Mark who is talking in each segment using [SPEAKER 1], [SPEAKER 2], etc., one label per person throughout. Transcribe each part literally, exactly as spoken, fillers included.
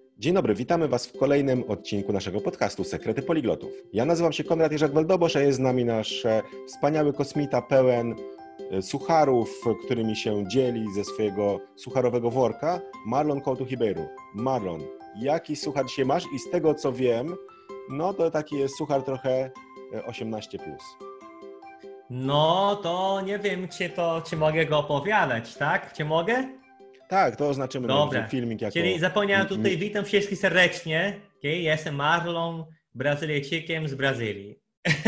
[SPEAKER 1] Dzień dobry, witamy Was w kolejnym odcinku naszego podcastu Sekrety Poliglotów. Ja nazywam się Konrad Jerzak-Weldobosz, a jest z nami nasz wspaniały kosmita pełen sucharów, którymi się dzieli ze swojego sucharowego worka, Marlon Couto-Ribeiro. Marlon, jaki suchar dzisiaj masz? I z tego co wiem, no to taki jest suchar trochę osiemnaście plus.
[SPEAKER 2] No to nie wiem, czy to, czy mogę go opowiadać, tak? Czy mogę?
[SPEAKER 1] Tak, to oznaczymy
[SPEAKER 2] Dobra.
[SPEAKER 1] na filmik jako...
[SPEAKER 2] Czyli zapomniałem tutaj, witam wszystkich serdecznie. Okay? Jestem Marlon, Brazylijczykiem z Brazylii.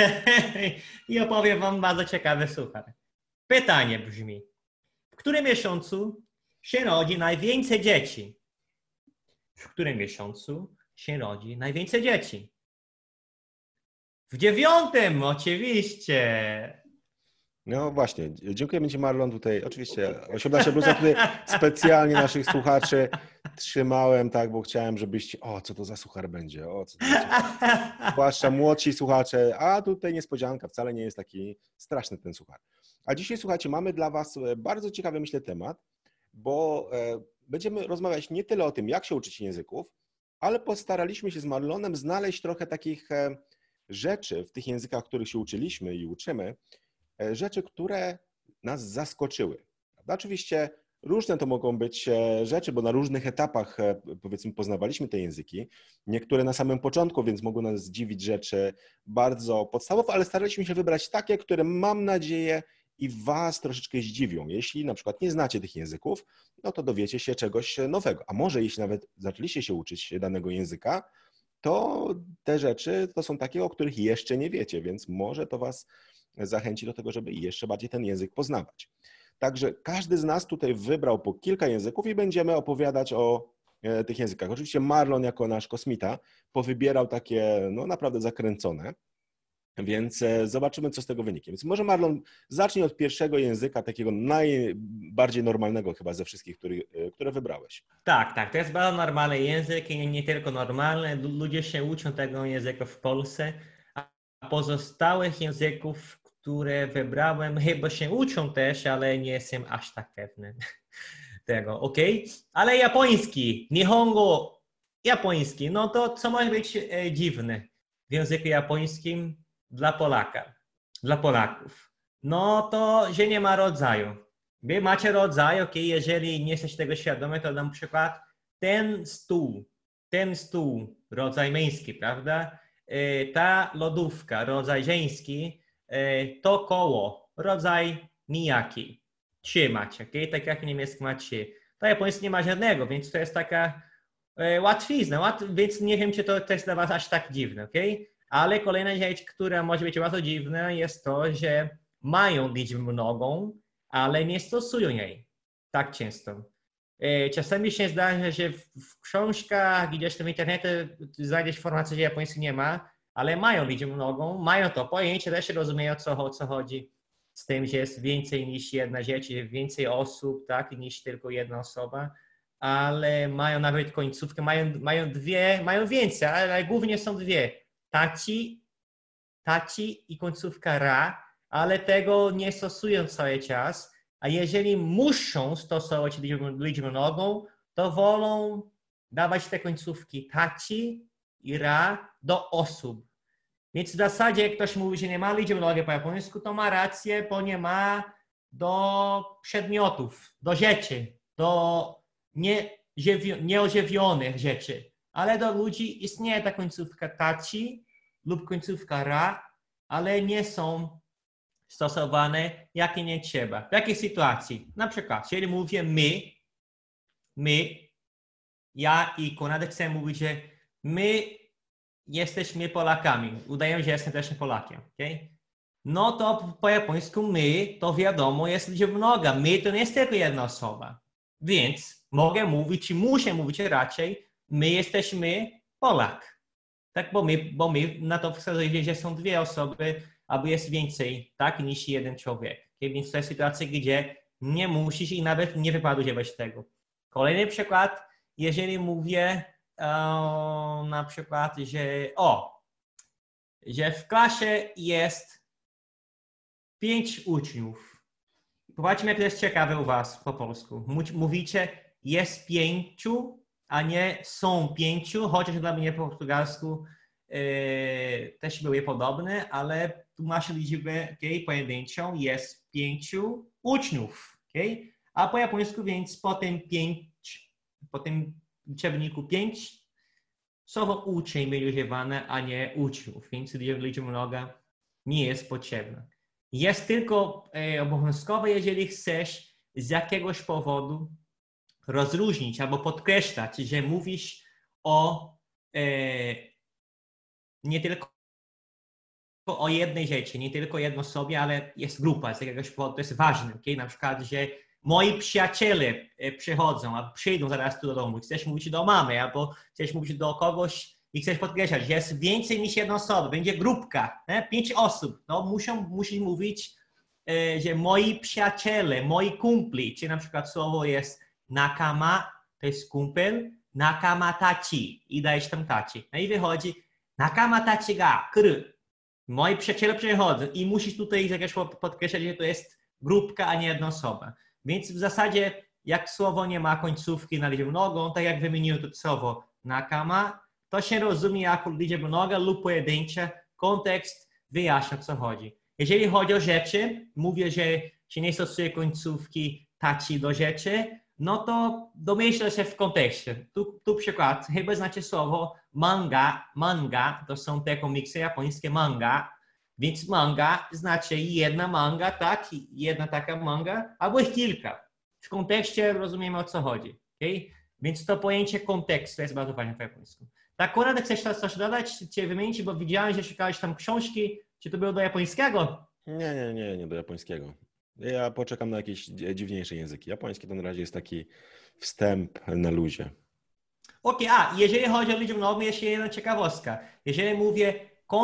[SPEAKER 2] I opowiem wam bardzo ciekawy suchar. Pytanie brzmi, w którym miesiącu się rodzi najwięcej dzieci? W którym miesiącu się rodzi najwięcej dzieci? W dziewiątym, oczywiście.
[SPEAKER 1] No właśnie, dziękujemy Ci Marlon tutaj, oczywiście osiemnaście plus, tutaj specjalnie naszych słuchaczy trzymałem, tak, bo chciałem, żebyście, o co to za suchar będzie, o co to za suchar. Zwłaszcza młodsi słuchacze, a tutaj niespodzianka, wcale nie jest taki straszny ten suchar. A dzisiaj, słuchajcie, mamy dla Was bardzo ciekawy, myślę, temat, bo będziemy rozmawiać nie tyle o tym, jak się uczyć języków, ale postaraliśmy się z Marlonem znaleźć trochę takich rzeczy w tych językach, których się uczyliśmy i uczymy, rzeczy, które nas zaskoczyły. Oczywiście różne to mogą być rzeczy, bo na różnych etapach, powiedzmy, poznawaliśmy te języki. Niektóre na samym początku, więc mogą nas zdziwić rzeczy bardzo podstawowe, ale staraliśmy się wybrać takie, które mam nadzieję i Was troszeczkę zdziwią. Jeśli na przykład nie znacie tych języków, no to dowiecie się czegoś nowego. A może jeśli nawet zaczęliście się uczyć danego języka, to te rzeczy to są takie, o których jeszcze nie wiecie, więc może to Was zachęci do tego, żeby jeszcze bardziej ten język poznawać. Także każdy z nas tutaj wybrał po kilka języków i będziemy opowiadać o e, tych językach. Oczywiście Marlon jako nasz kosmita powybierał takie no naprawdę zakręcone, więc e, zobaczymy, co z tego wyniknie. Więc może Marlon zacznij od pierwszego języka, takiego najbardziej normalnego chyba ze wszystkich, który, e, które wybrałeś.
[SPEAKER 2] Tak, tak, to jest bardzo normalny język i nie, nie tylko normalny. Ludzie się uczą tego języka w Polsce, a pozostałych języków, które wybrałem, chyba się uczą też, ale nie jestem aż tak pewny tego, ok? Ale japoński, Nihongo, japoński, no to co może być e, dziwne w języku japońskim dla Polaka, dla Polaków? No to, że nie ma rodzaju. Wy macie rodzaj, ok? Jeżeli nie jesteście tego świadomi, to na przykład ten stół, ten stół, rodzaj męski, prawda? E, ta lodówka, rodzaj żeński, to koło, rodzaj nijaki. Trzy macie, okay? Tak jak niemiecki ma trzy. To japoński nie ma żadnego, więc to jest taka e, łatwizna, łat, więc nie wiem, czy to, to jest dla Was aż tak dziwne, okay? Ale kolejna rzecz, która może być bardzo dziwna, jest to, że mają liczbę mnogą, ale nie stosują jej tak często. E, czasami się zdarza, że w, w książkach, gdzieś tam w internecie znajdziesz informację, że japoński nie ma, ale mają liczbę mnogą, mają to pojęcie, też rozumieją, co, o co chodzi z tym, że jest więcej niż jedna rzecz, więcej osób, tak, niż tylko jedna osoba, ale mają nawet końcówkę, mają, mają dwie, mają więcej, ale głównie są dwie. Taci, taci i końcówka ra, ale tego nie stosują cały czas, a jeżeli muszą stosować liczbę, liczbę mnogą, to wolą dawać te końcówki taci i ra do osób. Więc w zasadzie jak ktoś mówi, że nie ma liczby mnogiej po japońsku, to ma rację, bo nie ma do przedmiotów, do rzeczy, do nieożywionych rzeczy. Ale do ludzi istnieje ta końcówka taci lub końcówka ra, ale nie są stosowane jak i nie trzeba. W jakiej sytuacji? Na przykład, jeżeli mówię my, my, ja i Konrad chcę mówić, że my jesteśmy Polakami. Udaję, że jestem też Polakiem. Okay? No to po japońsku my, to wiadomo, jest liczba mnoga. My to nie jest tylko jedna osoba. Więc mogę mówić i muszę mówić raczej, my jesteśmy Polak. Tak, bo my, bo my na to wskazuje, że są dwie osoby, albo jest więcej, tak, niż jeden człowiek. Okay? Więc to jest sytuacja, gdzie nie musisz i nawet nie wypada używać tego. Kolejny przykład, jeżeli mówię O, na przykład, że o, że w klasie jest pięć uczniów. Popatrzmy, jak to jest ciekawe u Was po polsku. Mówicie jest pięciu, a nie są pięciu, chociaż dla mnie po portugalsku e, też były podobne, ale tu masz liczbę okay, pojedynczą, jest pięciu uczniów, okay? A po japońsku więc po tym pięć, po tym liczebniku pięć słowo uczeń będzie używane, a nie uczniów, więc liczba mnoga nie jest potrzebna. Jest tylko e, obowiązkowe, jeżeli chcesz z jakiegoś powodu rozróżnić albo podkreślać, że mówisz o e, nie tylko o jednej rzeczy, nie tylko jednej osobie, ale jest grupa z jakiegoś powodu, to jest ważne. Okay? Na przykład, że moi przyjaciele przychodzą, albo przyjdą zaraz tu do domu, chcesz mówić do mamy, albo chcesz mówić do kogoś i chcesz podkreślać, że jest więcej niż jedna osoba, będzie grupka, nie? pięć osób, no muszą, musisz mówić, że moi przyjaciele, moi kumpli, czyli na przykład słowo jest nakama, to jest kumpel, nakama tachi i dajesz tam tachi. No i wychodzi nakama tachi ga kuru. Moi przyjaciele przychodzą i musisz tutaj jakieś podkreślać, że to jest grupka, a nie jedna osoba. Więc w zasadzie jak słowo nie ma końcówki na liczbę mnogą, tak jak wymieniłem to słowo nakama, to się rozumie jako liczba mnoga lub pojedyncza. Kontekst wyjaśnia, o co chodzi. Jeżeli chodzi o rzeczy, mówię, że się nie stosuje końcówki tachi do rzeczy, no to domyślę się w kontekście. Tu, tu przykład, chyba znacie słowo manga. Manga to są te komiksy japońskie manga, więc manga znaczy jedna manga, tak? Jedna taka manga, albo ich kilka. W kontekście rozumiemy, o co chodzi. Okay? Więc to pojęcie kontekstu jest bardzo ważne w japońsku. Tak, Konrad, chcesz coś dodać, czy wymienić, bo widziałem, że szukałeś tam książki. Czy to było do japońskiego?
[SPEAKER 1] Nie, nie, nie, nie do japońskiego. Ja poczekam na jakieś dziwniejsze języki. Japoński to na razie jest taki wstęp na luzie.
[SPEAKER 2] Okej, okay, a jeżeli chodzi o liczbę mnogą, jeszcze jedna ciekawostka. Jeżeli mówię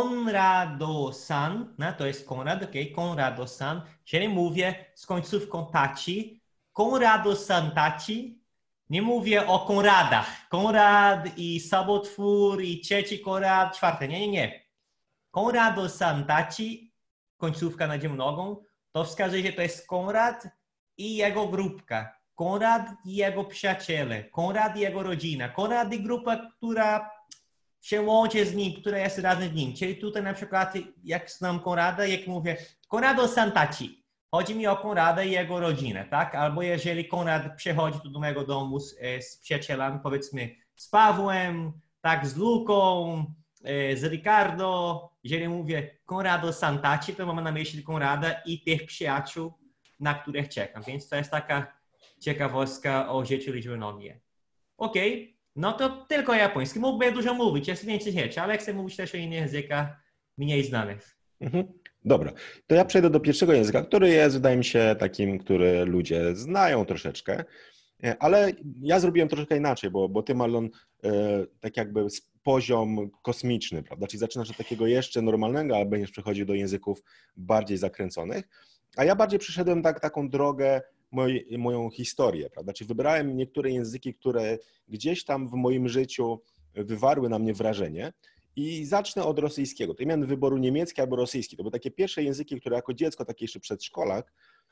[SPEAKER 2] Konrado-san, no, to jest Konrad, ok, Konrado-san. Jeżeli mówię z końcówką tachi, Konrado-san tachi, nie mówię o Konradach. Konrad i sobotwór i trzeci Konrad, czwarty. Nie, nie, nie. Konrado-san tachi, końcówka na liczbę mnogą, to wskazuje, że to jest Konrad i jego grupka. Konrad i jego przyjaciele. Konrad i jego rodzina. Konrad i grupa, która się łączy z nim, która jest razem z nim. Czyli tutaj na przykład, jak znam Konrada, jak mówię Konrado-san tachi. Chodzi mi o Konrada i jego rodzinę, tak? Albo jeżeli Konrad przychodzi tu do mojego domu z, z przyjacielami, powiedzmy z Pawłem, tak, z Luką, z Ricardo. Jeżeli mówię Konrado-san tachi, to mam na myśli Konrada i tych przyjaciół, na których czekam. Więc to jest taka ciekawostka o życiu liczby mnogiej. Okej, okay. No to tylko japoński. Mógłbym dużo mówić, jest więcej rzeczy, ale chcę mówić też o innych językach mniej znanych.
[SPEAKER 1] Mhm. Dobra, to ja przejdę do pierwszego języka, który jest, wydaje mi się, takim, który ludzie znają troszeczkę, ale ja zrobiłem troszeczkę inaczej, bo, bo ty, Marlon, tak jakby poziom kosmiczny, prawda? Czyli zaczynasz od takiego jeszcze normalnego, ale będziesz przechodził do języków bardziej zakręconych, a ja bardziej przeszedłem tak, taką drogę, Moj, moją historię, prawda? Czyli wybrałem niektóre języki, które gdzieś tam w moim życiu wywarły na mnie wrażenie i zacznę od rosyjskiego. To miałem wyboru niemiecki albo rosyjski. To były takie pierwsze języki, które jako dziecko, takie jeszcze przedszkolak,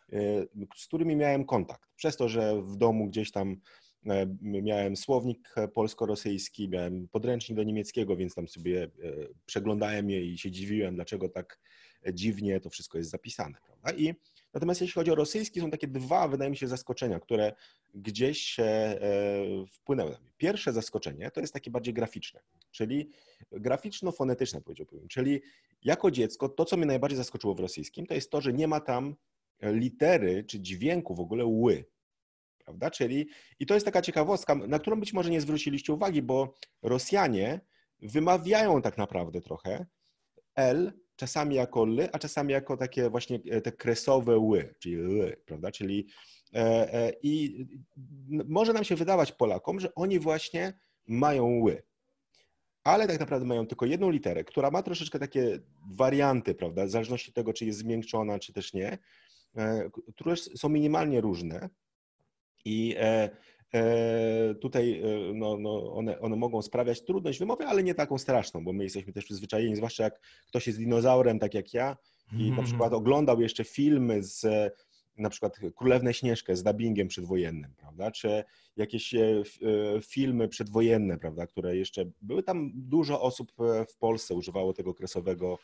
[SPEAKER 1] z którymi miałem kontakt. Przez to, że w domu gdzieś tam miałem słownik polsko-rosyjski, miałem podręcznik do niemieckiego, więc tam sobie przeglądałem je i się dziwiłem, dlaczego tak dziwnie to wszystko jest zapisane, prawda? I natomiast jeśli chodzi o rosyjski, są takie dwa, wydaje mi się, zaskoczenia, które gdzieś się wpłynęły na mnie. Pierwsze zaskoczenie to jest takie bardziej graficzne, czyli graficzno-fonetyczne, powiedziałbym. Czyli jako dziecko to, co mnie najbardziej zaskoczyło w rosyjskim, to jest to, że nie ma tam litery czy dźwięku w ogóle ły, prawda? Czyli i to jest taka ciekawostka, na którą być może nie zwróciliście uwagi, bo Rosjanie wymawiają tak naprawdę trochę L, czasami jako L, a czasami jako takie właśnie te kresowe ły, czyli L, prawda? Czyli e, e, i może nam się wydawać Polakom, że oni właśnie mają ły, ale tak naprawdę mają tylko jedną literę, która ma troszeczkę takie warianty, prawda? W zależności od tego, czy jest zmiękczona, czy też nie, e, które są minimalnie różne i e, tutaj no, no one, one mogą sprawiać trudność wymowy, ale nie taką straszną, bo my jesteśmy też przyzwyczajeni, zwłaszcza jak ktoś jest dinozaurem, tak jak ja i na przykład oglądał jeszcze filmy z na przykład Królewnę Śnieżkę z dubbingiem przedwojennym, prawda? Czy jakieś filmy przedwojenne, prawda? Które jeszcze były tam, dużo osób w Polsce używało tego kresowego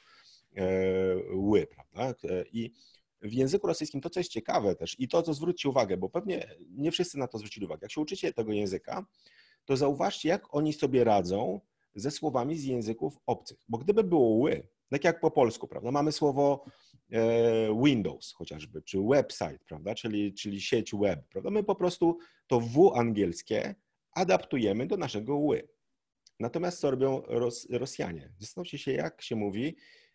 [SPEAKER 1] ły, prawda? I w języku rosyjskim to, co jest ciekawe też i to, co zwróćcie uwagę, bo pewnie nie wszyscy na to zwrócili uwagę. Jak się uczycie tego języka, to zauważcie, jak oni sobie radzą ze słowami z języków obcych. Bo gdyby było ły, tak jak po polsku, prawda, mamy słowo Windows chociażby, czy website, prawda, czyli, czyli sieć web, prawda, my po prostu to W angielskie adaptujemy do naszego ły. Natomiast co robią Ros Rosjanie? Zastanówcie się, jak się mówi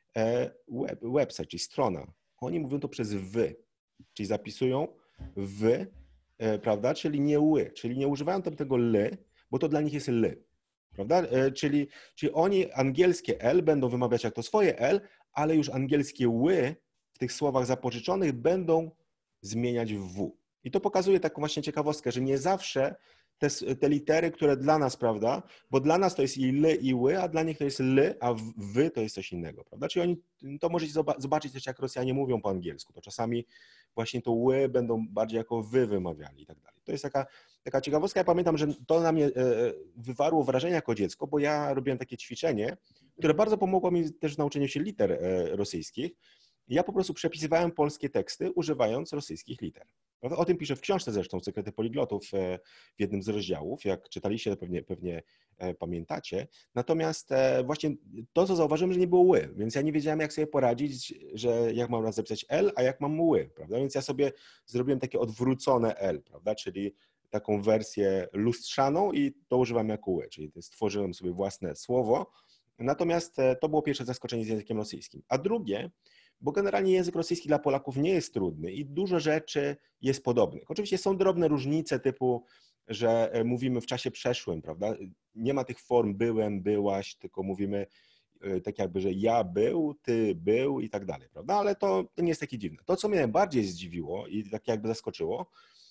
[SPEAKER 1] web, website, czyli strona. Oni mówią to przez wy, czyli zapisują w, prawda, czyli nie ły, czyli nie używają tam tego ly, bo to dla nich jest ly, prawda? Czyli, czyli oni angielskie L będą wymawiać jak to swoje L, ale już angielskie ły w tych słowach zapożyczonych będą zmieniać w W. I to pokazuje taką właśnie ciekawostkę, że nie zawsze te, te litery, które dla nas, prawda, bo dla nas to jest i ly, i ły, a dla nich to jest ly, a wy to jest coś innego, prawda? Czyli oni, to możecie zobaczyć też, jak Rosjanie mówią po angielsku, to czasami właśnie to ły będą bardziej jako wy wymawiali i tak dalej. To jest taka, taka ciekawostka. Ja pamiętam, że to na mnie wywarło wrażenie jako dziecko, bo ja robiłem takie ćwiczenie, które bardzo pomogło mi też w nauczeniu się liter rosyjskich. Ja po prostu przepisywałem polskie teksty, używając rosyjskich liter. O tym piszę w książce zresztą, Sekrety Poliglotów, w jednym z rozdziałów. Jak czytaliście, to pewnie, pewnie pamiętacie. Natomiast właśnie to, co zauważyłem, że nie było ły, więc ja nie wiedziałem, jak sobie poradzić, że jak mam zapisać L, a jak mam ły, prawda? Więc ja sobie zrobiłem takie odwrócone L, prawda? Czyli taką wersję lustrzaną i to używam jako ły, czyli stworzyłem sobie własne słowo. Natomiast to było pierwsze zaskoczenie z językiem rosyjskim. A drugie, bo generalnie język rosyjski dla Polaków nie jest trudny i dużo rzeczy jest podobnych. Oczywiście są drobne różnice typu, że mówimy w czasie przeszłym, prawda? Nie ma tych form byłem, byłaś, tylko mówimy tak jakby, że ja był, ty był i tak dalej, prawda? Ale to, to nie jest takie dziwne. To, co mnie najbardziej zdziwiło i tak jakby zaskoczyło,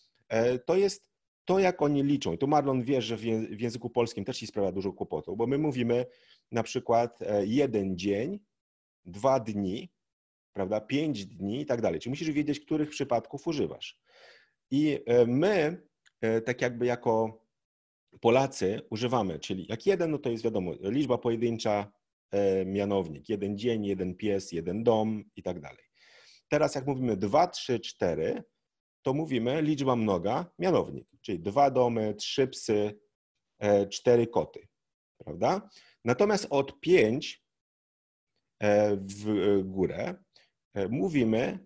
[SPEAKER 1] to jest to, jak oni liczą. I tu Marlon wie, że w języku polskim też ci sprawia dużo kłopotu, bo my mówimy na przykład jeden dzień, dwa dni, prawda, pięć dni i tak dalej. Czyli musisz wiedzieć, których przypadków używasz. I my, tak jakby jako Polacy używamy, czyli jak jeden, no to jest wiadomo, liczba pojedyncza, mianownik, jeden dzień, jeden pies, jeden dom i tak dalej. Teraz jak mówimy dwa, trzy, cztery, to mówimy liczba mnoga, mianownik, czyli dwa domy, trzy psy, cztery koty, prawda? Natomiast od pięć w górę mówimy,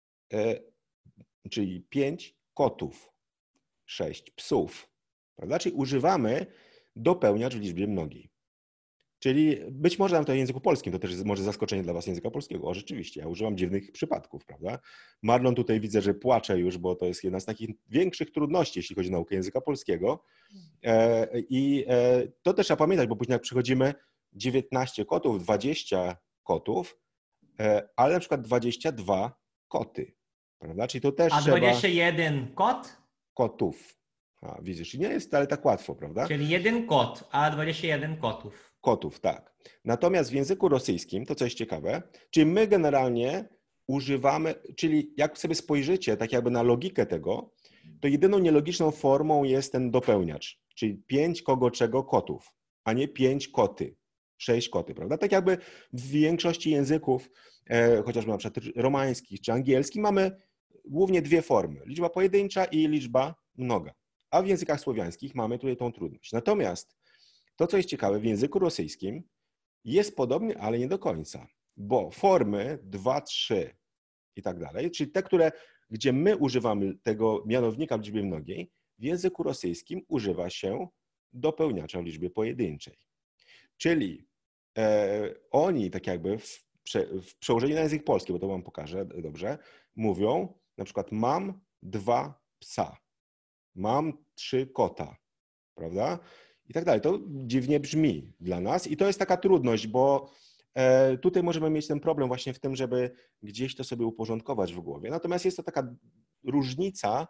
[SPEAKER 1] czyli pięć kotów, sześć psów, prawda? Czyli używamy dopełniacz w liczbie mnogiej. Czyli być może nam to w języku polskim, to też jest może zaskoczenie dla was języka polskiego. O, rzeczywiście, ja używam dziwnych przypadków, prawda? Marlon tutaj widzę, że płacze już, bo to jest jedna z takich większych trudności, jeśli chodzi o naukę języka polskiego. I to też trzeba pamiętać, bo później jak przychodzimy dziewiętnaście kotów, dwadzieścia kotów, ale na przykład dwadzieścia dwa koty, prawda? Czyli to też
[SPEAKER 2] A
[SPEAKER 1] trzeba...
[SPEAKER 2] dwadzieścia jeden kot?
[SPEAKER 1] Kotów. A, widzisz, nie jest wcale tak łatwo, prawda?
[SPEAKER 2] Czyli jeden kot, a dwadzieścia jeden kotów.
[SPEAKER 1] Kotów, tak. Natomiast w języku rosyjskim, to co jest ciekawe, czyli my generalnie używamy, czyli jak sobie spojrzycie tak jakby na logikę tego, to jedyną nielogiczną formą jest ten dopełniacz, czyli pięć kogo czego kotów, a nie pięć koty, sześć koty, prawda? Tak jakby w większości języków, e, chociażby na przykład romańskich czy angielskich, mamy głównie dwie formy, liczba pojedyncza i liczba mnoga. A w językach słowiańskich mamy tutaj tą trudność. Natomiast to, co jest ciekawe, w języku rosyjskim jest podobnie, ale nie do końca, bo formy dwa, trzy i tak dalej, czyli te, które, gdzie my używamy tego mianownika w liczbie mnogiej, w języku rosyjskim używa się dopełniacza w liczbie pojedynczej. Czyli e, oni tak jakby w, prze, w przełożeniu na język polski, bo to wam pokażę dobrze, mówią na przykład mam dwa psa, mam trzy kota, prawda? I tak dalej. To dziwnie brzmi dla nas i to jest taka trudność, bo e, tutaj możemy mieć ten problem właśnie w tym, żeby gdzieś to sobie uporządkować w głowie. Natomiast jest to taka różnica,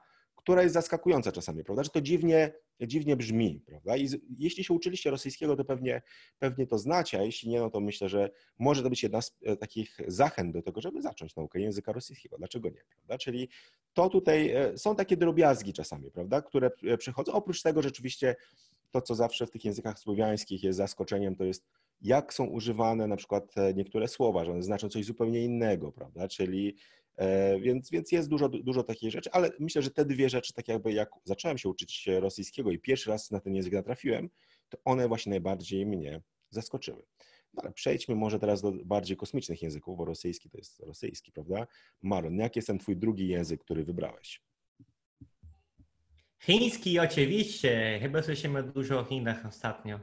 [SPEAKER 1] która jest zaskakująca czasami, prawda? Że to dziwnie, dziwnie brzmi, prawda? I z, jeśli się uczyliście rosyjskiego, to pewnie, pewnie to znacie, a jeśli nie, no to myślę, że może to być jedna z e, takich zachęt do tego, żeby zacząć naukę języka rosyjskiego. Dlaczego nie, prawda? Czyli to tutaj e, są takie drobiazgi czasami, prawda? Które e, przychodzą. Oprócz tego rzeczywiście to, co zawsze w tych językach słowiańskich jest zaskoczeniem, to jest jak są używane na przykład niektóre słowa, że one znaczą coś zupełnie innego, prawda? Czyli e, więc, więc jest dużo, dużo takich rzeczy, ale myślę, że te dwie rzeczy, tak jakby jak zacząłem się uczyć rosyjskiego i pierwszy raz na ten język natrafiłem, to one właśnie najbardziej mnie zaskoczyły. No ale przejdźmy może teraz do bardziej kosmicznych języków, bo rosyjski to jest rosyjski, prawda? Marlon, jaki jest ten twój drugi język, który wybrałeś?
[SPEAKER 2] Chiński oczywiście, chyba słyszymy dużo o Chinach ostatnio.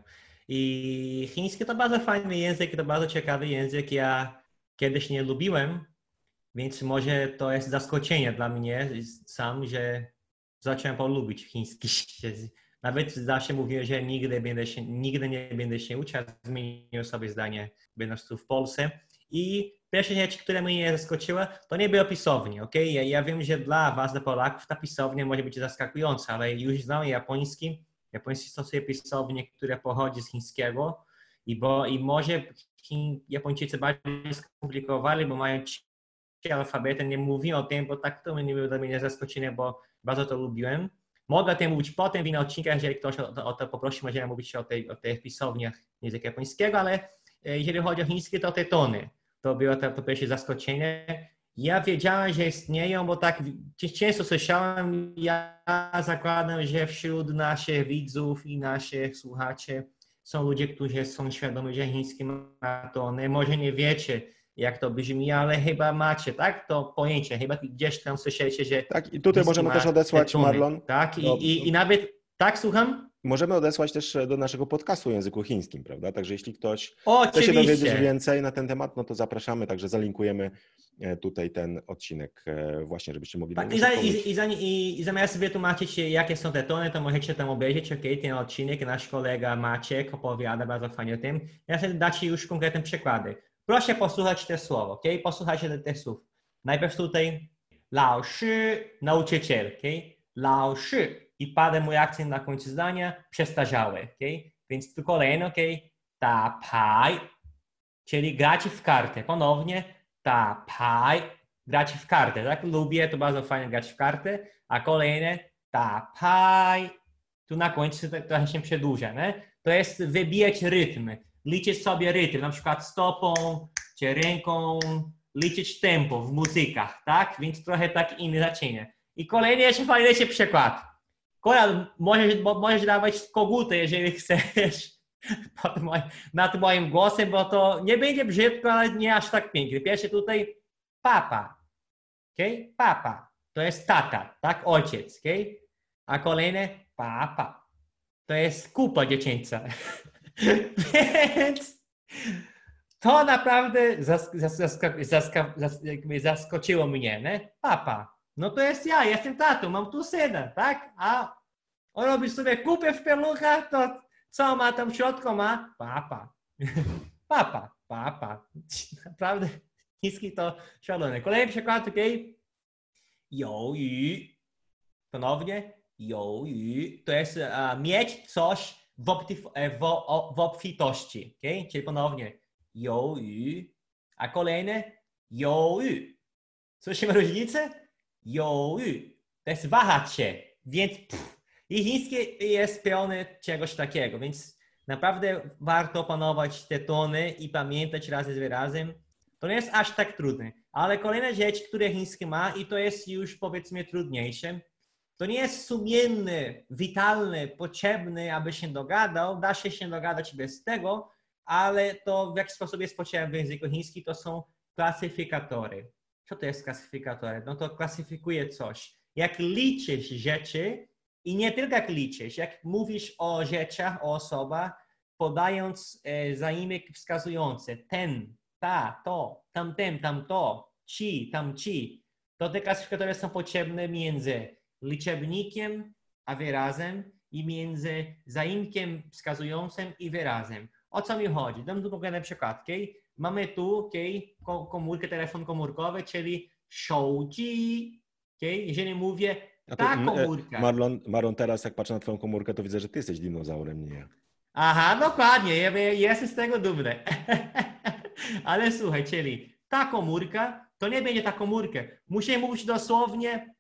[SPEAKER 2] I chiński to bardzo fajny język, to bardzo ciekawy język. Ja kiedyś nie lubiłem, więc może to jest zaskoczenie dla mnie sam, że zacząłem polubić chiński. Nawet zawsze mówiłem, że nigdy, będę się, nigdy nie będę się uczył, zmieniłem sobie zdanie, będąc tu w Polsce. I pierwsza rzecz, która mnie zaskoczyła, to nie było pisowni, ok? Ja, ja wiem, że dla was, dla Polaków, ta pisownia może być zaskakująca, ale już znam japoński. Japoński stosuje pisownię, która pochodzi z chińskiego i, bo, i może Chin, Japończycy bardziej skomplikowali, bo mają trzy alfabety. Nie mówię o tym, bo tak to nie było dla mnie zaskoczenie, bo bardzo to lubiłem. Mogę o tym mówić potem w innych odcinkach, jeżeli ktoś o to, o to poprosi, możemy mówić o, tej, o tych pisowniach języka japońskiego, ale jeżeli chodzi o chiński, to te tony. To było to, to pierwsze zaskoczenie. Ja wiedziałem, że istnieją, bo tak często słyszałem, ja zakładam, że wśród naszych widzów i naszych słuchaczy są ludzie, którzy są świadomi, że chiński ma tony. Może nie wiecie, jak to brzmi, ale chyba macie, tak? To pojęcie, chyba gdzieś tam słyszeliście, że
[SPEAKER 1] tak, i tutaj możemy też odesłać, Marlon.
[SPEAKER 2] Tak, I, i, i nawet, tak, słucham?
[SPEAKER 1] Możemy odesłać też do naszego podcastu o języku chińskim, prawda? Także jeśli ktoś
[SPEAKER 2] Oczywiście.
[SPEAKER 1] chce się dowiedzieć więcej na ten temat, no to zapraszamy, także zalinkujemy tutaj ten odcinek właśnie, żebyście mogli...
[SPEAKER 2] Tak, i, za, i, i, za, i, I zamiast wytłumaczyć, jakie są te tony, to możecie tam obejrzeć, ok, ten odcinek, nasz kolega Maciek opowiada bardzo fajnie o tym. Ja chcę dać ci już konkretne przykłady. Proszę posłuchać te słowa, ok? Posłuchajcie tych słów. Najpierw tutaj lao shi, nauczyciel, ok? Lao shi. I pada mój akcent na końcu zdania, przestarzały, ok? Więc tu kolejny, ok? Ta pai, czyli grać w kartę. Ponownie, ta pai, grać w kartę, tak? Lubię, to bardzo fajnie grać w kartę. A kolejne, ta pai, tu na końcu trochę się przedłuża, nie? To jest wybijać rytm, liczyć sobie rytm, na przykład stopą czy ręką, liczyć tempo w muzykach, tak? Więc trochę tak inne znaczenie. I kolejny jeszcze fajniejszy przykład. Konrad, możesz, możesz dawać koguty, jeżeli chcesz, pod moim, nad moim głosem, bo to nie będzie brzydko, ale nie aż tak pięknie. Pierwszy tutaj papa, okay? Papa, to jest tata, tak? Ojciec, okay? A kolejne papa, to jest kupa dziecięca. Więc to naprawdę zask zask zask zask zaskoczyło mnie, nie? Papa. No to jest ja, jestem tatą, mam tu syna, tak? A on robi sobie kupę w pieluchach, to co ma tam w środku? Ma papa. Papa, papa. Naprawdę chiński to szalone. Kolejny przykład, ok? 鱿鱼. Ponownie, 鱿鱼. To jest uh, mieć coś w, w, w obfitości, ok? Czyli ponownie, 鱿鱼. A kolejne, 犹豫. Słyszymy różnicę? 犹豫. To jest wahać się, więc pff, i chiński jest pełny czegoś takiego, więc naprawdę warto opanować te tony i pamiętać razem z wyrazem. To nie jest aż tak trudne, ale kolejna rzecz, która chiński ma i to jest już powiedzmy trudniejsze, to nie jest sumienny, witalny, potrzebny, aby się dogadał, da się się dogadać bez tego, ale to w jaki sposób jest potrzebne w języku chińskim, to są klasyfikatory. Co to jest klasyfikatory? No to klasyfikuje coś. Jak liczysz rzeczy i nie tylko jak liczysz, jak mówisz o rzeczach, o osobach, podając e, zaimek wskazujący ten, ta, to, tamten, tamto, ci, tamci, to te klasyfikatory są potrzebne między liczebnikiem a wyrazem i między zaimkiem wskazującym i wyrazem. O co mi chodzi? Dam tu konkretny przykład. Okay? Mamy tu okay, komórkę, telefon komórkowy, czyli 手机. Okay? Jeżeli mówię
[SPEAKER 1] A to,
[SPEAKER 2] ta
[SPEAKER 1] m, e,
[SPEAKER 2] komórka.
[SPEAKER 1] Marlon, Marlon, teraz jak patrzę na twoją komórkę, to widzę, że ty jesteś dinozaurem, nie ja.
[SPEAKER 2] Aha, dokładnie, ja, ja jestem z tego dumny. Ale słuchaj, czyli ta komórka, to nie będzie ta komórka. Muszę mówić dosłownie,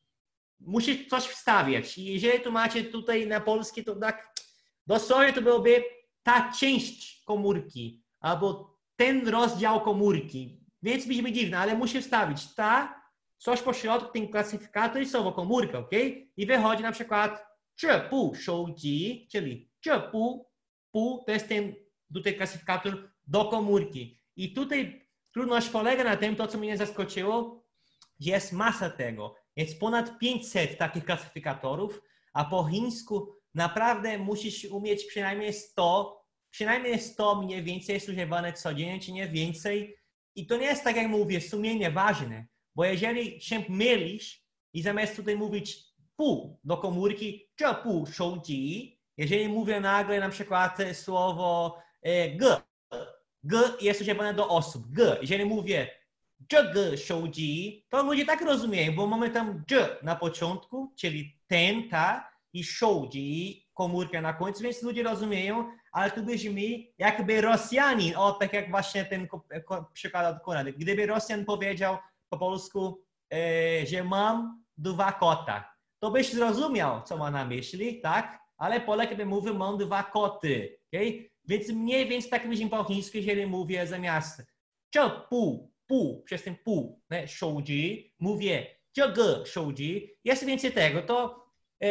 [SPEAKER 2] musisz coś wstawiać. I jeżeli tu macie tutaj na polski, to tak dosłownie to byłoby ta część komórki, albo ten rozdział komórki. Więc brzmi dziwne, ale musi wstawić ta, coś po środku, ten klasyfikator i słowo komórka, ok? I wychodzi na przykład 这部手机, czyli 这部, pu, to jest ten tutaj klasyfikator do komórki. I tutaj trudność polega na tym, to co mnie zaskoczyło, że jest masa tego. Jest ponad pięćset takich klasyfikatorów, a po chińsku naprawdę musisz umieć przynajmniej sto, przynajmniej sto mniej więcej jest używane codziennie, czy nie więcej. I to nie jest tak, jak mówię, sumienie ważne, bo jeżeli się mylisz i zamiast tutaj mówić pu do komórki, 这部手机, jeżeli mówię nagle na przykład słowo e, g, g jest używane do osób, g. Jeżeli mówię 这个手机, to ludzie tak rozumieją, bo mamy tam 这 na początku, czyli ten, ta i 手机, komórka na końcu, więc ludzie rozumieją, ale tu brzmi jakby Rosjanin, o tak jak właśnie ten przykład od Konrada. Gdyby Rosjan powiedział po polsku, e, że mam dwa kota, to byś zrozumiał, co ma na myśli, tak? Ale Polak by mówił, mam dwa koty, okay? Więc mniej więcej tak brzmi po chińsku, jeżeli mówię zamiast 这部, pu, przez ten pu, ne, 手机, mówię 这个手机, jest więcej tego, to e,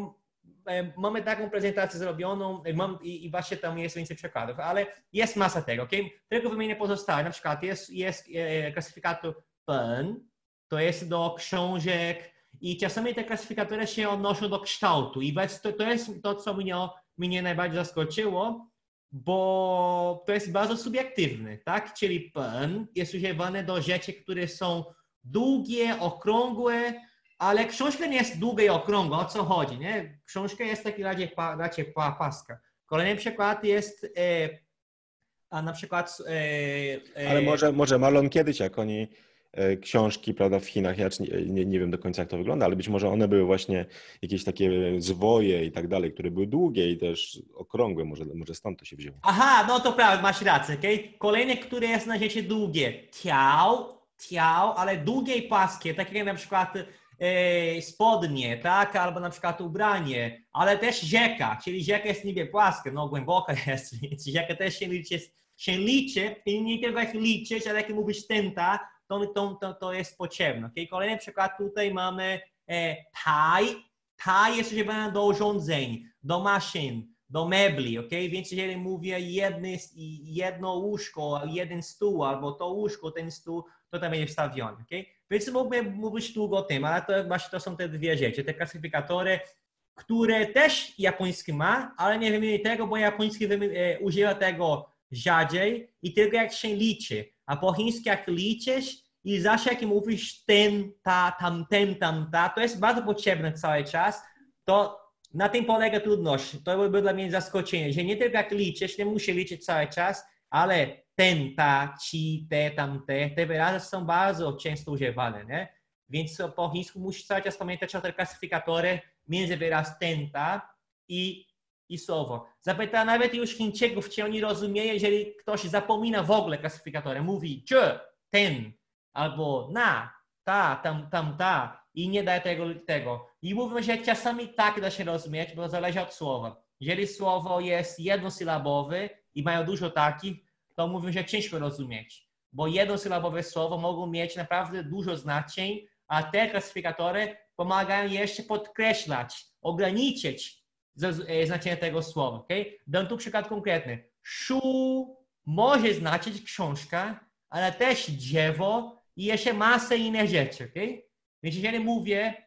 [SPEAKER 2] e, mamy taką prezentację zrobioną e, mam, i, i właśnie tam jest więcej przykładów, ale jest masa tego, okay? Tylko wymienię pozostałe, na przykład jest, jest e, klasyfikator pen, to jest do książek, i czasami te klasyfikatory się odnoszą do kształtu. I to, to jest to, co mnie, mnie najbardziej zaskoczyło, bo to jest bardzo subiektywne, tak? Czyli pen jest używany do rzeczy, które są długie, okrągłe, ale książka nie jest długa i okrągła. O co chodzi, nie? Książka jest taki raczej, raczej paska. Kolejny przykład jest e, a na przykład... E,
[SPEAKER 1] e, ale może, może Marlon kiedyś, jak oni książki, prawda, w Chinach, ja nie, nie wiem do końca jak to wygląda, ale być może one były właśnie jakieś takie zwoje i tak dalej, które były długie i też okrągłe, może, może stąd to się wzięło.
[SPEAKER 2] Aha, no to prawda, masz rację, okay? Kolejne, które jest na rzeczy długie, tiao, tiao, ale długie i płaskie, takie jak na przykład e, spodnie, tak, albo na przykład ubranie, ale też rzeka, czyli rzeka jest niby płaska, no głęboka jest, więc rzeka też się liczy, się liczy i nie tylko jak liczyć, ale jak mówisz tenta, To, to, to, to jest potrzebne. Okay? Kolejny przykład tutaj mamy e, taj. Taj jest używane do urządzeń, do maszyn, do mebli. Okay? Więc jeżeli mówię jedny, jedno łóżko, jeden stół, albo to łóżko, ten stół, to tam będzie wstawiony. Okay? Więc mógłbym mówić długo o tym, ale to właśnie to są te dwie rzeczy, te klasyfikatory, które też japoński ma, ale nie wymienię tego, bo japoński e, używa tego rzadziej i tylko jak się liczy. A po chińsku jak liczysz i zawsze jak mówisz ten, ta, tamten, tamta, to jest bardzo potrzebne cały czas, to na tym polega trudność. To byłoby dla mnie zaskoczenie, że nie tylko jak liczysz, nie musi liczyć cały czas, ale ten, ta, ci, te, tamte, te wyrazy są bardzo często używane, nie? Więc po chińsku musisz cały czas pamiętać o te klasyfikatory między wyraz ten, ta i i słowo. Zapytałem nawet już Chińczyków, czy oni rozumieją, jeżeli ktoś zapomina w ogóle klasyfikatory, mówi 这, ten, albo na, ta, tam, tam, ta i nie daje tego, tego. I mówią, że czasami tak da się rozumieć, bo zależy od słowa. Jeżeli słowo jest jednosylabowe i mają dużo takich, to mówią, że ciężko rozumieć, bo jednosylabowe słowo mogą mieć naprawdę dużo znaczeń, a te klasyfikatory pomagają jeszcze podkreślać, ograniczyć znaczenie tego słowa. Okay? Dam tu przykład konkretny. Szu może znaczyć książka, ale też drzewo i jeszcze masę innych rzeczy. Okay? Więc jeżeli mówię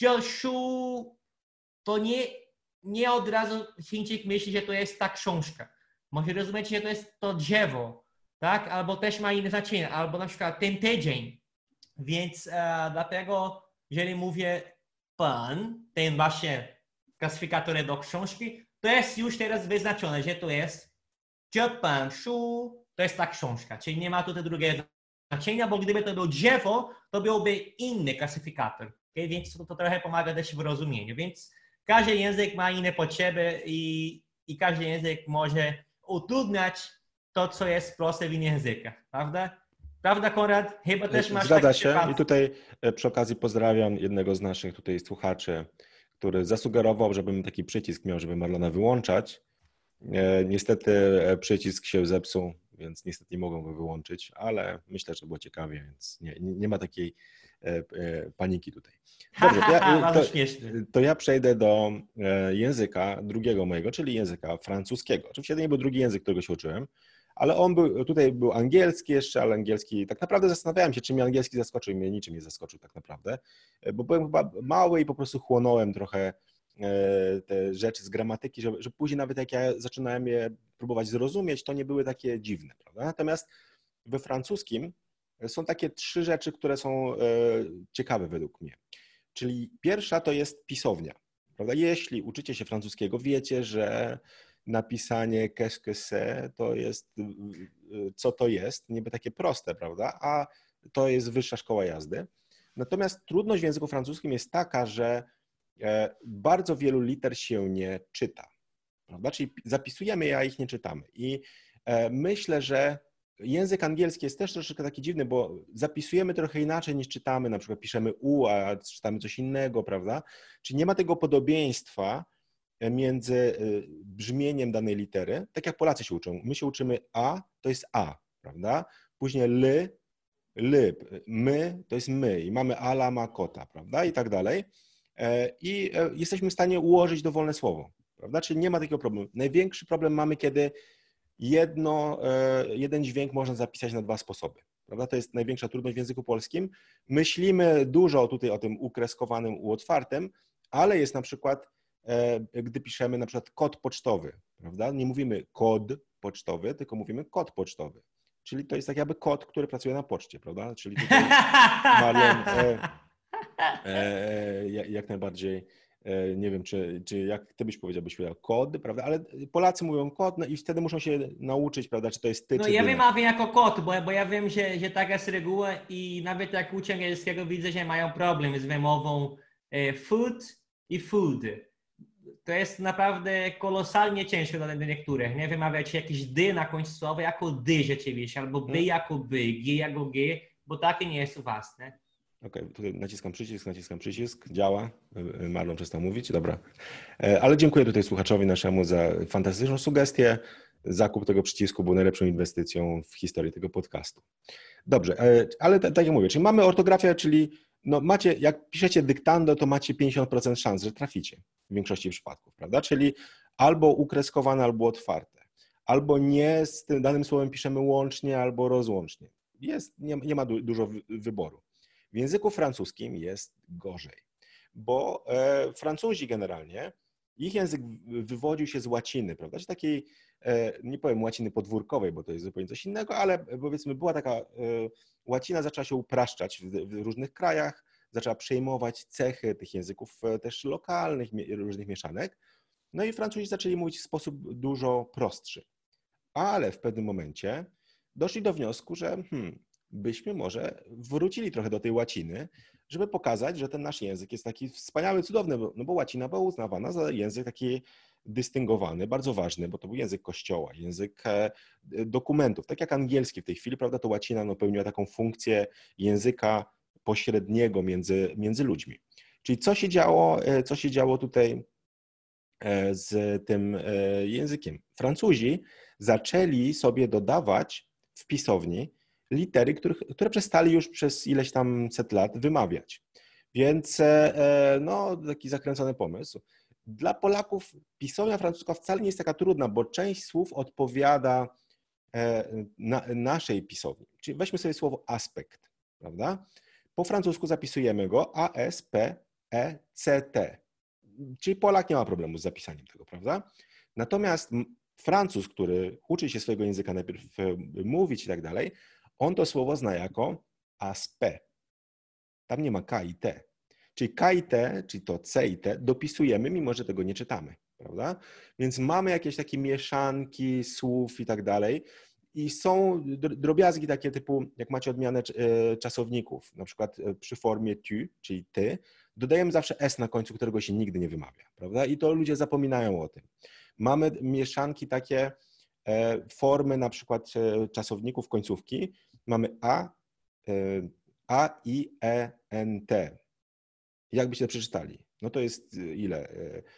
[SPEAKER 2] szu, to nie, nie od razu Chińczyk myśli, że to jest ta książka. Może rozumieć, że to jest to drzewo, tak? Albo też ma inne znaczenie, albo na przykład ten tydzień. Więc e, dlatego, jeżeli mówię pan, ten właśnie klasyfikator do książki, to jest już teraz wyznaczone, że to jest 这本书, to jest ta książka, czyli nie ma tutaj drugiego znaczenia, bo gdyby to było drzewo, to byłby inny klasyfikator. Okay? Więc to, to trochę pomaga też w rozumieniu. Więc każdy język ma inne potrzeby i, i każdy język może utrudniać to, co jest proste w innych językach, prawda? Prawda, Konrad? Chyba też masz
[SPEAKER 1] Zgadza
[SPEAKER 2] taki
[SPEAKER 1] się
[SPEAKER 2] przypadek.
[SPEAKER 1] i tutaj przy okazji pozdrawiam jednego z naszych tutaj słuchaczy, który zasugerował, żebym taki przycisk miał, żeby Marlona wyłączać. Niestety przycisk się zepsuł, więc niestety nie mogą go wyłączyć, ale myślę, że było ciekawie, więc nie, nie ma takiej paniki tutaj. Dobrze, to ja, to, to ja przejdę do języka drugiego mojego, czyli języka francuskiego. Oczywiście to nie był drugi język, którego się uczyłem, ale on był, tutaj był angielski jeszcze, ale angielski, tak naprawdę zastanawiałem się, czy mnie angielski zaskoczył i mnie niczym nie zaskoczył tak naprawdę, bo byłem chyba mały i po prostu chłonąłem trochę te rzeczy z gramatyki, że, że później nawet jak ja zaczynałem je próbować zrozumieć, to nie były takie dziwne, prawda? Natomiast we francuskim są takie trzy rzeczy, które są ciekawe według mnie. Czyli pierwsza to jest pisownia, prawda? Jeśli uczycie się francuskiego, wiecie, że napisanie qu'est-ce que c'est to jest, co to jest, niby takie proste, prawda? A to jest wyższa szkoła jazdy. Natomiast trudność w języku francuskim jest taka, że bardzo wielu liter się nie czyta, prawda? Czyli zapisujemy je, a ich nie czytamy. I myślę, że język angielski jest też troszeczkę taki dziwny, bo zapisujemy trochę inaczej niż czytamy, na przykład piszemy u, a czytamy coś innego, prawda? Czyli nie ma tego podobieństwa między brzmieniem danej litery, tak jak Polacy się uczą. My się uczymy a, to jest a, prawda? Później l, l, my, to jest my i mamy ala, ma kota, prawda? I tak dalej. I jesteśmy w stanie ułożyć dowolne słowo, prawda? Czyli nie ma takiego problemu. Największy problem mamy, kiedy jedno, jeden dźwięk można zapisać na dwa sposoby, prawda? To jest największa trudność w języku polskim. Myślimy dużo tutaj o tym ukreskowanym, uotwartym, ale jest na przykład, gdy piszemy na przykład kod pocztowy, prawda? Nie mówimy kod pocztowy, tylko mówimy kod pocztowy. Czyli to jest tak jakby kod, który pracuje na poczcie, prawda? Czyli tutaj Marlon e, e, jak najbardziej, e, nie wiem, czy, czy jak ty byś powiedział, byś powiedział kod, prawda? Ale Polacy mówią kod, no i wtedy muszą się nauczyć, prawda, czy to jest ty,
[SPEAKER 2] no
[SPEAKER 1] czy
[SPEAKER 2] ja
[SPEAKER 1] ty.
[SPEAKER 2] wymawiam jako kod, bo, bo ja wiem, że, że taka jest reguła i nawet jak uczę angielskiego widzę, że mają problem z wymową e, food i food. To jest naprawdę kolosalnie ciężko dla niektórych, nie? Wymawiać jakieś dy na końcu słowa jako dy rzeczywiście, albo by hmm. jako by, g jako g, bo takie nie jest u was, nie?
[SPEAKER 1] Okej, okay, tutaj naciskam przycisk, naciskam przycisk, działa, Marlon przestał mówić, dobra. Ale dziękuję tutaj słuchaczowi naszemu za fantastyczną sugestię. Zakup tego przycisku był najlepszą inwestycją w historii tego podcastu. Dobrze, ale tak jak mówię, czyli mamy ortografię, czyli no macie, jak piszecie dyktando, to macie pięćdziesiąt procent szans, że traficie w większości przypadków, prawda? Czyli albo ukreskowane, albo otwarte. Albo nie z tym danym słowem piszemy łącznie, albo rozłącznie. Jest, nie, nie ma du, dużo wyboru. W języku francuskim jest gorzej, bo e, Francuzi generalnie, ich język wywodził się z łaciny, prawda? Czyli takiej, e, nie powiem łaciny podwórkowej, bo to jest zupełnie coś innego, ale powiedzmy była taka, e, łacina zaczęła się upraszczać w, w różnych krajach, zaczęła przejmować cechy tych języków też lokalnych, różnych mieszanek. No i Francuzi zaczęli mówić w sposób dużo prostszy. Ale w pewnym momencie doszli do wniosku, że hmm, byśmy może wrócili trochę do tej łaciny, żeby pokazać, że ten nasz język jest taki wspaniały, cudowny, no bo łacina była uznawana za język taki dystyngowany, bardzo ważny, bo to był język kościoła, język dokumentów. Tak jak angielski w tej chwili, prawda, to łacina no, pełniła taką funkcję języka pośredniego między, między ludźmi. Czyli co się działo, co się działo tutaj z tym językiem? Francuzi zaczęli sobie dodawać w pisowni litery, których, które przestali już przez ileś tam set lat wymawiać. Więc no, taki zakręcony pomysł. Dla Polaków pisownia francuska wcale nie jest taka trudna, bo część słów odpowiada na, naszej pisowni. Czyli weźmy sobie słowo aspekt, prawda? Po francusku zapisujemy go A S P E C T. Czyli Polak nie ma problemu z zapisaniem tego, prawda? Natomiast Francuz, który uczy się swojego języka najpierw mówić i tak dalej, on to słowo zna jako aspe. Tam nie ma K i T. Czyli K i T, czyli to C i T dopisujemy, mimo że tego nie czytamy, prawda? Więc mamy jakieś takie mieszanki słów i tak dalej. I są drobiazgi takie typu, jak macie odmianę czasowników, na przykład przy formie tu, czyli ty, dodajemy zawsze s na końcu, którego się nigdy nie wymawia, prawda? I to ludzie zapominają o tym. Mamy mieszanki takie, formy na przykład czasowników końcówki. Mamy a, a, i, e, n, t. Jak byście to przeczytali? No to jest ile?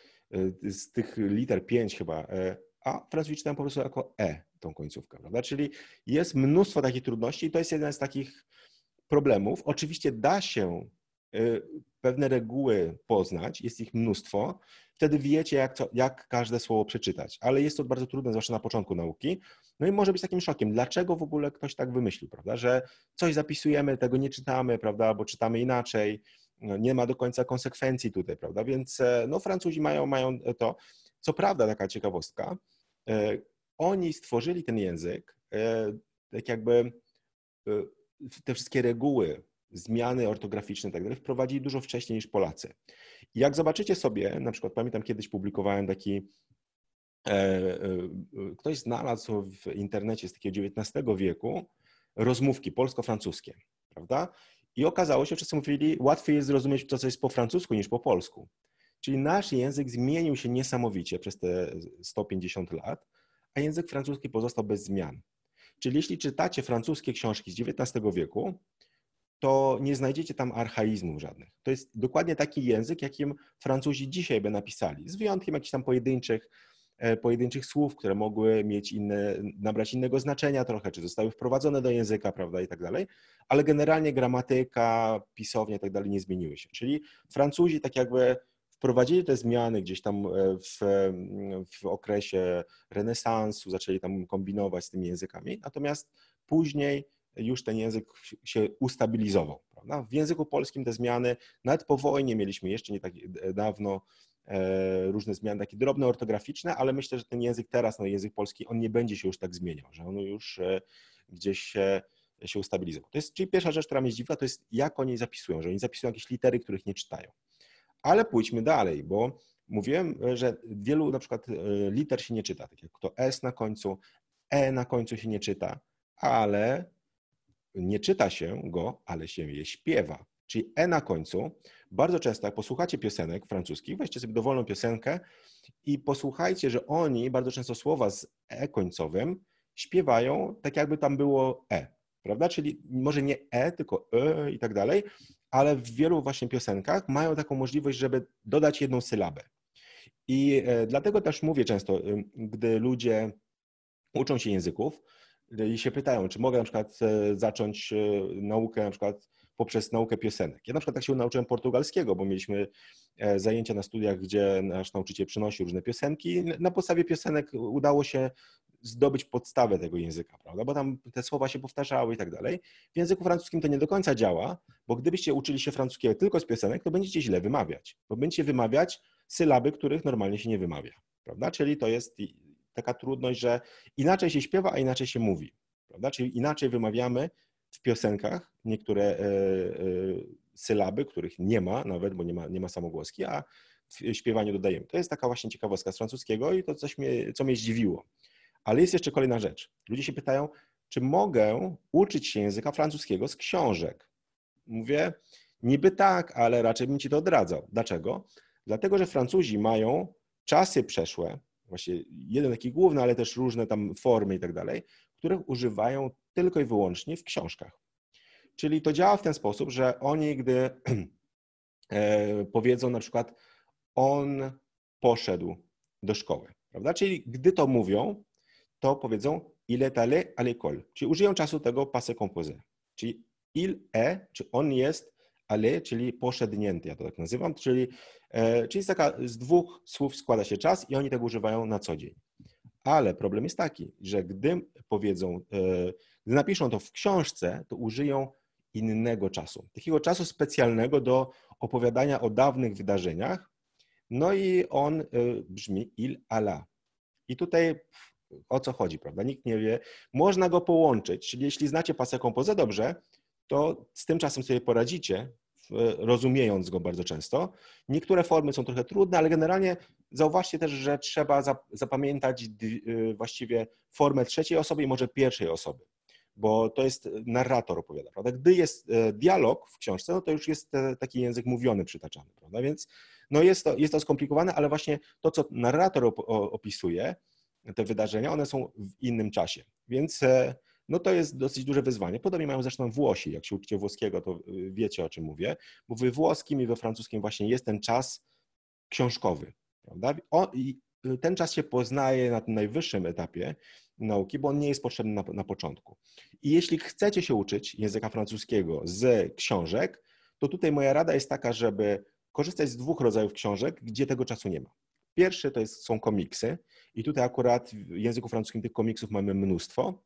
[SPEAKER 1] Z tych liter pięć chyba, a Francuzi czytają po prostu jako e tą końcówkę, prawda? Czyli jest mnóstwo takich trudności i to jest jeden z takich problemów. Oczywiście da się pewne reguły poznać, jest ich mnóstwo, wtedy wiecie, jak, co, jak każde słowo przeczytać, ale jest to bardzo trudne, zwłaszcza na początku nauki. No i może być takim szokiem, dlaczego w ogóle ktoś tak wymyślił, prawda? Że coś zapisujemy, tego nie czytamy, prawda? Bo czytamy inaczej, nie ma do końca konsekwencji tutaj, prawda? Więc no, Francuzi mają, mają to. Co prawda, taka ciekawostka, oni stworzyli ten język, tak jakby te wszystkie reguły, zmiany ortograficzne i tak dalej wprowadzili dużo wcześniej niż Polacy. I jak zobaczycie sobie, na przykład pamiętam kiedyś publikowałem taki, e, e, ktoś znalazł w internecie z takiego dziewiętnastego wieku rozmówki polsko-francuskie, prawda? I okazało się, że wszyscy mówili, łatwiej jest zrozumieć to, co jest po francusku niż po polsku. Czyli nasz język zmienił się niesamowicie przez te sto pięćdziesiąt lat, a język francuski pozostał bez zmian. Czyli jeśli czytacie francuskie książki z dziewiętnastego wieku, to nie znajdziecie tam archaizmów żadnych. To jest dokładnie taki język, jakim Francuzi dzisiaj by napisali, z wyjątkiem jakichś tam pojedynczych, pojedynczych słów, które mogły mieć inne, nabrać innego znaczenia trochę, czy zostały wprowadzone do języka, prawda, i tak dalej, ale generalnie gramatyka, pisownia i tak dalej nie zmieniły się. Czyli Francuzi tak jakby wprowadzili te zmiany gdzieś tam w, w okresie renesansu, zaczęli tam kombinować z tymi językami, natomiast później już ten język się ustabilizował, prawda? W języku polskim te zmiany, nawet po wojnie mieliśmy jeszcze nie tak dawno różne zmiany takie drobne ortograficzne, ale myślę, że ten język teraz, no język polski, on nie będzie się już tak zmieniał, że on już gdzieś się, się ustabilizował. To jest, czyli pierwsza rzecz, która mnie zdziwiła, to jest jak oni zapisują, że oni zapisują jakieś litery, których nie czytają. Ale pójdźmy dalej, bo mówiłem, że wielu na przykład liter się nie czyta, tak jak to S na końcu, E na końcu się nie czyta, ale nie czyta się go, ale się je śpiewa. Czyli E na końcu, bardzo często jak posłuchacie piosenek francuskich, weźcie sobie dowolną piosenkę i posłuchajcie, że oni bardzo często słowa z E końcowym śpiewają tak jakby tam było E, prawda? Czyli może nie E, tylko E i tak dalej, ale w wielu właśnie piosenkach mają taką możliwość, żeby dodać jedną sylabę. I dlatego też mówię często, gdy ludzie uczą się języków i się pytają, czy mogę na przykład zacząć naukę na przykład poprzez naukę piosenek. Ja na przykład tak się nauczyłem portugalskiego, bo mieliśmy zajęcia na studiach, gdzie nasz nauczyciel przynosił różne piosenki. Na podstawie piosenek udało się zdobyć podstawę tego języka, prawda? Bo tam te słowa się powtarzały i tak dalej. W języku francuskim to nie do końca działa, bo gdybyście uczyli się francuskiego tylko z piosenek, to będziecie źle wymawiać, bo będziecie wymawiać sylaby, których normalnie się nie wymawia, prawda? Czyli to jest taka trudność, że inaczej się śpiewa, a inaczej się mówi, prawda? Czyli inaczej wymawiamy w piosenkach niektóre sylaby, których nie ma nawet, bo nie ma, nie ma samogłoski, a w śpiewaniu dodajemy. To jest taka właśnie ciekawostka z francuskiego i to coś mnie, co mnie zdziwiło. Ale jest jeszcze kolejna rzecz. Ludzie się pytają, czy mogę uczyć się języka francuskiego z książek? Mówię, niby tak, ale raczej bym ci to odradzał. Dlaczego? Dlatego, że Francuzi mają czasy przeszłe, właśnie jeden taki główny, ale też różne tam formy i tak dalej, których używają tylko i wyłącznie w książkach. Czyli to działa w ten sposób, że oni, gdy powiedzą na przykład on poszedł do szkoły, prawda? Czyli gdy to mówią, to powiedzą il est allé à l'école, czyli użyją czasu tego passé composé, czyli il est, czy on jest, allé, czyli poszednięty, ja to tak nazywam, czyli, e, czyli z, taka, z dwóch słów składa się czas i oni tego używają na co dzień. Ale problem jest taki, że gdy powiedzą, e, gdy napiszą to w książce, to użyją innego czasu, takiego czasu specjalnego do opowiadania o dawnych wydarzeniach, no i on e, brzmi il alla. I tutaj o co chodzi, prawda? Nikt nie wie. Można go połączyć, czyli jeśli znacie passé composé dobrze, to z tym czasem sobie poradzicie rozumiejąc go bardzo często. Niektóre formy są trochę trudne, ale generalnie zauważcie też, że trzeba zapamiętać właściwie formę trzeciej osoby i może pierwszej osoby, bo to jest narrator opowiada, prawda? Gdy jest dialog w książce, no to już jest taki język mówiony przytaczany, prawda? Więc no jest to, jest to skomplikowane, ale właśnie to, co narrator opisuje, te wydarzenia, one są w innym czasie, więc no to jest dosyć duże wyzwanie. Podobnie mają zresztą Włosi, jak się uczycie włoskiego, to wiecie, o czym mówię, bo we włoskim i we francuskim właśnie jest ten czas książkowy, prawda? O, i ten czas się poznaje na tym najwyższym etapie nauki, bo on nie jest potrzebny na, na początku. I jeśli chcecie się uczyć języka francuskiego z książek, to tutaj moja rada jest taka, żeby korzystać z dwóch rodzajów książek, gdzie tego czasu nie ma. Pierwszy to jest, są komiksy i tutaj akurat w języku francuskim tych komiksów mamy mnóstwo,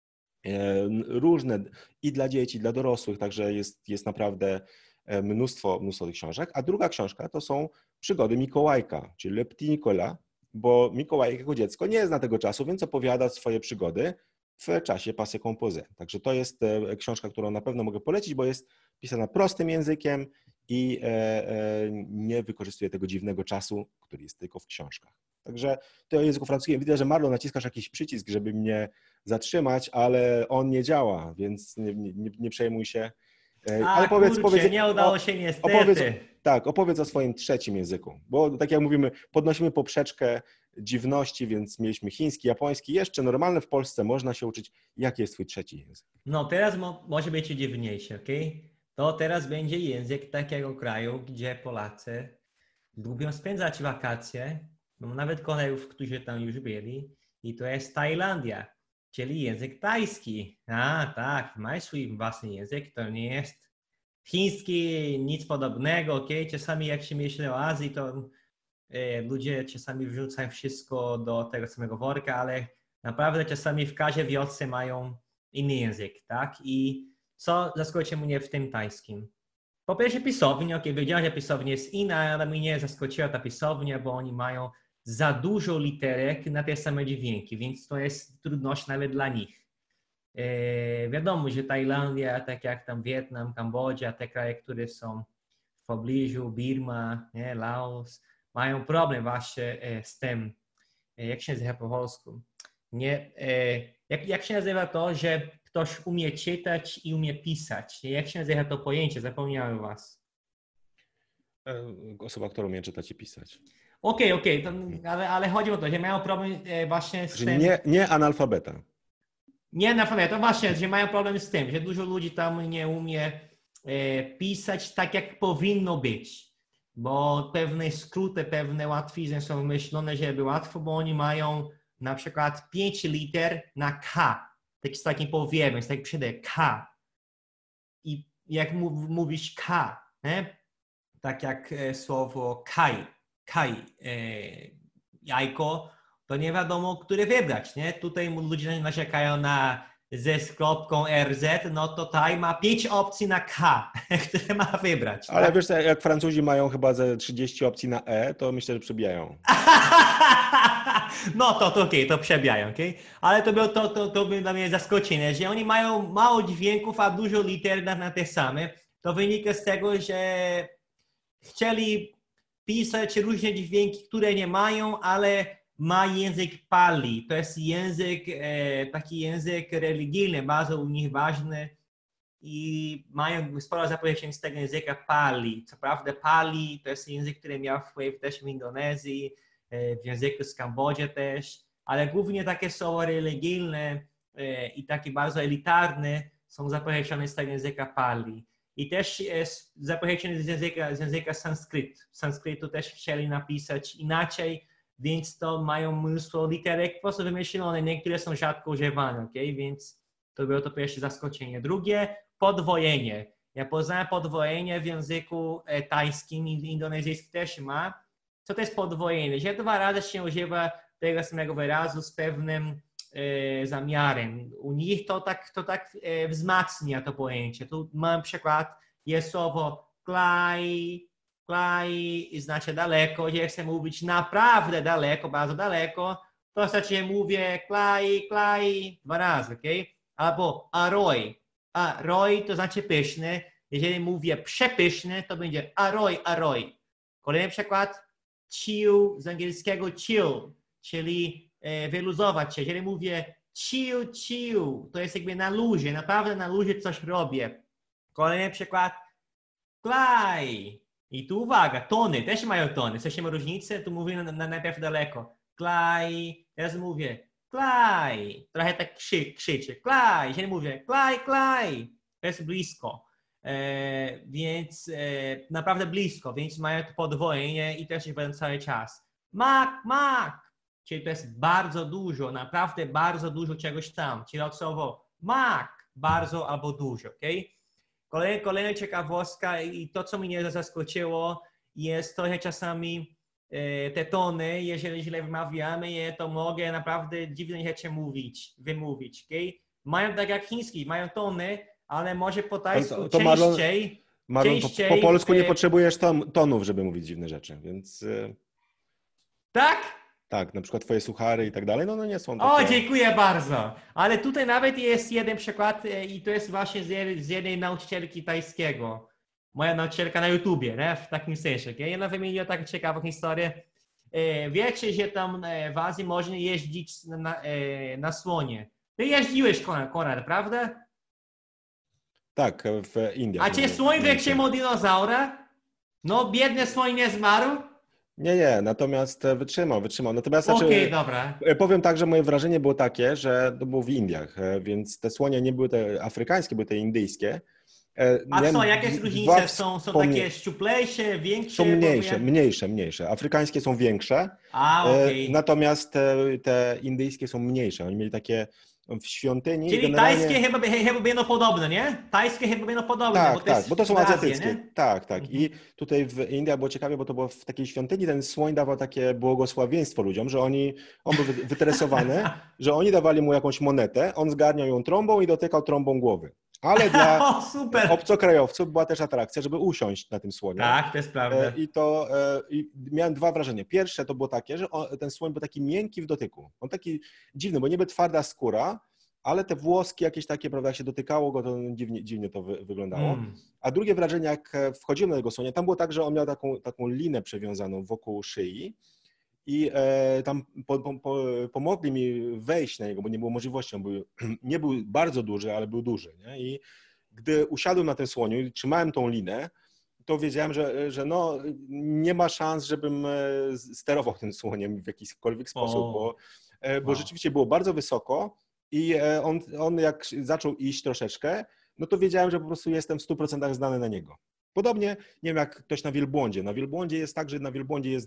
[SPEAKER 1] różne i dla dzieci, i dla dorosłych, także jest, jest naprawdę mnóstwo, mnóstwo tych książek. A druga książka to są przygody Mikołajka, czyli Le Petit Nicolas, bo Mikołaj jako dziecko nie zna tego czasu, więc opowiada swoje przygody w czasie Passé Composé. Także to jest książka, którą na pewno mogę polecić, bo jest pisana prostym językiem i nie wykorzystuje tego dziwnego czasu, który jest tylko w książkach. Także to o języku francuskim. Widzę, że Marlon, naciskasz jakiś przycisk, żeby mnie zatrzymać, ale on nie działa, więc nie, nie, nie przejmuj się.
[SPEAKER 2] A, ale powiedz, kurczę, powiedz, nie udało się niestety.
[SPEAKER 1] Opowiedz, tak, opowiedz o swoim trzecim języku, bo tak jak mówimy, podnosimy poprzeczkę dziwności, więc mieliśmy chiński, japoński, jeszcze normalne w Polsce można się uczyć. Jaki jest twój trzeci język?
[SPEAKER 2] No teraz mo może być dziwniejsze, ok? To teraz będzie język takiego kraju, gdzie Polacy lubią spędzać wakacje. Mam nawet kolegów, którzy tam już byli i to jest Tajlandia, czyli język tajski. A tak, masz swój własny język, to nie jest chiński, nic podobnego, ok? Czasami jak się myśli o Azji, to e, ludzie czasami wrzucają wszystko do tego samego worka, ale naprawdę czasami w każdej wiosce mają inny język, tak? I co zaskoczy mnie w tym tajskim? Po pierwsze pisownia, ok, wiedziałem, że pisownia jest inna, ale mnie zaskoczyła ta pisownia, bo oni mają za dużo literek na te same dźwięki, więc to jest trudność nawet dla nich. E, wiadomo, że Tajlandia, tak jak tam Wietnam, Kambodża, te kraje, które są w pobliżu, Birma, nie, Laos, mają problem właśnie e, z tym, e, jak się nazywa po polsku, nie, e, jak, jak się nazywa to, że ktoś umie czytać i umie pisać, jak się nazywa to pojęcie, zapomniałem was.
[SPEAKER 1] Osoba, która umie czytać i pisać.
[SPEAKER 2] Okej, okay, okej, okay. ale, ale chodzi o to, że mają problem właśnie z
[SPEAKER 1] Że
[SPEAKER 2] tym...
[SPEAKER 1] Nie, nie analfabeta.
[SPEAKER 2] Nie analfabeta, właśnie, że mają problem z tym, że dużo ludzi tam nie umie e, pisać tak, jak powinno być. Bo pewne skróty, pewne łatwizny są wymyślone, żeby łatwo, bo oni mają na przykład pięć liter na K. Tak z takim powiewem, jest tak przydaje K. I jak mów, mówisz K, nie? Tak jak e, słowo kaj, kaj, e, jajko, to nie wiadomo, które wybrać, nie? Tutaj ludzie narzekają na ze z kropką R Z, no to tutaj ma pięć opcji na K, które ma wybrać.
[SPEAKER 1] Ale
[SPEAKER 2] tak?
[SPEAKER 1] wiesz, jak Francuzi mają chyba ze trzydzieści opcji na E, to myślę, że przebijają.
[SPEAKER 2] No to, to okej, okay, to przebijają, okej? Okay? Ale to było to, to, to było dla mnie zaskoczenie, że oni mają mało dźwięków, a dużo liter na, na te same. To wynika z tego, że chcieli pisać różne dźwięki, które nie mają, ale ma język Pali. To jest język, e, taki język religijny, bardzo u nich ważny i mają sporo zapożyczeń z tego języka Pali. Co prawda Pali to jest język, który miał wpływ też w Indonezji, e, w języku z Kambodży też, ale głównie takie słowa religijne e, i takie bardzo elitarne są zapożyczone z tego języka Pali. I też jest zapożyczone z języka, z języka sanskryt. Sanskrytu też chcieli napisać inaczej, więc to mają mnóstwo literek po prostu wymyślone, niektóre są rzadko używane, okay? Więc to było to pierwsze zaskoczenie. Drugie, podwojenie. Ja poznałem podwojenie w języku tajskim i indonezyjskim też ma. Co to jest podwojenie? Że dwa razy się używa tego samego wyrazu z pewnym e, zamiarem. U nich to tak, to tak e, wzmacnia to pojęcie. Tu mam przykład, jest słowo klaj, klaj i znaczy daleko, że chcę mówić naprawdę daleko, bardzo daleko, to znaczy, że mówię klaj, klaj dwa razy, ok? Albo aroj. Aroj to znaczy pyszny. Jeżeli mówię przepyszny, to będzie aroj, aroj. Kolejny przykład, chill z angielskiego chill, czyli e, wyluzować się. Jeżeli mówię chill, chill, to jest jakby na luzie, naprawdę na luzie coś robię. Kolejny przykład, klaj. I tu uwaga, tony, też mają tony. Słyszymy różnicę? Tu mówię na, na najpierw daleko. Klaj, teraz mówię klaj. Trochę tak krzy, krzyczy. Klaj, jeżeli mówię klaj, klaj, to jest blisko. E, więc e, naprawdę blisko, więc mają to podwojenie i też będą cały czas. Mak, mak, czyli to jest bardzo dużo, naprawdę bardzo dużo czegoś tam. Czyli od słowo mak, bardzo albo dużo, ok? Kolejna, kolejna ciekawostka i to, co mnie zaskoczyło, jest to, że czasami e, te tony, jeżeli źle wymawiamy je, to mogę naprawdę dziwne rzeczy mówić, wymówić, ok? Mają tak jak chiński, mają tony, ale może po tajsku
[SPEAKER 1] to, to
[SPEAKER 2] częściej...
[SPEAKER 1] Marlon,
[SPEAKER 2] częściej
[SPEAKER 1] po, po polsku nie
[SPEAKER 2] e...
[SPEAKER 1] potrzebujesz ton, tonów, żeby mówić dziwne rzeczy, więc... E...
[SPEAKER 2] Tak?
[SPEAKER 1] Tak, na przykład twoje suchary i tak dalej, no, no nie są takie...
[SPEAKER 2] O, dziękuję bardzo. Ale tutaj nawet jest jeden przykład e, i to jest właśnie z, jed, z jednej nauczycielki tajskiego. Moja nauczycielka na YouTubie, nie? W takim sensie. Okay? Ona wymieniła taką ciekawą historię. E, wiecie, że tam e, w Azji można jeździć na, e, na słonie. Ty jeździłeś, Konrad, Konrad, prawda?
[SPEAKER 1] Tak, w Indiach.
[SPEAKER 2] A czy słoń wie, czym o dinozaura? No, biedny słoń nie zmarł?
[SPEAKER 1] Nie, nie, natomiast wytrzymał, wytrzymał. Natomiast
[SPEAKER 2] Okej, okay,
[SPEAKER 1] znaczy,
[SPEAKER 2] dobra.
[SPEAKER 1] Powiem tak, że moje wrażenie było takie, że to było w Indiach, więc te słonie nie były te afrykańskie, były te indyjskie.
[SPEAKER 2] A Miałem co, jakie różnice? Są, są takie szczuplejsze, większe?
[SPEAKER 1] Są mniejsze, mniejsze, mniejsze. Afrykańskie są większe,
[SPEAKER 2] A, okay.
[SPEAKER 1] Natomiast te, te indyjskie są mniejsze. Oni mieli takie w świątyni.
[SPEAKER 2] Czyli generalnie... tajskie chyba, chyba będą podobne, nie? Tajskie chyba będą podobne.
[SPEAKER 1] Tak,
[SPEAKER 2] bo to
[SPEAKER 1] tak, bo to są azjatyckie.
[SPEAKER 2] Azję,
[SPEAKER 1] tak, tak.
[SPEAKER 2] Mhm.
[SPEAKER 1] I tutaj w Indiach było ciekawie, bo to było w takiej świątyni, ten słoń dawał takie błogosławieństwo ludziom, że oni, on był wytresowany, że oni dawali mu jakąś monetę, on zgarniał ją trąbą i dotykał trąbą głowy. Ale dla
[SPEAKER 2] o, super.
[SPEAKER 1] obcokrajowców była też atrakcja, żeby usiąść na tym słoniu.
[SPEAKER 2] Tak, to jest prawda.
[SPEAKER 1] I to i miałem dwa wrażenia. Pierwsze to było takie, że on, ten słoń był taki miękki w dotyku. On taki dziwny, bo niby twarda skóra, ale te włoski jakieś takie, prawda, jak się dotykało go, to dziwnie, dziwnie to wy, wyglądało. Mm. A drugie wrażenie, jak wchodziłem na tego słonia, tam było tak, że on miał taką, taką linę przewiązaną wokół szyi i e, tam po, po, po, pomogli mi wejść na niego, bo nie było możliwości. On był, nie był bardzo duży, ale był duży. Nie? I gdy usiadłem na tym słoniu i trzymałem tą linę, to wiedziałem, że, że no, nie ma szans, żebym sterował tym słoniem w jakikolwiek sposób, o. bo, bo wow. rzeczywiście było bardzo wysoko i on, on jak zaczął iść troszeczkę, no to wiedziałem, że po prostu jestem w stu procentach zdany na niego. Podobnie, nie wiem, jak ktoś na wielbłądzie. Na wielbłądzie jest tak, że na wielbłądzie jest,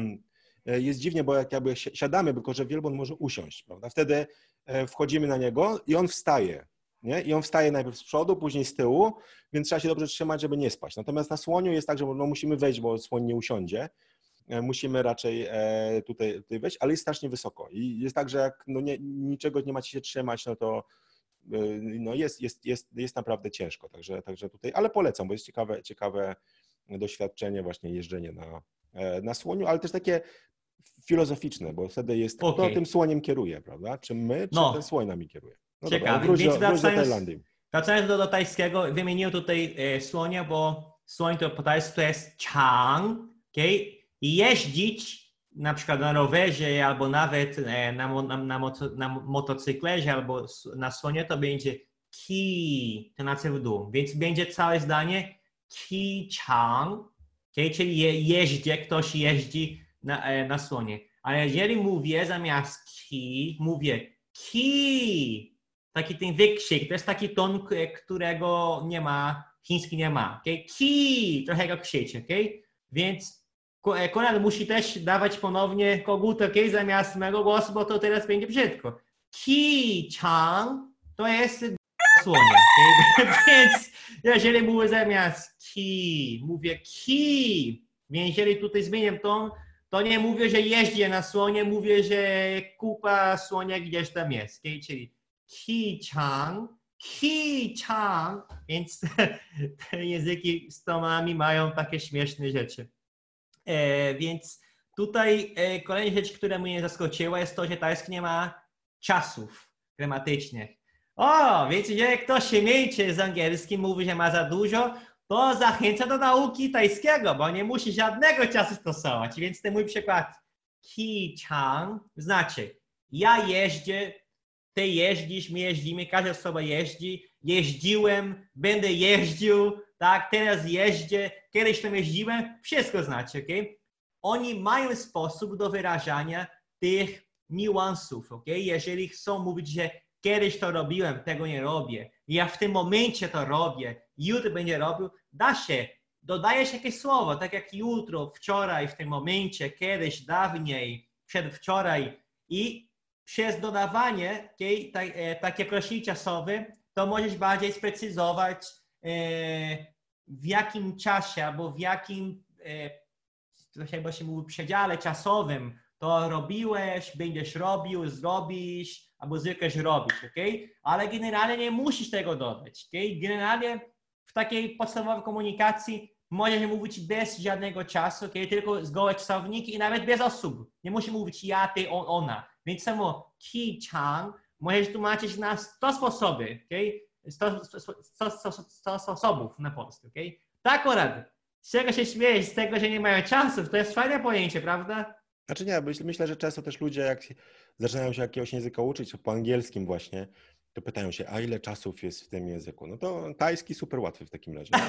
[SPEAKER 1] jest dziwnie, bo jak jakby siadamy, tylko że wielbłąd może usiąść, prawda? Wtedy wchodzimy na niego i on wstaje. Nie? I on wstaje najpierw z przodu, później z tyłu, więc trzeba się dobrze trzymać, żeby nie spaść. Natomiast na słoniu jest tak, że no, musimy wejść, bo słoń nie usiądzie. Musimy raczej tutaj, tutaj wejść, ale jest strasznie wysoko. I jest tak, że jak no nie, niczego nie macie się trzymać, no to no jest, jest, jest, jest naprawdę ciężko. Także, także tutaj, ale polecam, bo jest ciekawe, ciekawe doświadczenie właśnie jeżdżenie na, na słoniu, ale też takie filozoficzne, bo wtedy jest, okay. kto tym słoniem kieruje, prawda? Czy my, czy no. ten słoń nami kieruje? No
[SPEAKER 2] ciekawe,
[SPEAKER 1] dobra, wróć
[SPEAKER 2] więc
[SPEAKER 1] do, wróć do Tajlandii.
[SPEAKER 2] Wracając do, do tajskiego, wymieniłem tutaj e, słonia, bo słoń to po tajsku to jest chang, okay? I jeździć na przykład na rowerze albo nawet e, na, na, na, moto, na motocyklerze albo na słonie to będzie ki, to znaczy w dół, więc będzie całe zdanie ki chang, okay? Czyli je, jeździe, ktoś jeździ na, e, na słonie. Ale jeżeli mówię zamiast ki, mówię ki, taki ten wykrzyk, to jest taki ton, którego nie ma, chiński nie ma, okay? Ki, trochę go krzyczy, okay? Więc Konrad musi też dawać ponownie kogut, okay? Zamiast mego głosu, bo to teraz będzie brzydko. Ki chang to jest słonia, okay? Więc jeżeli mówię zamiast ki, mówię ki, więc jeżeli tutaj zmieniam ton, to nie mówię, że jeździ na słonie, mówię, że kupa słonia gdzieś tam jest, okay? Czyli ki chang, ki chang, więc te języki z tomami mają takie śmieszne rzeczy. E, więc tutaj e, kolejna rzecz, która mnie zaskoczyła, jest to, że tajski nie ma czasów gramatycznych. O, wiecie, że jak ktoś się męczy z angielskim, mówi, że ma za dużo, to zachęca do nauki tajskiego, bo nie musi żadnego czasu stosować. Więc ten mój przykład ki chang znaczy ja jeżdżę, ty jeździsz, my jeździmy, każda osoba jeździ, jeździłem, będę jeździł, tak, teraz jeżdżę, kiedyś tam jeździłem, wszystko znaczy, ok? Oni mają sposób do wyrażania tych niuansów, ok? Jeżeli chcą mówić, że kiedyś to robiłem, tego nie robię, ja w tym momencie to robię, jutro będzie robił, da się, dodajesz jakieś słowo, tak jak jutro, wczoraj, w tym momencie, kiedyś, dawniej, przedwczoraj i przez dodawanie okay, tak, e, takie określenie czasowe, to możesz bardziej sprecyzować e, w jakim czasie albo w jakim e, to chyba się mówi przedziale czasowym to robiłeś, będziesz robił, zrobisz albo zwykle robisz, ok? Ale generalnie nie musisz tego dodać, ok? Generalnie w takiej podstawowej komunikacji możesz mówić bez żadnego czasu, okay? Tylko zgołe czasowniki i nawet bez osób. Nie musisz mówić ja, ty, on, ona. Więc samo ki chang możesz tłumaczyć na sto sposoby, okay? sto, sto, sto, sto, sto sposobów na polsku. Okay? Tak akurat. Z czego się śmiejesz? Z tego, że nie mają czasu. To jest fajne pojęcie, prawda?
[SPEAKER 1] Znaczy nie, myślę, że często też ludzie jak zaczynają się jakiegoś języka uczyć, po angielskim właśnie, to pytają się, a ile czasów jest w tym języku? No to tajski super łatwy w takim razie.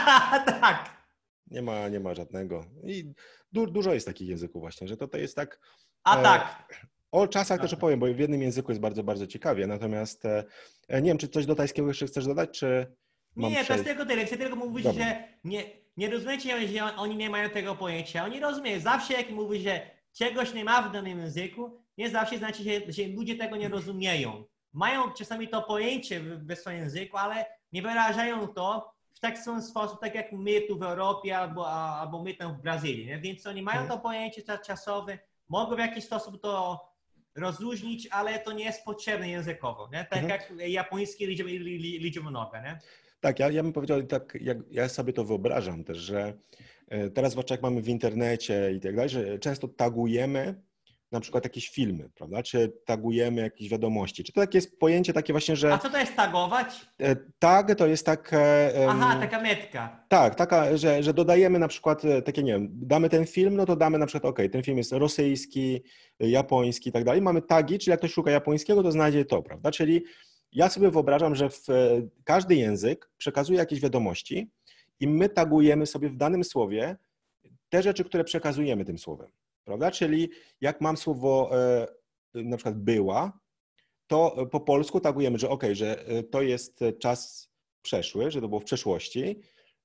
[SPEAKER 2] Tak.
[SPEAKER 1] Nie ma, nie ma żadnego. I du, dużo jest takich języków właśnie, że to, to jest tak...
[SPEAKER 2] A
[SPEAKER 1] e,
[SPEAKER 2] tak.
[SPEAKER 1] O czasach
[SPEAKER 2] A
[SPEAKER 1] też
[SPEAKER 2] tak.
[SPEAKER 1] opowiem, bo w jednym języku jest bardzo, bardzo ciekawie, natomiast e, nie wiem, czy coś do tajskiego jeszcze chcesz dodać, czy
[SPEAKER 2] Nie,
[SPEAKER 1] mam
[SPEAKER 2] nie, to jest
[SPEAKER 1] przejść?
[SPEAKER 2] tylko tyle. Chcę tylko mówić,
[SPEAKER 1] Dobra.
[SPEAKER 2] że nie, nie rozumiecie, że oni nie mają tego pojęcia. Oni rozumieją. Zawsze jak mówisz, że czegoś nie ma w danym języku, nie zawsze znaczy, że, że ludzie tego nie rozumieją. Mają czasami to pojęcie w, w swoim języku, ale nie wyrażają to w taki sam sposób, tak jak my tu w Europie albo, albo my tam w Brazylii. Nie? Więc oni mają to pojęcie czasowe, mogą w jakiś sposób to rozróżnić, ale to nie jest potrzebne językowo. Nie? Tak
[SPEAKER 1] Mhm.
[SPEAKER 2] jak japoński liczby mnogo. Nie?
[SPEAKER 1] Tak, ja, ja bym powiedział tak, jak ja sobie to wyobrażam też, że teraz zwłaszcza jak mamy w internecie i tak dalej, że często tagujemy na przykład jakieś filmy, prawda, czy tagujemy jakieś wiadomości. Czy to takie jest pojęcie takie właśnie, że...
[SPEAKER 2] A co to jest tagować?
[SPEAKER 1] Tag to jest takie...
[SPEAKER 2] Aha, taka metka.
[SPEAKER 1] Tak, taka, że, że dodajemy na przykład takie, nie wiem, damy ten film, no to damy na przykład, ok, ten film jest rosyjski, japoński i tak dalej. Mamy tagi, czyli jak ktoś szuka japońskiego, to znajdzie to, prawda? Czyli ja sobie wyobrażam, że w każdy język przekazuje jakieś wiadomości i my tagujemy sobie w danym słowie te rzeczy, które przekazujemy tym słowem, prawda? Czyli jak mam słowo na przykład była, to po polsku tagujemy, że ok, że to jest czas przeszły, że to było w przeszłości,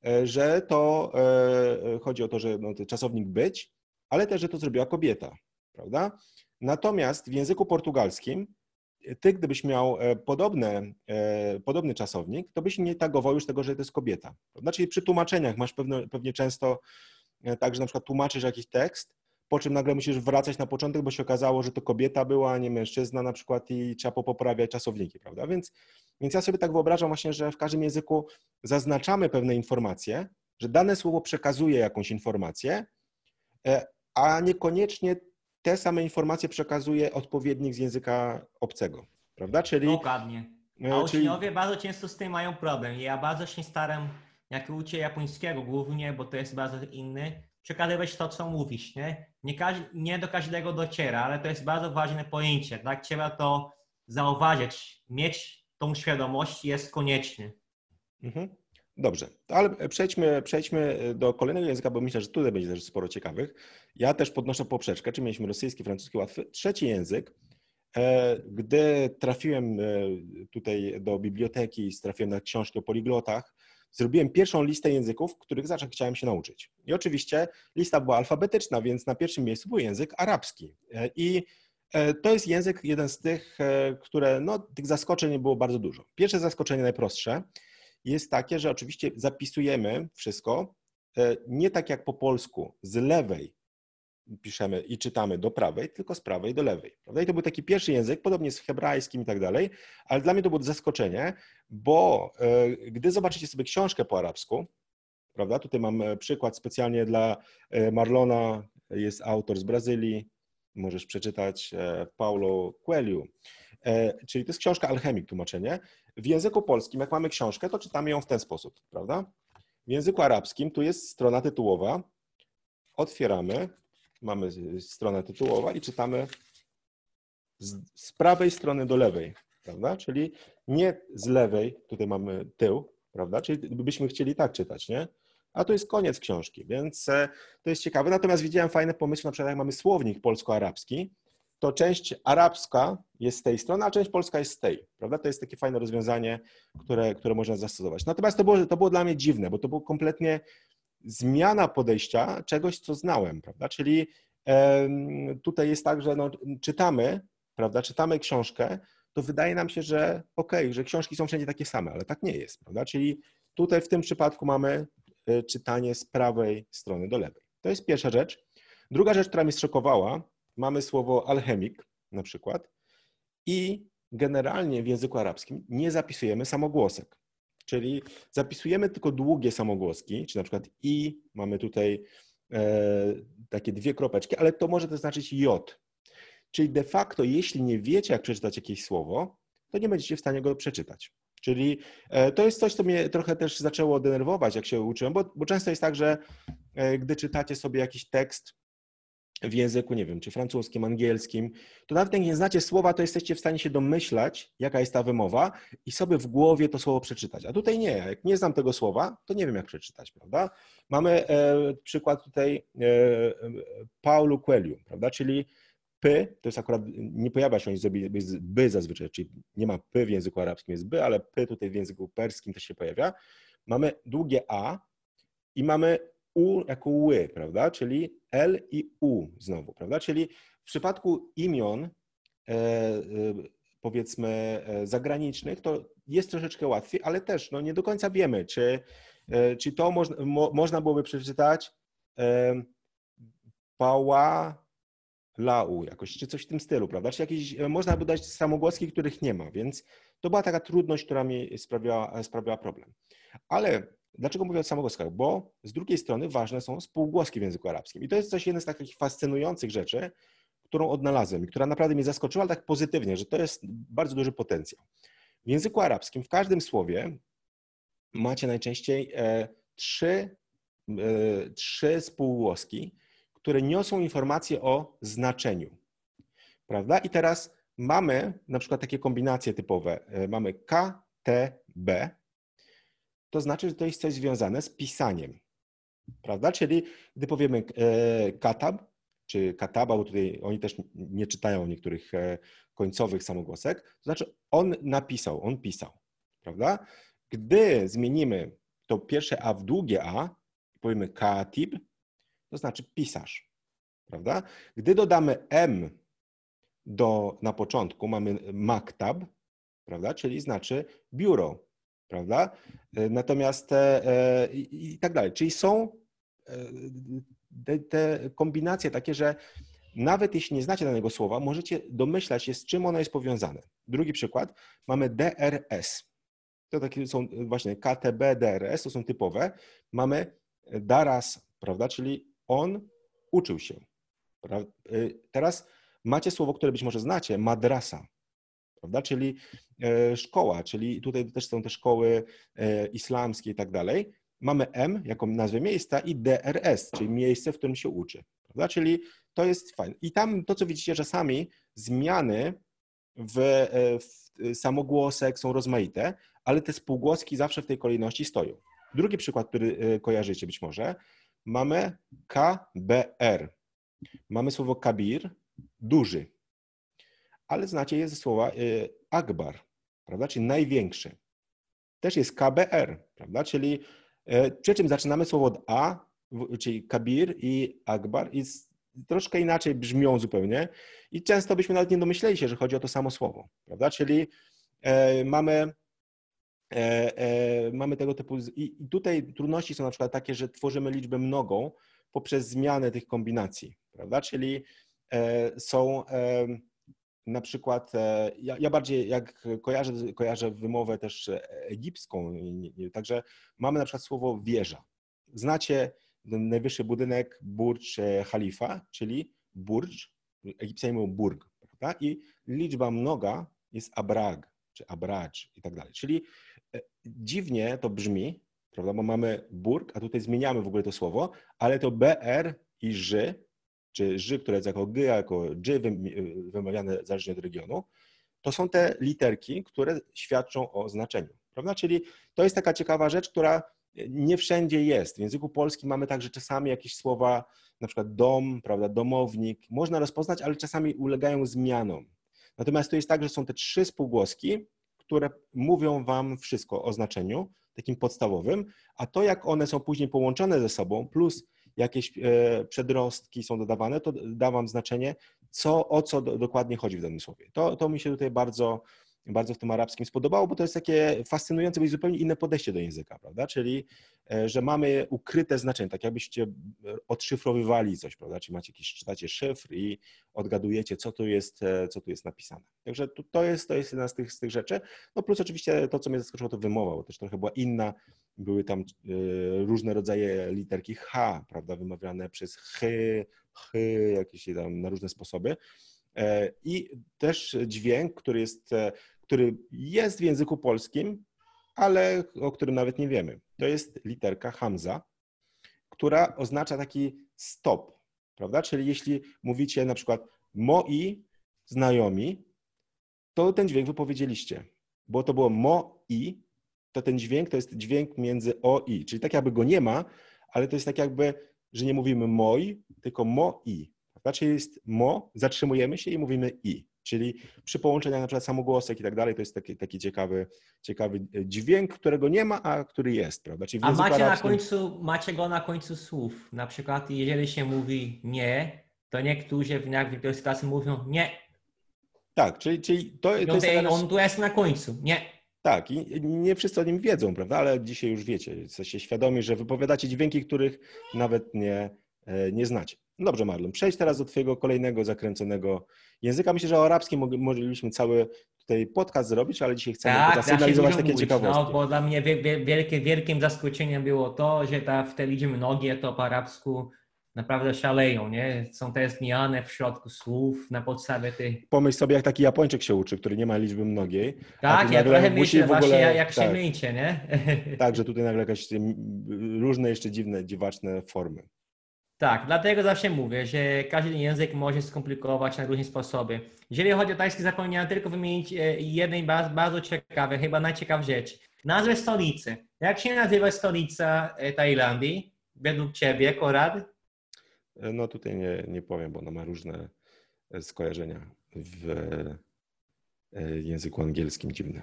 [SPEAKER 1] że to chodzi o to, że no, to czasownik być, ale też, że to zrobiła kobieta, prawda? Natomiast w języku portugalskim ty, gdybyś miał podobne, podobny czasownik, to byś nie tagował już tego, że to jest kobieta. Prawda? Czyli przy tłumaczeniach masz pewne, pewnie często tak, że na przykład tłumaczysz jakiś tekst, po czym nagle musisz wracać na początek, bo się okazało, że to kobieta była, a nie mężczyzna na przykład i trzeba poprawiać czasowniki, prawda? Więc, więc ja sobie tak wyobrażam właśnie, że w każdym języku zaznaczamy pewne informacje, że dane słowo przekazuje jakąś informację, a niekoniecznie te same informacje przekazuje odpowiednik z języka obcego, prawda? Czyli...
[SPEAKER 2] Dokładnie. A
[SPEAKER 1] czyli...
[SPEAKER 2] uczniowie bardzo często z tym mają problem. Ja bardzo się staram, jak uczę japońskiego głównie, bo to jest bardzo inny, przekazywać to, co mówisz, nie? Nie, każdy, nie do każdego dociera, ale to jest bardzo ważne pojęcie, tak? Trzeba to zauważyć, mieć tą świadomość jest konieczne.
[SPEAKER 1] Mhm. Dobrze, ale przejdźmy, przejdźmy do kolejnego języka, bo myślę, że tutaj będzie też sporo ciekawych. Ja też podnoszę poprzeczkę, czyli mieliśmy rosyjski, francuski, łatwy. Trzeci język. Gdy trafiłem tutaj do biblioteki, trafiłem na książki o poliglotach, zrobiłem pierwszą listę języków, których zawsze chciałem się nauczyć. I oczywiście lista była alfabetyczna, więc na pierwszym miejscu był język arabski. I to jest język, jeden z tych, które, no, tych zaskoczeń było bardzo dużo. Pierwsze zaskoczenie, najprostsze, jest takie, że oczywiście zapisujemy wszystko nie tak jak po polsku, z lewej piszemy i czytamy do prawej, tylko z prawej do lewej. Prawda? I to był taki pierwszy język, podobnie z hebrajskim i tak dalej, ale dla mnie to było zaskoczenie, bo gdy zobaczycie sobie książkę po arabsku, prawda, tutaj mam przykład specjalnie dla Marlona, jest autor z Brazylii, możesz przeczytać Paulo Coelho, czyli to jest książka Alchemik, tłumaczenie. W języku polskim, jak mamy książkę, to czytamy ją w ten sposób, prawda? W języku arabskim tu jest strona tytułowa. Otwieramy, mamy stronę tytułową i czytamy z, z prawej strony do lewej, prawda? Czyli nie z lewej, tutaj mamy tył, prawda? Czyli byśmy chcieli tak czytać, nie? A to jest koniec książki, więc to jest ciekawe. Natomiast widziałem fajne pomysły, na przykład jak mamy słownik polsko-arabski, to część arabska jest z tej strony, a część polska jest z tej, prawda? To jest takie fajne rozwiązanie, które, które można zastosować. Natomiast to było, to było dla mnie dziwne, bo to było kompletnie zmiana podejścia czegoś, co znałem, prawda? Czyli um, tutaj jest tak, że no, czytamy, prawda? Czytamy książkę, to wydaje nam się, że okej, okay, że książki są wszędzie takie same, ale tak nie jest, prawda? Czyli tutaj w tym przypadku mamy czytanie z prawej strony do lewej. To jest pierwsza rzecz. Druga rzecz, która mnie zszokowała, mamy słowo alchemik na przykład i generalnie w języku arabskim nie zapisujemy samogłosek, czyli zapisujemy tylko długie samogłoski, czy na przykład i, mamy tutaj e, takie dwie kropeczki, ale to może to znaczyć j. Czyli de facto, jeśli nie wiecie, jak przeczytać jakieś słowo, to nie będziecie w stanie go przeczytać. Czyli to jest coś, co mnie trochę też zaczęło denerwować, jak się uczyłem, bo, bo często jest tak, że gdy czytacie sobie jakiś tekst w języku, nie wiem, czy francuskim, angielskim, to nawet jak nie znacie słowa, to jesteście w stanie się domyślać, jaka jest ta wymowa i sobie w głowie to słowo przeczytać. A tutaj nie, jak nie znam tego słowa, to nie wiem, jak przeczytać, prawda? Mamy e, przykład tutaj e, Paulo Coelho, prawda, czyli Py, to jest akurat, nie pojawia się, jest by zazwyczaj, czyli nie ma py w języku arabskim, jest by, ale py tutaj w języku perskim też się pojawia. Mamy długie a i mamy u jako ły, prawda, czyli l i u znowu, prawda, czyli w przypadku imion e, powiedzmy zagranicznych to jest troszeczkę łatwiej, ale też no, nie do końca wiemy, czy, e, czy to można, mo, można byłoby przeczytać e, pała lau jakoś, czy coś w tym stylu, prawda? Czy jakieś, można by dać samogłoski, których nie ma, więc to była taka trudność, która mi sprawiała, sprawiała problem. Ale dlaczego mówię o samogłoskach? Bo z drugiej strony ważne są spółgłoski w języku arabskim. I to jest coś, jedna z takich fascynujących rzeczy, którą odnalazłem i która naprawdę mnie zaskoczyła, ale tak pozytywnie, że to jest bardzo duży potencjał. W języku arabskim w każdym słowie macie najczęściej e, trzy, e, trzy spółgłoski, które niosą informacje o znaczeniu, prawda? I teraz mamy na przykład takie kombinacje typowe. Mamy K, T, B, to znaczy, że to jest coś związane z pisaniem, prawda? Czyli gdy powiemy katab, czy kataba, bo tutaj oni też nie czytają niektórych końcowych samogłosek, to znaczy on napisał, on pisał, prawda? Gdy zmienimy to pierwsze A w długie A, powiemy katib, to znaczy pisarz, prawda? Gdy dodamy M do, na początku, mamy maktab, prawda? Czyli znaczy biuro, prawda? Natomiast e, i, i tak dalej. Czyli są te, te kombinacje takie, że nawet jeśli nie znacie danego słowa, możecie domyślać się, z czym ono jest powiązane. Drugi przykład, mamy D R S. To takie są właśnie K T B, D R S, to są typowe. Mamy daras, prawda? Czyli on uczył się. Teraz macie słowo, które być może znacie, madrasa, prawda? Czyli szkoła, czyli tutaj też są te szkoły islamskie i tak dalej. Mamy M jako nazwę miejsca i D R S, czyli miejsce, w którym się uczy, prawda? Czyli to jest fajne. I tam to, co widzicie czasami, zmiany w, w samogłosek są rozmaite, ale te spółgłoski zawsze w tej kolejności stoją. Drugi przykład, który kojarzycie być może, mamy K B R. Mamy słowo kabir, duży, ale znacie je ze słowa akbar, prawda, czyli największy. Też jest K B R, prawda, czyli przy czym zaczynamy słowo od A, czyli kabir i akbar i troszkę inaczej brzmią zupełnie i często byśmy nawet nie domyśleli się, że chodzi o to samo słowo, prawda, czyli e, mamy, e, e, mamy tego typu i, i tutaj trudności są na przykład takie, że tworzymy liczbę mnogą poprzez zmianę tych kombinacji, prawda, czyli e, są e, na przykład, ja, ja bardziej jak kojarzę, kojarzę wymowę też egipską, także mamy na przykład słowo wieża. Znacie najwyższy budynek Burcz Khalifa, czyli Burcz, Egipcjanie mówią burg, prawda? I liczba mnoga jest abrag, czy abracz i tak dalej. Czyli dziwnie to brzmi, prawda? Bo mamy burg, a tutaj zmieniamy w ogóle to słowo, ale to B R i ży, czy ży, które jest jako g, jako dży wymawiane zależnie od regionu, to są te literki, które świadczą o znaczeniu, prawda? Czyli to jest taka ciekawa rzecz, która nie wszędzie jest. W języku polskim mamy także czasami jakieś słowa, na przykład dom, prawda, domownik, można rozpoznać, ale czasami ulegają zmianom. Natomiast to jest tak, że są te trzy spółgłoski, które mówią wam wszystko o znaczeniu, takim podstawowym, a to jak one są później połączone ze sobą, plus jakieś przedrostki są dodawane, to da wam znaczenie, co, o co do, dokładnie chodzi w danym słowie. To, to mi się tutaj bardzo, bardzo w tym arabskim spodobało, bo to jest takie fascynujące, bo jest zupełnie inne podejście do języka, prawda? Czyli, że mamy ukryte znaczenie, tak jakbyście odszyfrowywali coś, prawda? Czyli macie jakiś, czytacie szyfr i odgadujecie, co tu jest, co tu jest napisane. Także to jest, to jest jedna z tych, z tych rzeczy. No plus oczywiście to, co mnie zaskoczyło, to wymowa, bo też trochę była inna. Były tam różne rodzaje literki H, prawda, wymawiane przez ch, ch, jakieś tam na różne sposoby. I też dźwięk, który jest, który jest w języku polskim, ale o którym nawet nie wiemy. To jest literka hamza, która oznacza taki stop, prawda? Czyli jeśli mówicie na przykład moi znajomi, to ten dźwięk wypowiedzieliście, bo to było moi, to ten dźwięk to jest dźwięk między o i, czyli tak jakby go nie ma, ale to jest tak jakby, że nie mówimy moi, tylko moi, prawda? Czyli jest mo, zatrzymujemy się i mówimy i, czyli przy połączeniach na przykład samogłosek i tak dalej, to jest taki, taki ciekawy, ciekawy dźwięk, którego nie ma, a który jest, prawda? Czyli w
[SPEAKER 2] A
[SPEAKER 1] języku
[SPEAKER 2] macie
[SPEAKER 1] arabskim...
[SPEAKER 2] na końcu, macie go na końcu słów, na przykład jeżeli się mówi nie, to niektórzy w niektórych sytuacjach mówią nie.
[SPEAKER 1] Tak, czyli, czyli to, to
[SPEAKER 2] No
[SPEAKER 1] jest...
[SPEAKER 2] to
[SPEAKER 1] taka
[SPEAKER 2] on tu jest na końcu, nie.
[SPEAKER 1] Tak, i nie wszyscy o nim wiedzą, prawda? Ale dzisiaj już wiecie, jesteście świadomi, że wypowiadacie dźwięki, których nawet nie, nie znacie. Dobrze, Marlon, przejdź teraz do twojego kolejnego zakręconego języka. Myślę, że o arabskim moglibyśmy cały tutaj podcast zrobić, ale dzisiaj chcemy
[SPEAKER 2] Tak,
[SPEAKER 1] zasygnalizować takie
[SPEAKER 2] mówić,
[SPEAKER 1] ciekawostki.
[SPEAKER 2] no, bo dla mnie wielkie, wielkim zaskoczeniem było to, że ta, w te liczby mnogie to po arabsku naprawdę szaleją, nie? Są te zmiany w środku słów na podstawie tych...
[SPEAKER 1] Pomyśl sobie, jak taki Japończyk się uczy, który nie ma liczby mnogiej.
[SPEAKER 2] Tak, ja trochę myślę
[SPEAKER 1] w ogóle,
[SPEAKER 2] właśnie, jak się
[SPEAKER 1] tak,
[SPEAKER 2] myjcie, nie?
[SPEAKER 1] Tak, że tutaj nagle jakieś różne jeszcze dziwne, dziwaczne formy.
[SPEAKER 2] Tak, dlatego zawsze mówię, że każdy język może skomplikować na różne sposoby. Jeżeli chodzi o tajski, zapomniałem tylko wymienić jednej bardzo, bardzo ciekawej, chyba najciekawszą rzecz. Nazwę stolicy. Jak się nazywa stolica Tajlandii? Według ciebie, Konrad?
[SPEAKER 1] No tutaj nie, nie powiem, bo ona ma różne skojarzenia w języku angielskim dziwne.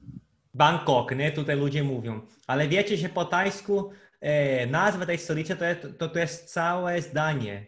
[SPEAKER 2] Bangkok, nie? Tutaj ludzie mówią. Ale wiecie, że po tajsku e, nazwa tej stolicy to, to, to jest całe zdanie.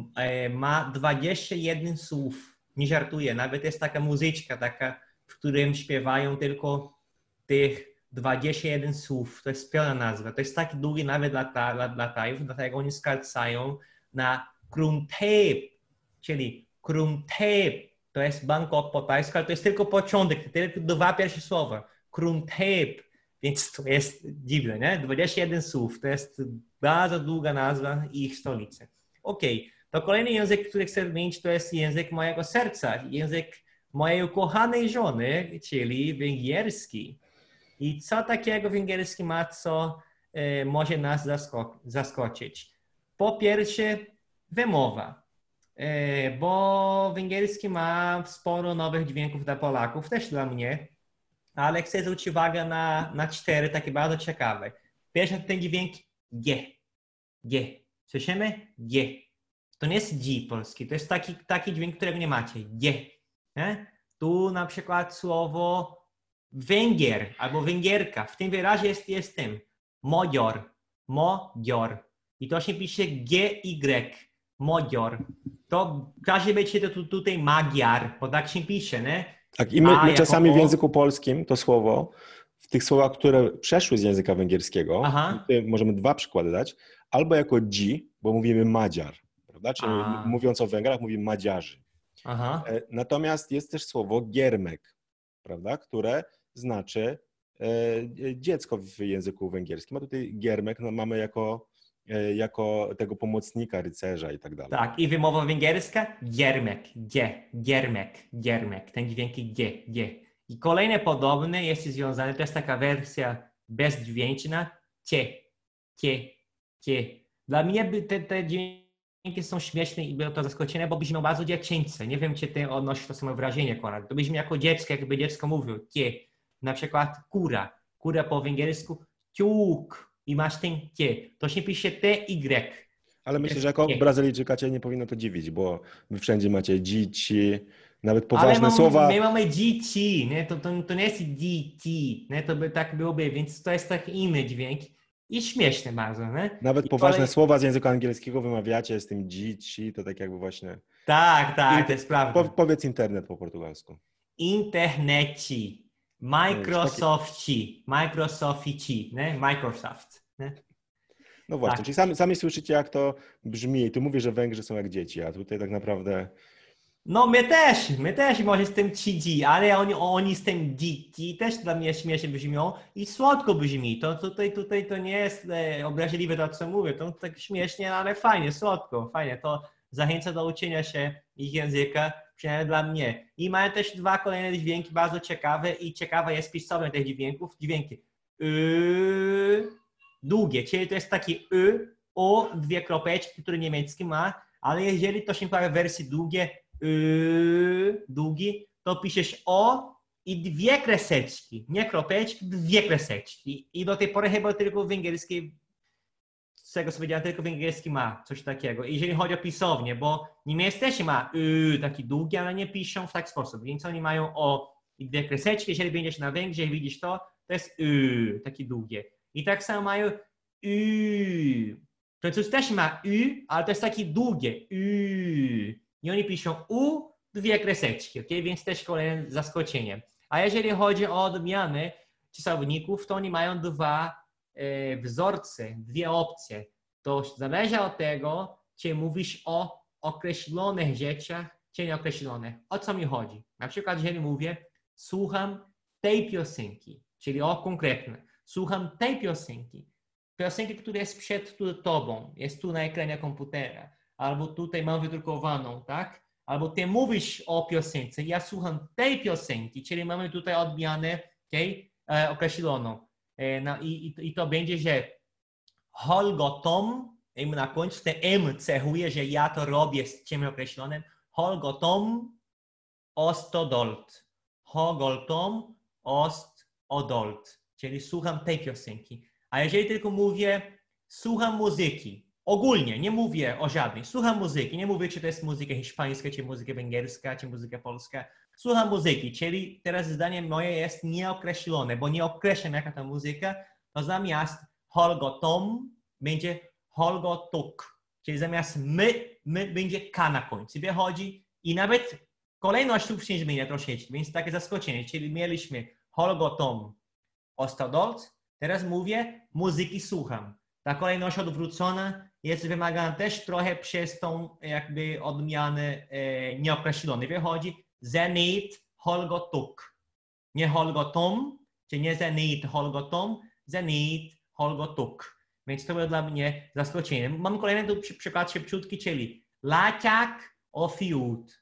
[SPEAKER 2] E, ma dwadzieścia jeden słów. Nie żartuję. Nawet jest taka muzyczka, taka, w którym śpiewają tylko tych dwadzieścia jeden słów. To jest pełna nazwa. To jest tak długi nawet dla, dla, dla Tajów, dlatego oni skalcają na Krungthep, czyli Krungthep. To jest Bangkok po tajsku, ale to jest tylko początek, tylko dwa pierwsze słowa. Krungthep, więc to jest dziwne, nie? dwadzieścia jeden słów, to jest bardzo długa nazwa ich stolicy. Okej, okay. To kolejny język, który chcę wymienić, to jest język mojego serca, język mojej ukochanej żony, czyli węgierski. I co takiego węgierski ma, co e, może nas zasko- zaskoczyć? Po pierwsze, wymowa, e, bo węgierski ma sporo nowych dźwięków dla Polaków, też dla mnie, ale chcę zwrócić uwagę na, na cztery takie bardzo ciekawe. Pierwszy to ten dźwięk G. G. Słyszymy? G. To nie jest G polski, to jest taki, taki dźwięk, którego nie macie. G. Nie? Tu na przykład słowo Węgier albo Węgierka. W tym wyrazie jest, jest tym. Modzior. Modzior. I to się pisze G Y. Modzior. To każdy będzie to tu, tutaj Magyar, bo tak się pisze, nie?
[SPEAKER 1] Tak, i my,
[SPEAKER 2] A,
[SPEAKER 1] my czasami
[SPEAKER 2] jako...
[SPEAKER 1] w języku polskim to słowo, w tych słowach, które przeszły z języka węgierskiego, możemy dwa przykłady dać, albo jako dzi, bo mówimy Madziar, prawda? Czyli A. mówiąc o Węgrach mówimy Madziarzy. Aha. Natomiast jest też słowo giermek, prawda? Które znaczy e, dziecko w języku węgierskim. A tutaj giermek no, mamy jako, e, jako tego pomocnika rycerza i tak dalej.
[SPEAKER 2] Tak, i wymowa węgierska giermek, gie, giermek, giermek, ten dźwięki gie, gie. I kolejne podobne jest związane, to jest taka wersja bezdźwięczna, cie, cie, cie. Dla mnie by te, te dźwięki są śmieszne i było to zaskoczenie, bo brzmią bardzo dziecięce. Nie wiem, czy ty odnosisz to samo wrażenie, Konrad. To brzmi jako dziecko, jakby dziecko mówiło cie. Na przykład kura. Kura po węgiersku ciuk i masz ten cie. To się pisze T Y.
[SPEAKER 1] Ale myślę, że jako
[SPEAKER 2] cie.
[SPEAKER 1] Brazylijczyka cię nie powinno to dziwić, bo wy wszędzie macie dzieci, nawet
[SPEAKER 2] Ale
[SPEAKER 1] poważne
[SPEAKER 2] mamy,
[SPEAKER 1] słowa.
[SPEAKER 2] my mamy dzieci, nie? To, to, to nie jest dzieci, nie? To by tak byłoby, więc to jest taki inny dźwięk i śmieszny bardzo, nie?
[SPEAKER 1] Nawet
[SPEAKER 2] I
[SPEAKER 1] poważne
[SPEAKER 2] kolej...
[SPEAKER 1] słowa z języka angielskiego wymawiacie z tym dzieci, to tak jakby właśnie...
[SPEAKER 2] Tak, tak,
[SPEAKER 1] Inter...
[SPEAKER 2] to jest prawda.
[SPEAKER 1] Po, powiedz internet po portugalsku.
[SPEAKER 2] Interneci, Microsofti, Microsofti, nie? Microsoft, nie?
[SPEAKER 1] No właśnie,
[SPEAKER 2] Tak.
[SPEAKER 1] czyli sami, sami słyszycie, jak to brzmi. Tu mówię, że Węgrzy są jak dzieci, a tutaj tak naprawdę...
[SPEAKER 2] No my też, my też może z tym ci, ale oni, oni z tym dzieci też dla mnie śmiesznie brzmią i słodko brzmi. To tutaj, tutaj to nie jest e, obraźliwe to, co mówię. To tak śmiesznie, ale fajnie, słodko, fajnie. To zachęca do uczenia się ich języka, przynajmniej dla mnie. I mają też dwa kolejne dźwięki bardzo ciekawe i ciekawe jest pisownia tych dźwięków. Dźwięki y, długie, czyli to jest taki y, o, dwie kropeczki, które niemiecki ma, ale jeżeli to się pojawia w wersji długie, y, długi, to piszesz o i dwie kreseczki, nie kropeczki, dwie kreseczki. I do tej pory chyba tylko węgierski, z tego co powiedziałem, tylko węgierski ma coś takiego. I jeżeli chodzi o pisownię, bo niemiecki też ma y, taki długi, ale nie piszą w taki sposób, więc oni mają o i dwie kreseczki. Jeżeli będziesz na Węgrzech i widzisz to, to jest y, taki długie. I tak samo mają y. Francuz też ma y, ale to jest takie długie y. I oni piszą u, dwie kreseczki, okay? Więc też kolejne zaskoczenie. A jeżeli chodzi o odmiany czasowników, to oni mają dwa e, wzorce, dwie opcje. To zależy od tego, czy mówisz o określonych rzeczach, czy nieokreślonych. O co mi chodzi? Na przykład, jeżeli mówię, słucham tej piosenki, czyli o konkretne. Słucham tej piosenki. Piosenki, która jest przed tobą, jest tu na ekranie komputera, albo tutaj mam wydrukowaną, tak? Albo ty mówisz o piosence, ja słucham tej piosenki, czyli mamy tutaj odmianę, okay, e, określoną. E, no, i, i to będzie, że holgotom, na końcu ten M cechuje, że ja to robię z czymś określonym, holgotom ostodolt. Holgotom ostodolt, czyli słucham tej piosenki. A jeżeli tylko mówię, słucham muzyki, ogólnie, nie mówię o żadnej, słucham muzyki, nie mówię, czy to jest muzyka hiszpańska, czy muzyka węgierska, czy muzyka polska, słucham muzyki, czyli teraz zdanie moje jest nieokreślone, bo nie określam jaka to muzyka, to zamiast holgotom będzie holgotuk, czyli zamiast my, my będzie k na końcu, wychodzi i nawet kolejność słów się zmienia troszeczkę, więc takie zaskoczenie, czyli mieliśmy holgotom ostodolt, teraz mówię, muzyki słucham. Ta kolejność odwrócona jest wymagana też trochę przez tą jakby odmianę e, nieokreślone. Wychodzi zenit holgotuk. Nie holgotom, czy nie zenit holgotom, zenit holgotuk. Więc to było dla mnie zaskoczenie. Mam kolejny tu przy, przykład szybciutki, czyli laciak ofiut.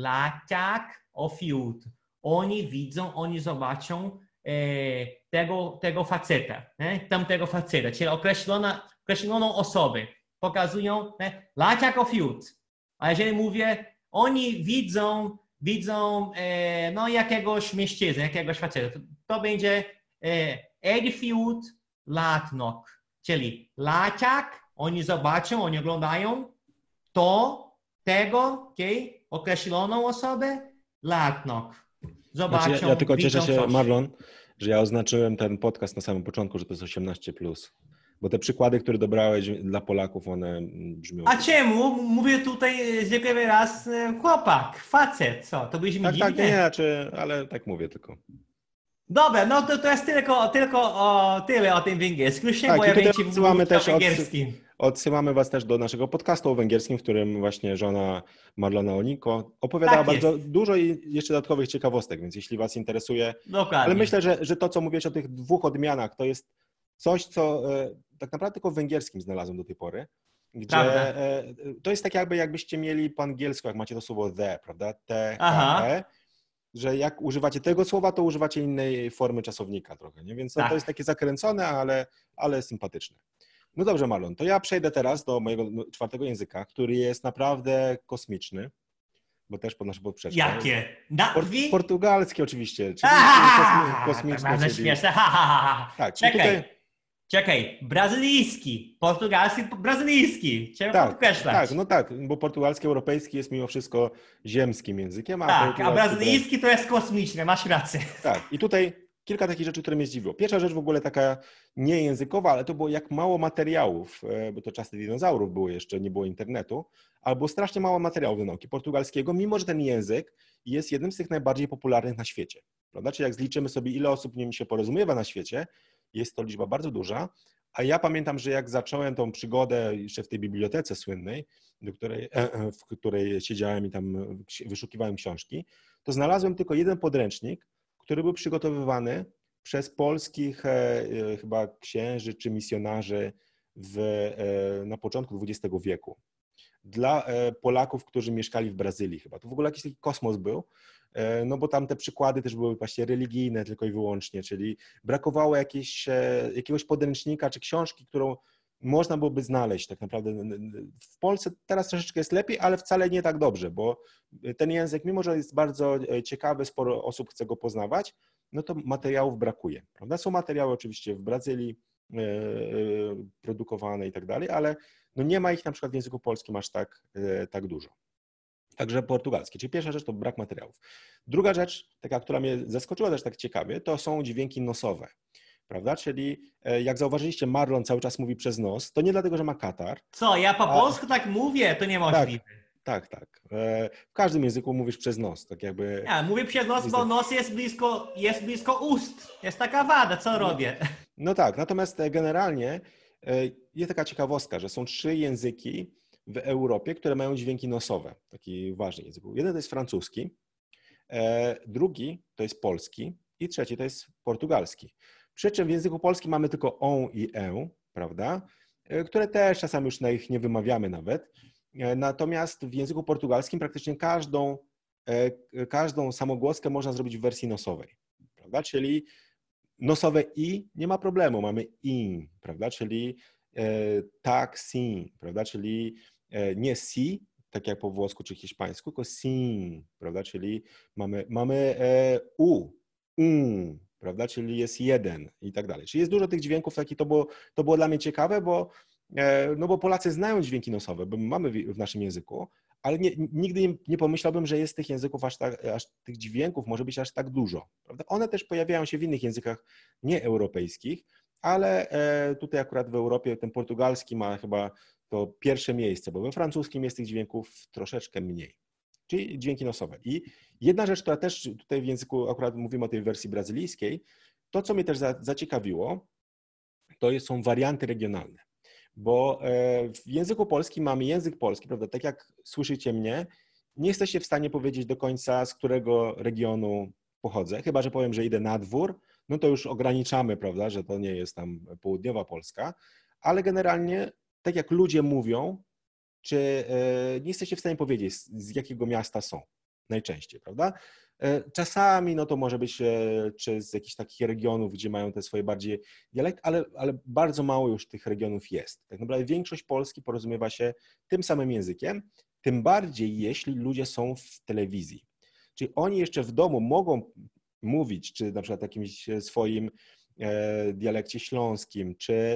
[SPEAKER 2] Laciak ofiut. Oni widzą, oni zobaczą E, tego, tego faceta, nie? Tamtego faceta, czyli określona, określoną osobę. Pokazują laciak ofiut. A jeżeli mówię, oni widzą, widzą e, no, jakiegoś mężczyznę, jakiegoś faceta, to, to będzie e, edfiut latnok, czyli laciak, oni zobaczą, oni oglądają to, tego, okay? Określoną osobę, latnok. Zobaczą,
[SPEAKER 1] znaczy, ja, ja tylko cieszę się,
[SPEAKER 2] coś.
[SPEAKER 1] Marlon, że ja oznaczyłem ten podcast na samym początku, że to jest osiemnaście plus. Bo te przykłady, które dobrałeś dla Polaków, one brzmią...
[SPEAKER 2] A czemu? Mówię tutaj zwykle wyraz chłopak, facet, co? To byś mi
[SPEAKER 1] Tak,
[SPEAKER 2] dziwnie?
[SPEAKER 1] tak, nie, znaczy, ale tak mówię tylko.
[SPEAKER 2] Dobra, no to, to jest tylko, tylko o, tyle o tym węgierskim. Już nie
[SPEAKER 1] Tak,
[SPEAKER 2] boję
[SPEAKER 1] i tutaj
[SPEAKER 2] ci
[SPEAKER 1] odsyłamy też,
[SPEAKER 2] o węgierskim.
[SPEAKER 1] odsyłamy was też do naszego podcastu o węgierskim, w którym właśnie żona Marlona Olinko opowiadała
[SPEAKER 2] Tak
[SPEAKER 1] bardzo
[SPEAKER 2] jest.
[SPEAKER 1] dużo i jeszcze dodatkowych ciekawostek, więc jeśli was interesuje...
[SPEAKER 2] Dokładnie.
[SPEAKER 1] Ale myślę, że, że to, co mówisz o tych dwóch odmianach, to jest coś, co e, tak naprawdę tylko w węgierskim znalazłem do tej pory, gdzie e, to jest tak jakby jakbyście mieli po angielsku, jak macie to słowo the, prawda? T, H, E. że jak używacie tego słowa, to używacie innej formy czasownika trochę, nie? Więc to,
[SPEAKER 2] Tak.
[SPEAKER 1] to jest takie zakręcone, ale, ale sympatyczne. No dobrze, Marlon, to ja przejdę teraz do mojego czwartego języka, który jest naprawdę kosmiczny, bo też pod naszą poprzeczkę.
[SPEAKER 2] Jakie? Na
[SPEAKER 1] Port,
[SPEAKER 2] krwi?
[SPEAKER 1] portugalski oczywiście, czyli kosmi,
[SPEAKER 2] To
[SPEAKER 1] kosmiczny,
[SPEAKER 2] bardzo
[SPEAKER 1] czyli...
[SPEAKER 2] śmieszne. Ha, ha, ha, ha.
[SPEAKER 1] Tak, i
[SPEAKER 2] Czekaj,
[SPEAKER 1] tutaj...
[SPEAKER 2] czekaj. Brazylijski, portugalski, brazylijski. Trzeba
[SPEAKER 1] Tak,
[SPEAKER 2] podkreślać.
[SPEAKER 1] tak, no tak, bo portugalski, europejski jest mimo wszystko ziemskim językiem, a
[SPEAKER 2] Tak, a
[SPEAKER 1] portugalski
[SPEAKER 2] brazylijski to jest kosmiczny, masz rację.
[SPEAKER 1] Tak, i tutaj kilka takich rzeczy, które mnie zdziwiło. Pierwsza rzecz w ogóle taka niejęzykowa, ale to było jak mało materiałów, bo to czasy dinozaurów było jeszcze, nie było internetu, albo strasznie mało materiałów do nauki portugalskiego, mimo że ten język jest jednym z tych najbardziej popularnych na świecie. Prawda? Czyli jak zliczymy sobie, ile osób nim się porozumiewa na świecie, jest to liczba bardzo duża, a ja pamiętam, że jak zacząłem tą przygodę jeszcze w tej bibliotece słynnej, do której, w której siedziałem i tam wyszukiwałem książki, to znalazłem tylko jeden podręcznik, który był przygotowywany przez polskich e, chyba księży czy misjonarzy w, e, na początku dwudziestego wieku. Dla e, Polaków, którzy mieszkali w Brazylii chyba. To w ogóle jakiś taki kosmos był, e, no bo tam te przykłady też były właśnie religijne tylko i wyłącznie, czyli brakowało jakieś, e, jakiegoś podręcznika czy książki, którą można byłoby znaleźć tak naprawdę. W Polsce teraz troszeczkę jest lepiej, ale wcale nie tak dobrze, bo ten język, mimo że jest bardzo ciekawy, sporo osób chce go poznawać, no to materiałów brakuje, prawda? Są materiały oczywiście w Brazylii produkowane i tak dalej, ale no nie ma ich na przykład w języku polskim aż tak, tak dużo. Także portugalski. Czyli pierwsza rzecz to brak materiałów. Druga rzecz, taka, która mnie zaskoczyła też tak ciekawie, to są dźwięki nosowe. Prawda? Czyli jak zauważyliście, Marlon cały czas mówi przez nos, to nie dlatego, że ma katar.
[SPEAKER 2] Co, ja po
[SPEAKER 1] a...
[SPEAKER 2] polsku tak mówię? To niemożliwe.
[SPEAKER 1] Tak, tak, tak. W każdym języku mówisz przez nos, tak jakby...
[SPEAKER 2] Ja mówię przez nos, bo nos jest blisko, jest blisko ust. Jest taka wada, co robię?
[SPEAKER 1] No tak, natomiast generalnie jest taka ciekawostka, że są trzy języki w Europie, które mają dźwięki nosowe, taki ważny język. Jeden to jest francuski, drugi to jest polski i trzeci to jest portugalski. Przy czym w języku polskim mamy tylko on i e, prawda, które też czasami już na ich nie wymawiamy nawet. Natomiast w języku portugalskim praktycznie każdą, każdą samogłoskę można zrobić w wersji nosowej, prawda, czyli nosowe i nie ma problemu, mamy in, prawda, czyli tak, si, prawda, czyli nie si, tak jak po włosku czy hiszpańsku, tylko sin, prawda, czyli mamy, mamy u, un, prawda, czyli jest jeden i tak dalej. Czyli jest dużo tych dźwięków, taki to było, to było dla mnie ciekawe, bo, no bo Polacy znają dźwięki nosowe, bo mamy w naszym języku, ale nie, nigdy nie, nie pomyślałbym, że jest tych języków aż tak, aż tych dźwięków może być aż tak dużo, prawda. One też pojawiają się w innych językach nieeuropejskich, ale tutaj akurat w Europie ten portugalski ma chyba to pierwsze miejsce, bo we francuskim jest tych dźwięków troszeczkę mniej, czyli dźwięki nosowe. I jedna rzecz, która też tutaj w języku, akurat mówimy o tej wersji brazylijskiej, to co mnie też zaciekawiło, to są warianty regionalne, bo w języku polskim mamy język polski, prawda, tak jak słyszycie mnie, nie jesteście w stanie powiedzieć do końca, z którego regionu pochodzę, chyba że powiem, że idę na dwór, no to już ograniczamy, prawda, że to nie jest tam południowa Polska, ale generalnie tak jak ludzie mówią, czy nie jesteście w stanie powiedzieć, z jakiego miasta są najczęściej, prawda? Czasami no to może być czy z jakichś takich regionów, gdzie mają te swoje bardziej dialekt, ale, ale bardzo mało już tych regionów jest. Tak naprawdę większość Polski porozumiewa się tym samym językiem, tym bardziej jeśli ludzie są w telewizji. Czyli oni jeszcze w domu mogą mówić, czy na przykład jakimś swoim dialekcie śląskim, czy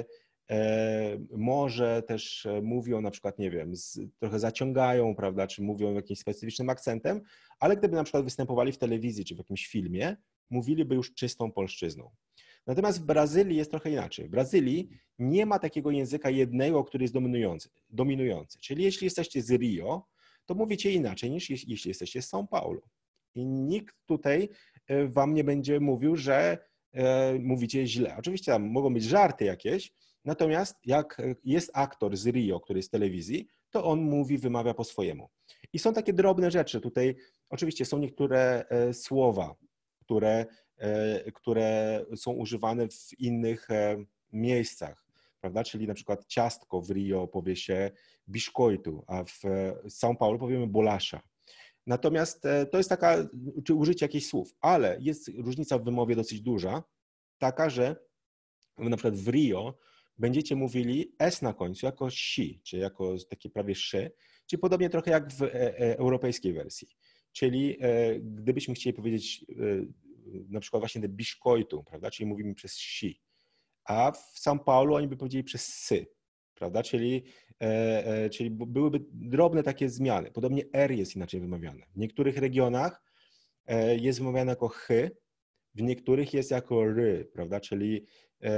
[SPEAKER 1] może też mówią na przykład, nie wiem, z, trochę zaciągają, prawda, czy mówią jakimś specyficznym akcentem, ale gdyby na przykład występowali w telewizji czy w jakimś filmie, mówiliby już czystą polszczyzną. Natomiast w Brazylii jest trochę inaczej. W Brazylii nie ma takiego języka jednego, który jest dominujący. dominujący. Czyli jeśli jesteście z Rio, to mówicie inaczej niż jeśli jesteście z São Paulo. I nikt tutaj wam nie będzie mówił, że mówicie źle. Oczywiście tam mogą być żarty jakieś, natomiast jak jest aktor z Rio, który jest z telewizji, to on mówi, wymawia po swojemu. I są takie drobne rzeczy. Tutaj oczywiście są niektóre słowa, które, które są używane w innych miejscach, prawda? Czyli na przykład ciastko w Rio powie się biscoito, a w São Paulo powiemy bolacha. Natomiast to jest taka, czy użycie jakichś słów, ale jest różnica w wymowie dosyć duża, taka, że na przykład w Rio będziecie mówili S na końcu jako si, czy jako takie prawie szy, czyli podobnie trochę jak w europejskiej wersji. Czyli gdybyśmy chcieli powiedzieć na przykład właśnie te biszkoitu, prawda, czyli mówimy przez si, a w São Paulo oni by powiedzieli przez sy, prawda, czyli, czyli byłyby drobne takie zmiany. Podobnie R jest inaczej wymawiane. W niektórych regionach jest wymawiane jako chy, w niektórych jest jako ry, prawda, czyli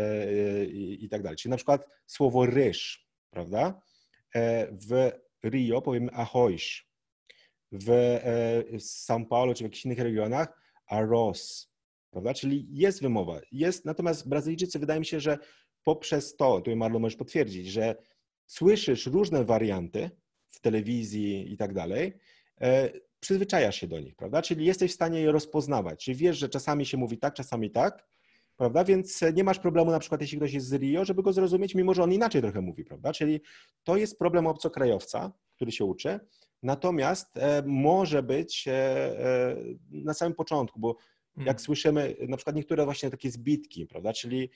[SPEAKER 1] i, i tak dalej. Czyli na przykład słowo ryż, prawda, w Rio powiemy arroz, w São Paulo czy w jakichś innych regionach arroz, prawda, czyli jest wymowa, jest, natomiast Brazylijczycy wydaje mi się, że poprzez to, tu Marlon możesz potwierdzić, że słyszysz różne warianty w telewizji i tak dalej, przyzwyczajasz się do nich, prawda, czyli jesteś w stanie je rozpoznawać, czyli wiesz, że czasami się mówi tak, czasami tak, prawda, więc nie masz problemu na przykład, jeśli ktoś jest z Rio, żeby go zrozumieć, mimo że on inaczej trochę mówi, prawda, czyli to jest problem obcokrajowca, który się uczy, natomiast e, może być e, e, na samym początku, bo jak hmm. słyszymy na przykład niektóre właśnie takie zbitki, prawda, czyli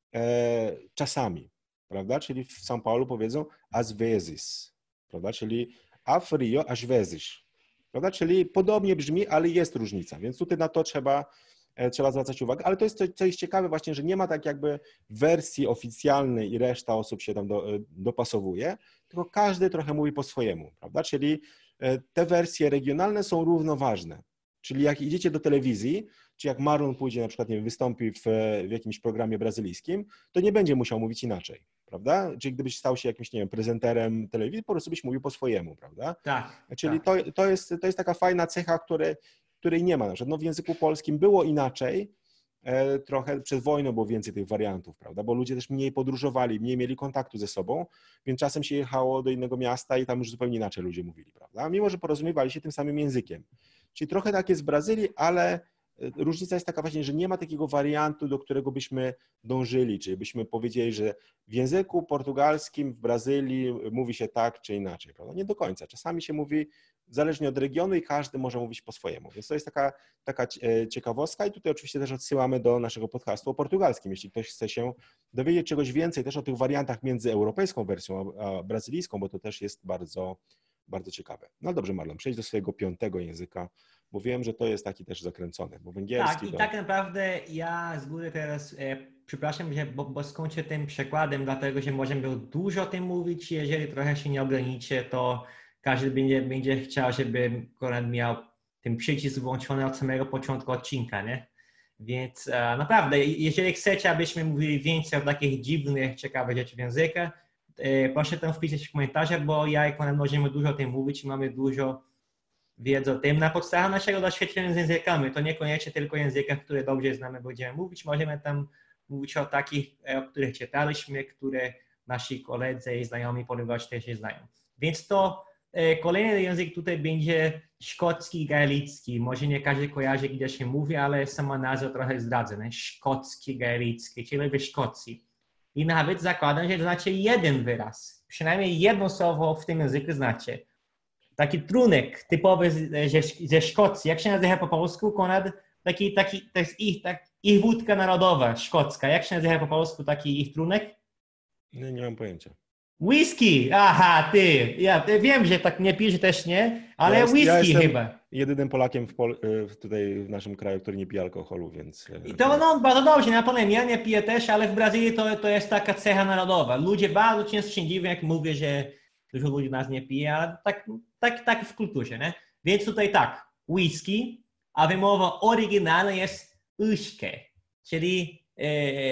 [SPEAKER 1] e, czasami, prawda, czyli w São Paulo powiedzą às vezes, prawda, czyli a w Rio às vezes, prawda, czyli podobnie brzmi, ale jest różnica, więc tutaj na to trzeba Trzeba zwracać uwagę, ale to jest coś, co jest ciekawe właśnie, że nie ma tak jakby wersji oficjalnej i reszta osób się tam do, dopasowuje, tylko każdy trochę mówi po swojemu, prawda? Czyli te wersje regionalne są równoważne. Czyli jak idziecie do telewizji, czy jak Marlon pójdzie na przykład, nie wiem, wystąpi w, w jakimś programie brazylijskim, to nie będzie musiał mówić inaczej, prawda? Czyli gdybyś stał się jakimś, nie wiem, prezenterem telewizji, po prostu byś mówił po swojemu, prawda?
[SPEAKER 2] Tak.
[SPEAKER 1] Czyli
[SPEAKER 2] tak.
[SPEAKER 1] To, to, jest, to jest taka fajna cecha, której której nie ma. No w języku polskim było inaczej, e, trochę przed wojną było więcej tych wariantów, prawda, bo ludzie też mniej podróżowali, mniej mieli kontaktu ze sobą, więc czasem się jechało do innego miasta i tam już zupełnie inaczej ludzie mówili, prawda, mimo że porozumiewali się tym samym językiem. Czyli trochę tak jest w Brazylii, ale różnica jest taka właśnie, że nie ma takiego wariantu, do którego byśmy dążyli, czyli byśmy powiedzieli, że w języku portugalskim w Brazylii mówi się tak czy inaczej, prawda? Nie do końca. Czasami się mówi zależnie od regionu i każdy może mówić po swojemu. Więc to jest taka, taka ciekawostka i tutaj oczywiście też odsyłamy do naszego podcastu o portugalskim. Jeśli ktoś chce się dowiedzieć czegoś więcej też o tych wariantach między europejską wersją a brazylijską, bo to też jest bardzo, bardzo ciekawe. No dobrze, Marlon, przejdź do swojego piątego języka, bo wiem, że to jest taki też zakręcony, bo węgierski...
[SPEAKER 2] Tak, i
[SPEAKER 1] to...
[SPEAKER 2] tak naprawdę ja z góry teraz, e, przepraszam, że, bo, bo skończę tym przekładem, dlatego że możemy dużo o tym mówić, jeżeli trochę się nie ograniczy, to każdy będzie, będzie chciał, żeby Konrad miał ten przycisk włączony od samego początku odcinka, nie? Więc e, naprawdę, jeżeli chcecie, abyśmy mówili więcej o takich dziwnych, ciekawych rzeczy w języku, e, proszę tam wpisać w komentarzach, bo ja i Konrad możemy dużo o tym mówić i mamy dużo wiedzy o tym na podstawie naszego doświadczenia z językami. To niekoniecznie tylko językach, które dobrze znamy, będziemy mówić. Możemy tam mówić o takich, o których czytaliśmy, które nasi koledzy i znajomi ponieważ też je znają. Więc to e, kolejny język tutaj będzie szkocki i gaelicki. Może nie każdy kojarzy, gdzie się mówi, ale sama nazwa trochę zdradza. Nie? Szkocki, gaelicki, czyli w Szkocji. I nawet zakładam, że to znaczy jeden wyraz. Przynajmniej jedno słowo w tym języku znacie. Taki trunek typowy ze, ze Szkocji. Jak się nazywa po polsku, Konrad? Taki, taki, to jest ich, tak, ich wódka narodowa szkocka. Jak się nazywa po polsku taki ich trunek?
[SPEAKER 1] Nie, nie mam pojęcia.
[SPEAKER 2] Whisky! Aha, ty! Ja wiem, że tak nie pisze też nie, ale
[SPEAKER 1] ja jest,
[SPEAKER 2] whisky
[SPEAKER 1] ja
[SPEAKER 2] chyba.
[SPEAKER 1] Jedynym Polakiem w Pol tutaj w naszym kraju, który nie pije alkoholu, więc...
[SPEAKER 2] I to no, bardzo dobrze, na pewno ja nie piję też, ale w Brazylii to, to jest taka cecha narodowa. Ludzie bardzo często się dziwią, jak mówię, że dużo ludzi nas nie pije, ale tak, tak, tak w kulturze, nie? Więc tutaj tak, whisky, a wymowa oryginalna jest uszkę, czyli e,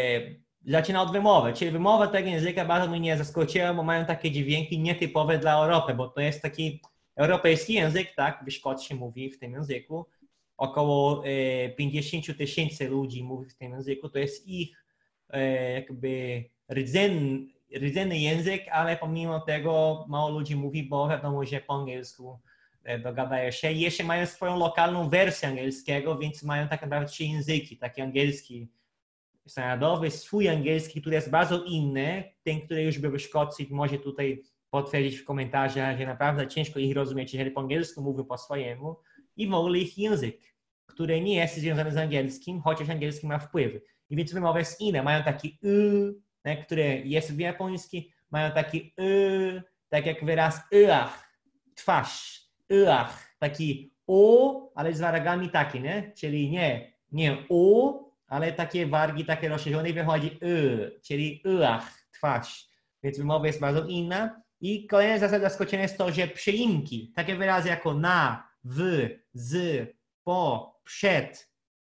[SPEAKER 2] zaczyna od wymowy, czyli wymowa tego języka bardzo mnie zaskoczyła, bo mają takie dźwięki nietypowe dla Europy, bo to jest taki europejski język, tak, w Szkocji mówi w tym języku, około e, pięćdziesiąt tysięcy ludzi mówi w tym języku, to jest ich e, jakby rdzenny, rdzenny język, ale pomimo tego mało ludzi mówi, bo wiadomo, że po angielsku dogadają się. I jeszcze mają swoją lokalną wersję angielskiego, więc mają tak naprawdę trzy języki. Taki angielski standardowy, swój angielski, który jest bardzo inny, ten, który już był w Szkocji, może tutaj potwierdzić w komentarzach, że naprawdę ciężko ich rozumieć, jeżeli po angielsku mówią po swojemu. i w ogóle ich język, który nie jest związany z angielskim, chociaż angielski ma wpływ. I więc wymowa jest inna. Mają taki y, który jest w japońskim, mają taki y, tak jak wyraz ych, twarz, ych, taki o, ale z wargami takie, nie? Czyli nie, nie o, ale takie wargi, takie rozszerzone i wychodzi y, czyli ych, twarz. Więc wymowa jest bardzo inna. I kolejna zasada zaskoczenia jest to, że przeimki, takie wyrazy jako na, w, z, po, przed,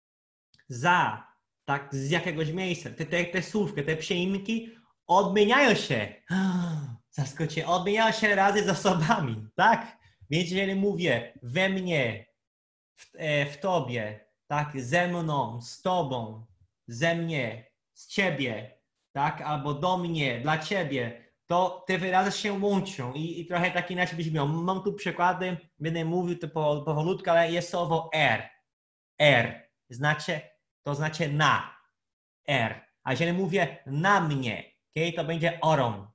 [SPEAKER 2] za, tak z jakiegoś miejsca, te, te, te słówki, te przeimki odmieniają się. Zaskoczenie, odmieniają się razy z osobami, tak? Więc jeżeli mówię we mnie, w, e, w tobie, tak, ze mną, z tobą, ze mnie, z ciebie, tak, albo do mnie, dla ciebie, to te wyrazy się łączą i, i trochę tak inaczej brzmią. Mam tu przykłady, będę mówił to powolutku, ale jest słowo R. R. Znaczy, to znaczy na. R. A jeżeli mówię na mnie, okay, to będzie orom.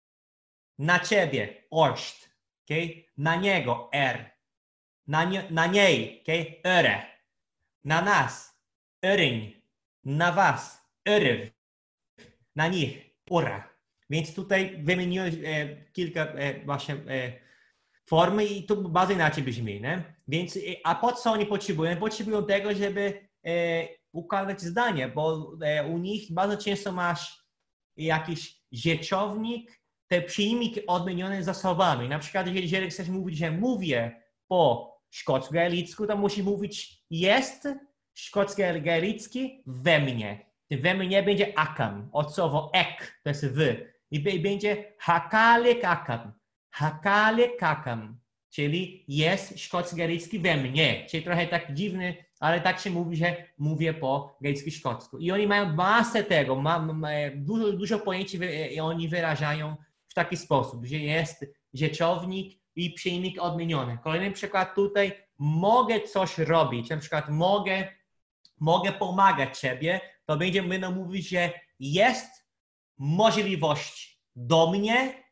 [SPEAKER 2] Na ciebie, orszt. Okay? Na niego, R. Na, nie, na niej, okay? Öre. Na nas, öring. Na was, öryw. Na nich, ura. Więc tutaj wymieniłem e, kilka e, właśnie e, formy i to bardzo inaczej brzmi, nie? Więc, e, a po co oni potrzebują? Potrzebują tego, żeby e, układać zdanie, bo e, u nich bardzo często masz jakiś rzeczownik, te przyjmiki odmienione zasobami. Na przykład, jeżeli chcesz mówić, że mówię po szkocko-gaelicku, to musisz mówić jest szkocko-gaelicki we mnie. We mnie będzie akam, od słowa ek, to jest wy. I będzie hakale kakam. Hakale kakam, czyli jest szkocko-gaelicki we mnie. Czyli trochę tak dziwny, ale tak się mówi, że mówię po gaelicku-szkocku. I oni mają masę tego, ma, ma, dużo, dużo pojęć i oni wyrażają w taki sposób, że jest rzeczownik i przyjmnik odmieniony. Kolejny przykład tutaj, mogę coś robić, na przykład mogę, mogę pomagać ciebie, to będziemy będą mówić, że jest możliwość do mnie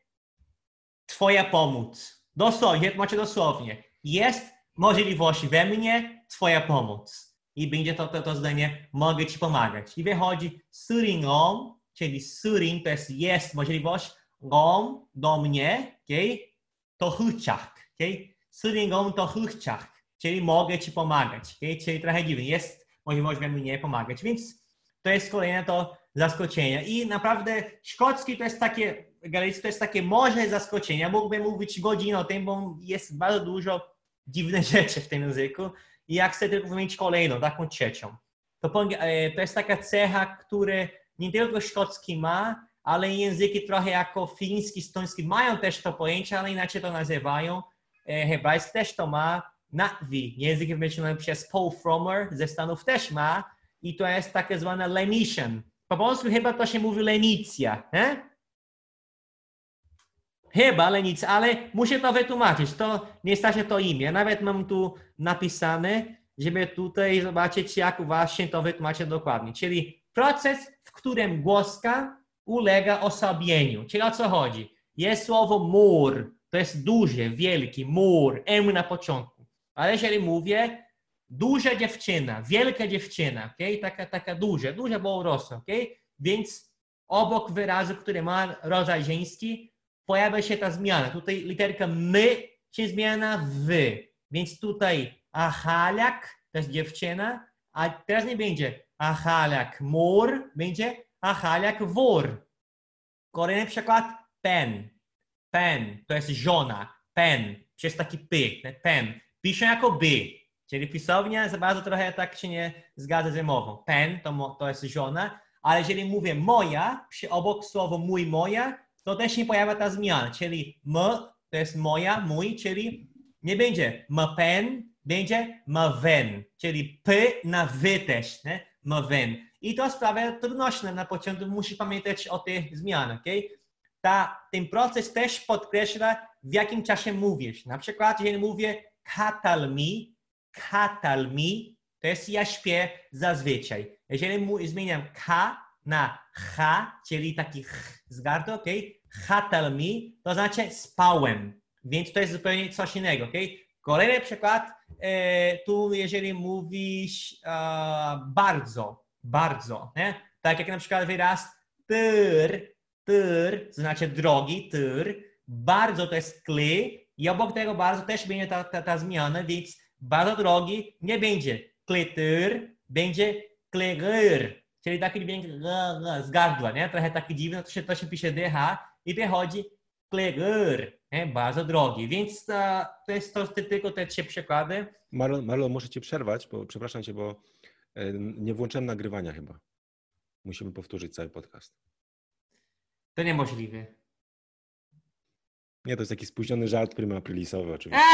[SPEAKER 2] twoja pomoc. Dosłownie, tłumaczę dosłownie. Jest możliwość we mnie twoja pomoc. I będzie to, to, to zdanie, mogę ci pomagać. I wychodzi suringom, czyli suring to jest jest możliwość, gom do mnie, okay? To chciach. Okay? Suringom to chciach, czyli mogę ci pomagać. Okay? Czyli trochę dziwnie, jest możliwość we mnie pomagać. Więc to jest kolejne to zaskoczenie. I naprawdę szkocki to jest takie, galicki to jest takie może zaskoczenie. Mógłbym mówić godzinę o tym, bo jest bardzo dużo dziwnych rzeczy w tym języku. I ja chcę tylko wymienić kolejną, taką trzecią. To, to jest taka cecha, która nie tylko szkocki ma, ale języki trochę jako fiński, estoński mają też to pojęcie, ale inaczej to nazywają. Hebrajski też to ma. Natwi, język wymyślony przez Paul Frommer ze Stanów też ma. I to jest tak zwana Lenician. Po polsku chyba to się mówi lenicja. Nie? Chyba lenicja, ale muszę to wytłumaczyć. To nie starczy to imię. Nawet mam tu napisane, żeby tutaj zobaczyć, jak właśnie to wytłumaczę dokładnie. Czyli proces, w którym głoska ulega osłabieniu. Czyli o co chodzi? Jest słowo mur. To jest duży, wielki, mur. M na początku. Ale jeżeli mówię duża dziewczyna, wielka dziewczyna, okay? taka, taka duża, duża, bo urosła, okay? Więc obok wyrazu, który ma rodzaj żeński, pojawia się ta zmiana. Tutaj literka my się zmienia w wy. Więc tutaj achaliak to jest dziewczyna, a teraz nie będzie achaliak mur, będzie achaliak wór. Kolejny przykład pen. Pen to jest żona. Pen przez taki py. Pen. Piszę jako by. Czyli pisownia za bardzo trochę tak się nie zgadza z wymową. Pen to, to jest żona, ale jeżeli mówię moja, przy obok słowo mój, moja, to też się pojawia ta zmiana. Czyli m to jest moja, mój, czyli nie będzie m pen, będzie m wen. Czyli p na wy też, nie? M wen. I to sprawia trudności na początku. Musi pamiętać o tych zmianach, okay? Ta, ten proces też podkreśla, w jakim czasie mówisz. Na przykład, jeżeli mówię katal mi, katal mi, to jest ja śpię zazwyczaj. Jeżeli mu, zmieniam k na h, czyli taki ch z gardła, ok? Katal mi, to znaczy spałem. Więc to jest zupełnie coś innego, ok? Kolejny przykład, e, tu jeżeli mówisz e, bardzo, bardzo, nie? Tak jak na przykład wyraz tyr, tyr, to znaczy drogi, tyr, bardzo to jest kli i obok tego bardzo też będzie ta, ta, ta zmiana, więc bardzo drogi nie będzie kletyr, będzie kleryr, czyli taki dźwięk z gardła, nie? Trochę taki dziwny, to się, to się pisze D H i wychodzi kleryr, nie? Bardzo drogi, więc to, to jest to, tylko te trzy przykłady.
[SPEAKER 1] Marlon, Marlon, muszę cię przerwać, bo przepraszam cię, bo nie włączyłem nagrywania chyba. Musimy powtórzyć cały podcast.
[SPEAKER 2] To niemożliwe.
[SPEAKER 1] Nie, to jest taki spóźniony żart prima-aprilisowy oczywiście.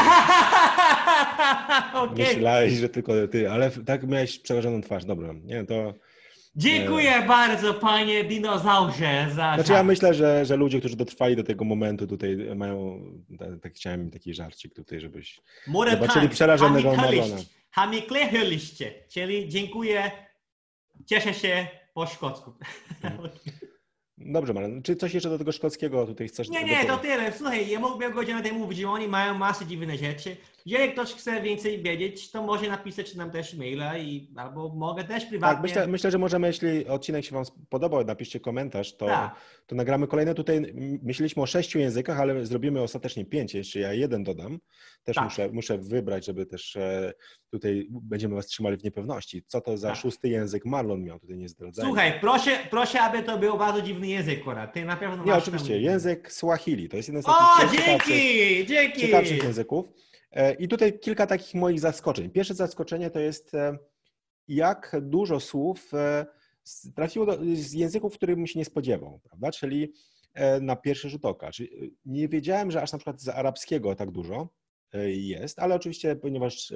[SPEAKER 2] Okay.
[SPEAKER 1] Myślałeś, że tylko ty, ale tak miałeś przerażoną twarz. Dobra, nie, to...
[SPEAKER 2] Dziękuję e... bardzo, panie dinozaurze, za
[SPEAKER 1] Znaczy
[SPEAKER 2] żart.
[SPEAKER 1] ja myślę, że, że ludzie, którzy dotrwali do tego momentu tutaj mają, tak chciałem taki żarcik tutaj, żebyś
[SPEAKER 2] More
[SPEAKER 1] zobaczyli
[SPEAKER 2] time.
[SPEAKER 1] przerażonego Marlona.
[SPEAKER 2] Hamiklehyliście, czyli dziękuję, cieszę się po szkocku.
[SPEAKER 1] Mhm. Dobrze, Marlon. Czy coś jeszcze do tego szkockiego tutaj chcesz
[SPEAKER 2] Nie, nie, to tyle. Słuchaj, ja mógłbym godzinę tej mówić, że oni mają masę dziwnych rzeczy. Jeżeli ktoś chce więcej wiedzieć, to może napisać nam też maila i albo mogę też prywatnie.
[SPEAKER 1] Tak, myślę, myślę, że możemy, jeśli odcinek się wam podobał, napiszcie komentarz, to,
[SPEAKER 2] tak.
[SPEAKER 1] to nagramy kolejne. Tutaj myśleliśmy o sześciu językach, ale zrobimy ostatecznie pięć, jeszcze ja jeden dodam. Też tak. muszę, muszę wybrać, żeby też tutaj będziemy was trzymali w niepewności. Co to za tak. szósty język Marlon miał, tutaj nie zdradzajmy.
[SPEAKER 2] Słuchaj, proszę, proszę, aby to był bardzo dziwny język, akurat. Ty na pewno
[SPEAKER 1] Nie,
[SPEAKER 2] masz
[SPEAKER 1] oczywiście,
[SPEAKER 2] tam...
[SPEAKER 1] język Swahili, to jest jeden z
[SPEAKER 2] takich o, dzięki,
[SPEAKER 1] ciekawszych,
[SPEAKER 2] dzięki.
[SPEAKER 1] ciekawszych języków. I tutaj kilka takich moich zaskoczeń. Pierwsze zaskoczenie to jest, jak dużo słów trafiło do, z języków, których bym się nie spodziewał, prawda? Czyli na pierwszy rzut oka. Czyli nie wiedziałem, że aż na przykład z arabskiego tak dużo jest, ale oczywiście, ponieważ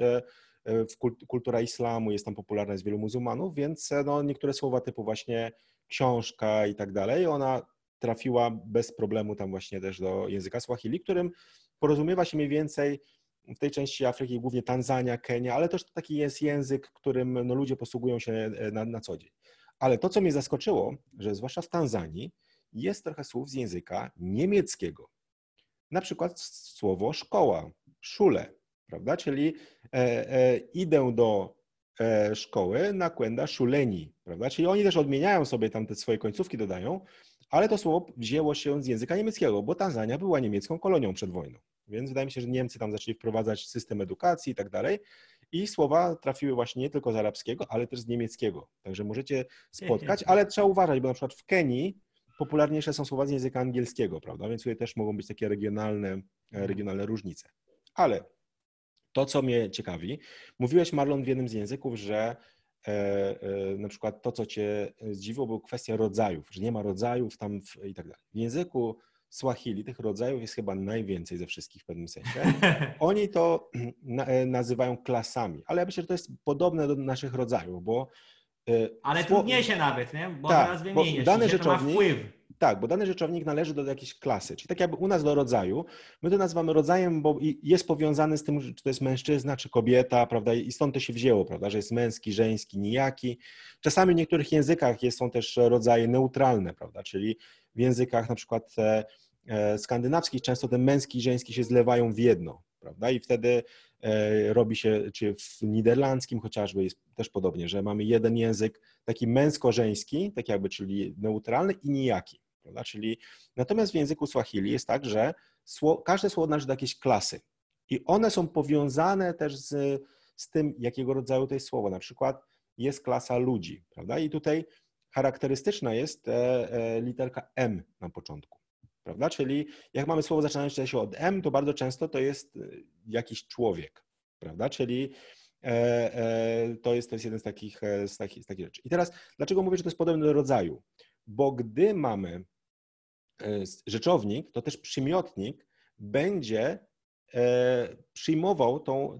[SPEAKER 1] kultura islamu jest tam popularna, jest wielu muzułmanów, więc no, niektóre słowa typu właśnie książka i tak dalej, ona trafiła bez problemu tam właśnie też do języka Swahili, którym porozumiewa się mniej więcej w tej części Afryki, głównie Tanzania, Kenia, ale też to taki jest język, którym no, ludzie posługują się na, na co dzień. Ale to, co mnie zaskoczyło, że zwłaszcza w Tanzanii jest trochę słów z języka niemieckiego. Na przykład słowo szkoła, Schule, prawda? Czyli e, e, idę do e, szkoły, nakłada szuleni, prawda? Czyli oni też odmieniają sobie tam te swoje końcówki, dodają, ale to słowo wzięło się z języka niemieckiego, bo Tanzania była niemiecką kolonią przed wojną. Więc wydaje mi się, że Niemcy tam zaczęli wprowadzać system edukacji i tak dalej. I słowa trafiły właśnie nie tylko z arabskiego, ale też z niemieckiego. Także możecie spotkać, ale trzeba uważać, bo na przykład w Kenii popularniejsze są słowa z języka angielskiego, prawda? Więc tutaj też mogą być takie regionalne, regionalne różnice. Ale to, co mnie ciekawi, mówiłeś, Marlon, w jednym z języków, że e, e, na przykład to, co cię zdziwiło, była kwestia rodzajów, że nie ma rodzajów tam w, i tak dalej. W języku Swahili tych rodzajów jest chyba najwięcej ze wszystkich w pewnym sensie. Oni to na, nazywają klasami, ale ja myślę, że to jest podobne do naszych rodzajów, bo...
[SPEAKER 2] Ale
[SPEAKER 1] sło...
[SPEAKER 2] trudniejsze nawet, nie? Bo
[SPEAKER 1] tak,
[SPEAKER 2] teraz wymienisz,
[SPEAKER 1] dany
[SPEAKER 2] że
[SPEAKER 1] rzeczownik,
[SPEAKER 2] to ma wpływ.
[SPEAKER 1] Tak, bo dany rzeczownik należy do jakiejś klasy, czyli tak jakby u nas do rodzaju. My to nazywamy rodzajem, bo jest powiązany z tym, czy to jest mężczyzna, czy kobieta, prawda, i stąd to się wzięło, prawda, że jest męski, żeński, nijaki. Czasami w niektórych językach jest, są też rodzaje neutralne, prawda, czyli w językach na przykład e, e, skandynawskich często ten męski i żeński się zlewają w jedno, prawda, i wtedy e, robi się, czy w niderlandzkim chociażby jest też podobnie, że mamy jeden język taki męsko-żeński, tak jakby, czyli neutralny i nijaki. Prawda? Czyli, natomiast w języku Swahili jest tak, że sło, każde słowo należy do jakiejś klasy i one są powiązane też z, z tym, jakiego rodzaju to jest słowo. Na przykład jest klasa ludzi, prawda? I tutaj charakterystyczna jest e, e, literka M na początku, prawda? Czyli jak mamy słowo zaczynające się od M, to bardzo często to jest jakiś człowiek, prawda? Czyli e, e, to, jest, to jest jeden z takich, z, takich, z takich rzeczy. I teraz, dlaczego mówię, że to jest podobne do rodzaju? Bo gdy mamy rzeczownik, to też przymiotnik będzie przyjmował tą,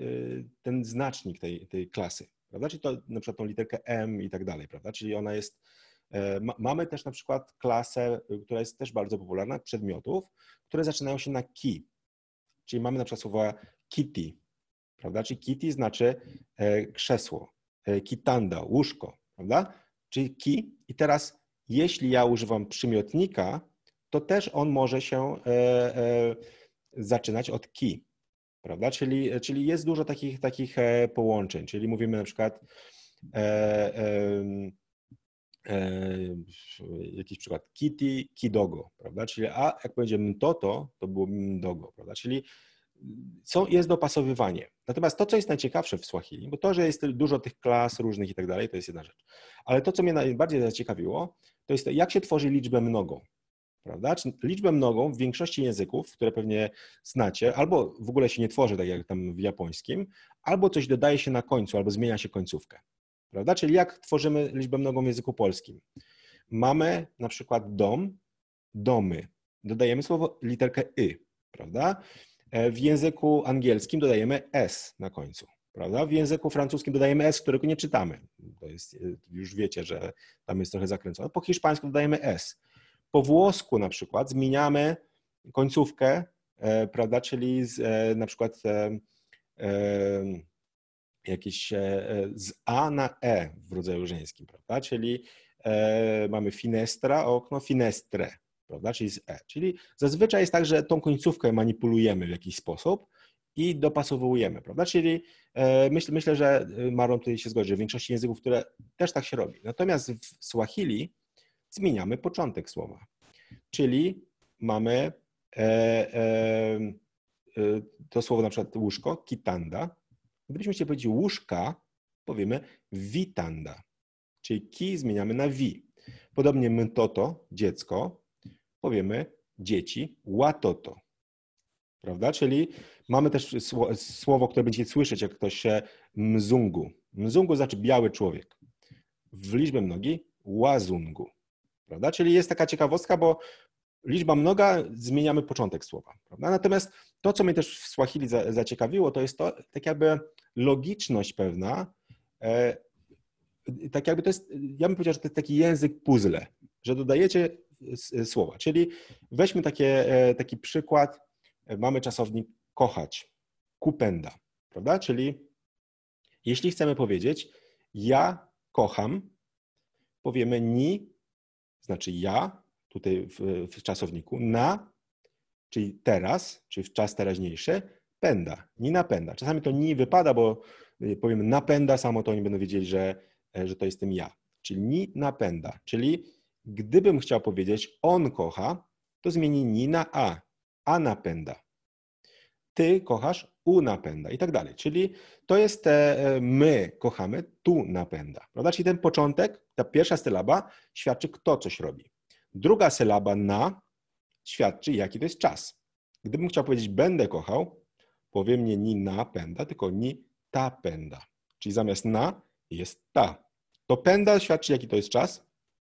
[SPEAKER 1] ten znacznik tej, tej klasy, prawda? Czyli to na przykład tą literkę M i tak dalej, prawda? Czyli ona jest, ma, mamy też na przykład klasę, która jest też bardzo popularna, przedmiotów, które zaczynają się na ki, czyli mamy na przykład słowa kitty, prawda? Czyli kitty znaczy krzesło, kitanda, łóżko, prawda? Czyli ki i teraz jeśli ja używam przymiotnika, to też on może się e, e, zaczynać od ki. prawda? Czyli, czyli jest dużo takich, takich połączeń, czyli mówimy na przykład e, e, e, jakiś przykład kitty, kidogo, prawda? Czyli a jak powiedziemy mtoto, to było mdogo, prawda? Czyli są, jest dopasowywanie. Natomiast to, co jest najciekawsze w Swahili, bo to, że jest dużo tych klas różnych i tak dalej, to jest jedna rzecz. Ale to, co mnie najbardziej zaciekawiło, to jest to, jak się tworzy liczbę mnogą. Prawda? Liczbę mnogą w większości języków, które pewnie znacie, albo w ogóle się nie tworzy, tak jak tam w japońskim, albo coś dodaje się na końcu, albo zmienia się końcówkę. Prawda? Czyli jak tworzymy liczbę mnogą w języku polskim? Mamy na przykład dom, domy. Dodajemy słowo literkę y, prawda? W języku angielskim dodajemy s na końcu, prawda? W języku francuskim dodajemy s, którego nie czytamy. To jest, już wiecie, że tam jest trochę zakręcone. Po hiszpańsku dodajemy s. Po włosku na przykład zmieniamy końcówkę, e, prawda, czyli z, e, na przykład e, e, jakieś e, z a na e w rodzaju żeńskim, prawda, czyli e, mamy finestra, okno, finestre, prawda, czyli z e. Czyli zazwyczaj jest tak, że tą końcówkę manipulujemy w jakiś sposób i dopasowujemy, prawda, czyli e, myśl, myślę, że Marlon tutaj się zgodzi, że w większości języków, które też tak się robi. Natomiast w Swahili zmieniamy początek słowa, czyli mamy e, e, to słowo na przykład łóżko, kitanda. Gdybyśmy chcieli powiedzieć łóżka, powiemy witanda, czyli ki zmieniamy na wi. Podobnie mtoto, dziecko, powiemy dzieci, watoto, prawda? Czyli mamy też słowo, które będziecie słyszeć, jak ktoś się mzungu. Mzungu znaczy biały człowiek. W liczbie mnogiej łazungu. Prawda? Czyli jest taka ciekawostka, bo liczba mnoga, zmieniamy początek słowa. Prawda? Natomiast to, co mnie też w Swahili zaciekawiło, to jest to tak jakby logiczność pewna, e, tak jakby to jest, ja bym powiedział, że to jest taki język puzzle, że dodajecie słowa. Czyli weźmy takie, e, taki przykład, mamy czasownik kochać, kupenda, prawda? Czyli jeśli chcemy powiedzieć ja kocham, powiemy ni, znaczy ja, tutaj w, w czasowniku, na, czyli teraz, czyli w czas teraźniejszy, pęda, ni napęda. Czasami to ni wypada, bo powiemy napęda, samo to oni będą wiedzieli, że, że to jestem ja. Czyli ni napęda, czyli gdybym chciał powiedzieć on kocha, to zmieni ni na a, a napęda. Ty kochasz, u napęda i tak dalej. Czyli to jest te, my kochamy, tu napęda. Prawda? Czyli ten początek, ta pierwsza sylaba świadczy, kto coś robi. Druga sylaba na świadczy, jaki to jest czas. Gdybym chciał powiedzieć będę kochał, powiem nie ni napęda, tylko ni ta pęda. Czyli zamiast na jest ta. To pęda świadczy, jaki to jest czas.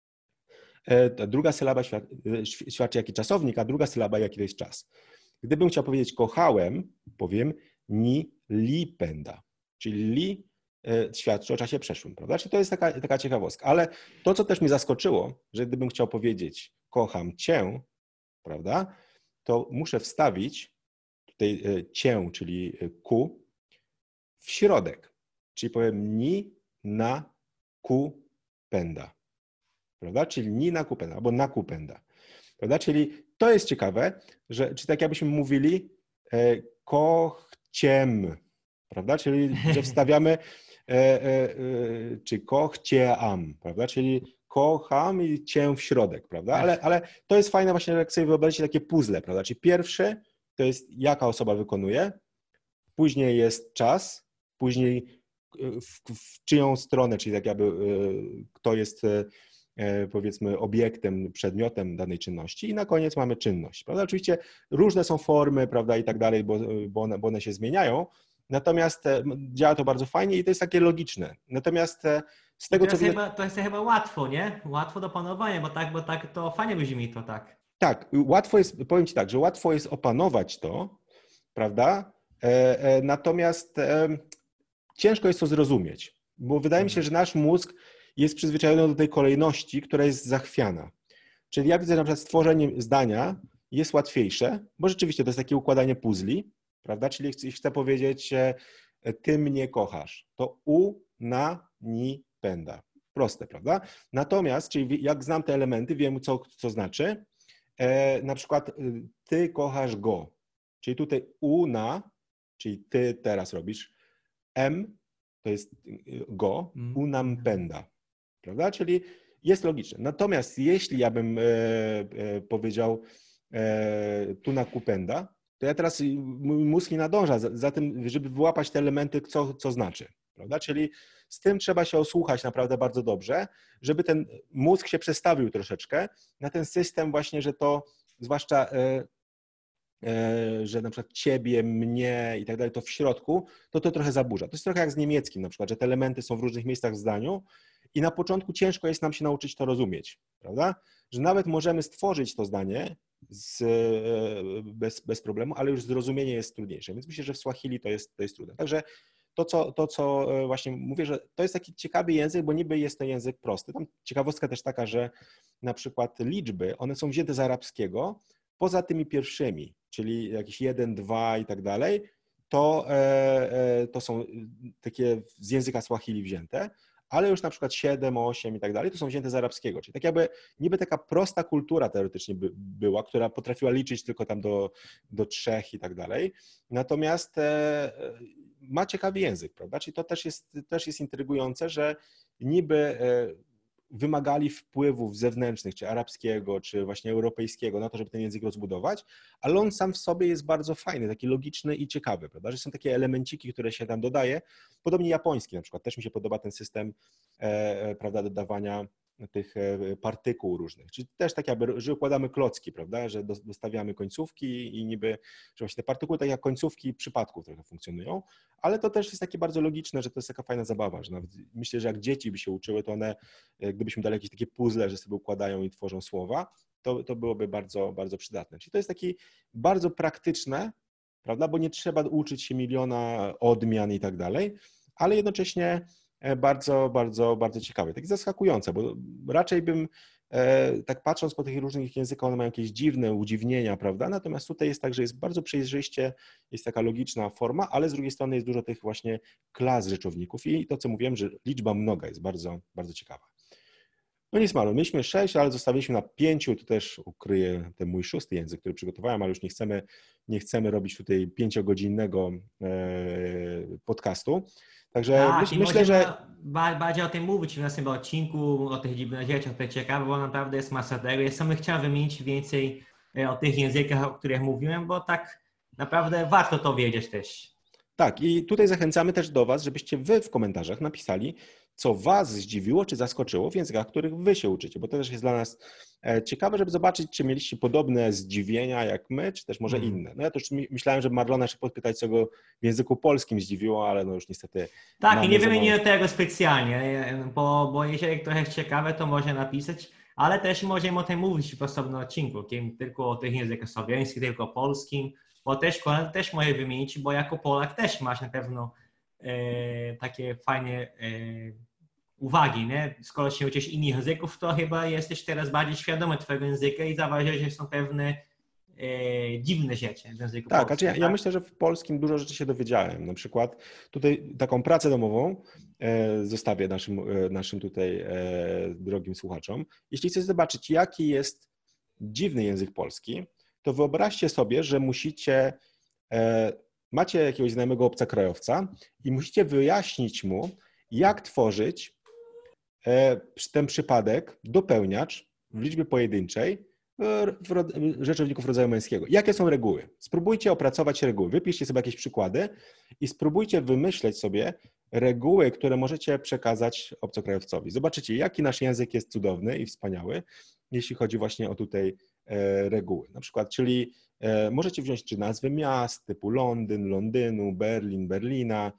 [SPEAKER 1] Ta druga sylaba świadczy, jaki czasownik, a druga sylaba, jaki to jest czas. Gdybym chciał powiedzieć kochałem, powiem ni li pęda, czyli li e, świadczy o czasie przeszłym, prawda? Czyli to jest taka, taka ciekawostka. Ale to, co też mnie zaskoczyło, że gdybym chciał powiedzieć kocham cię, prawda, to muszę wstawić tutaj e, cię, czyli ku, w środek. Czyli powiem ni na ku pęda, prawda? Czyli ni na ku pęda, albo na ku pęda. Prawda? Czyli to jest ciekawe, że czy tak jakbyśmy mówili e, kochciem, prawda? Czyli że wstawiamy e, e, e, czy kochcieam, prawda? Czyli kocham i cię w środek, prawda? Ale, ale to jest fajne właśnie, jak sobie wyobrazicie takie puzzle, prawda? Czyli pierwszy to jest jaka osoba wykonuje, później jest czas, później w, w czyją stronę, czyli tak jakby kto jest powiedzmy obiektem, przedmiotem danej czynności i na koniec mamy czynność, prawda? Oczywiście różne są formy, prawda, i tak dalej, bo, bo, one, bo one się zmieniają, natomiast działa to bardzo fajnie i to jest takie logiczne. Natomiast z tego,
[SPEAKER 2] to jest
[SPEAKER 1] co widać...
[SPEAKER 2] Chyba, to jest chyba łatwo, nie? Łatwo do panowania, bo tak, bo tak to fajnie brzmi to tak.
[SPEAKER 1] Tak, łatwo jest, powiem Ci tak, że łatwo jest opanować to, prawda? E, e, natomiast e, ciężko jest to zrozumieć, bo wydaje mi się, że nasz mózg jest przyzwyczajony do tej kolejności, która jest zachwiana. Czyli ja widzę, że na przykład stworzenie zdania jest łatwiejsze, bo rzeczywiście to jest takie układanie puzli, prawda? Czyli jeśli chcę powiedzieć ty mnie kochasz, to u, na, ni, pęda. Proste, prawda? Natomiast, czyli jak znam te elementy, wiem co, co znaczy, e, na przykład ty kochasz go, czyli tutaj u, na, czyli ty teraz robisz. M to jest go, unam penda, prawda? Czyli jest logiczne. Natomiast jeśli ja bym e, e, powiedział e, tu na kupenda, to ja teraz, mój mózg nie nadąża za, za tym, żeby wyłapać te elementy, co, co znaczy, prawda? Czyli z tym trzeba się osłuchać naprawdę bardzo dobrze, żeby ten mózg się przestawił troszeczkę na ten system właśnie, że to zwłaszcza, e, e, że na przykład ciebie, mnie i tak dalej, to w środku, to to trochę zaburza. To jest trochę jak z niemieckim na przykład, że te elementy są w różnych miejscach w zdaniu i na początku ciężko jest nam się nauczyć to rozumieć, prawda? Że nawet możemy stworzyć to zdanie z, bez, bez problemu, ale już zrozumienie jest trudniejsze. Więc myślę, że w Swahili to jest, to jest trudne. Także to co, to, co właśnie mówię, że to jest taki ciekawy język, bo niby jest to język prosty. Tam ciekawostka też taka, że na przykład liczby, one są wzięte z arabskiego, poza tymi pierwszymi, czyli jakieś jeden, dwa i tak dalej, to, to są takie z języka Swahili wzięte, ale już na przykład siedem, osiem i tak dalej, to są wzięte z arabskiego. Czyli tak jakby niby taka prosta kultura teoretycznie by, była, która potrafiła liczyć tylko tam do, do trzech i tak dalej. Natomiast e, ma ciekawy język, prawda? Czyli to też jest, też jest intrygujące, że niby e, wymagali wpływów zewnętrznych, czy arabskiego, czy właśnie europejskiego na to, żeby ten język rozbudować, ale on sam w sobie jest bardzo fajny, taki logiczny i ciekawy, prawda? Że są takie elemenciki, które się tam dodaje. Podobnie japoński na przykład, też mi się podoba ten system, e, prawda, dodawania tych partykuł różnych, czyli też tak jakby, że układamy klocki, prawda, że dostawiamy końcówki i niby, że właśnie te partykuły tak jak końcówki przypadków trochę funkcjonują, ale to też jest takie bardzo logiczne, że to jest taka fajna zabawa, że nawet myślę, że jak dzieci by się uczyły, to one, gdybyśmy dali jakieś takie puzzle, że sobie układają i tworzą słowa, to, to byłoby bardzo, bardzo przydatne. Czyli to jest takie bardzo praktyczne, prawda, bo nie trzeba uczyć się miliona odmian i tak dalej, ale jednocześnie bardzo, bardzo, bardzo ciekawe, takie zaskakujące, bo raczej bym, tak patrząc po tych różnych językach, one mają jakieś dziwne udziwnienia, prawda, natomiast tutaj jest tak, że jest bardzo przejrzyście, jest taka logiczna forma, ale z drugiej strony jest dużo tych właśnie klas rzeczowników i to, co mówiłem, że liczba mnoga jest bardzo, bardzo ciekawa. No nic mało, mieliśmy sześć, ale zostawiliśmy na pięciu, tu też ukryję ten mój szósty język, który przygotowałem, ale już nie chcemy, nie chcemy robić tutaj pięciogodzinnego podcastu. Także
[SPEAKER 2] tak,
[SPEAKER 1] myśl,
[SPEAKER 2] i
[SPEAKER 1] myślę, że...
[SPEAKER 2] bardziej o tym mówić w następnym odcinku, o tych dziwnych rzeczach, to ciekawe, bo naprawdę jest masa tego. Ja sam chciałem wymienić więcej o tych językach, o których mówiłem, bo tak naprawdę warto to wiedzieć też.
[SPEAKER 1] Tak, i tutaj zachęcamy też do Was, żebyście Wy w komentarzach napisali, co Was zdziwiło czy zaskoczyło w językach, których Wy się uczycie, bo to też jest dla nas ciekawe, żeby zobaczyć, czy mieliście podobne zdziwienia jak my, czy też może hmm. inne. No ja też myślałem, że Marlona jeszcze podpytać, co go w języku polskim zdziwiło, ale no już niestety...
[SPEAKER 2] Tak, i nie wymieniłem tego specjalnie, bo, bo jeżeli trochę jest ciekawe, to może napisać, ale też możemy o tym mówić w osobnym odcinku, tylko o tych językach słowiańskich, tylko polskim, bo też, też może wymienić, bo jako Polak też masz na pewno e, takie fajne e, uwagi, nie? Skoro się uczysz innych języków, to chyba jesteś teraz bardziej świadomy twojego języka i zauważyłeś, że są pewne e, dziwne rzeczy w języku
[SPEAKER 1] tak,
[SPEAKER 2] polskim.
[SPEAKER 1] Ja, tak, ja myślę, że w polskim dużo rzeczy się dowiedziałem. Na przykład tutaj taką pracę domową e, zostawię naszym, e, naszym tutaj e, drogim słuchaczom. Jeśli chcecie zobaczyć, jaki jest dziwny język polski, to wyobraźcie sobie, że musicie, e, macie jakiegoś znajomego obcokrajowca i musicie wyjaśnić mu, jak tworzyć e, ten przypadek, dopełniacz w liczbie pojedynczej w rzeczowników rodzaju męskiego. Jakie są reguły? Spróbujcie opracować reguły. Wypiszcie sobie jakieś przykłady i spróbujcie wymyśleć sobie reguły, które możecie przekazać obcokrajowcowi. Zobaczycie, jaki nasz język jest cudowny i wspaniały, jeśli chodzi właśnie o tutaj reguły. Na przykład, czyli możecie wziąć czy nazwy miast typu Londyn, Londynu, Berlin, Berlina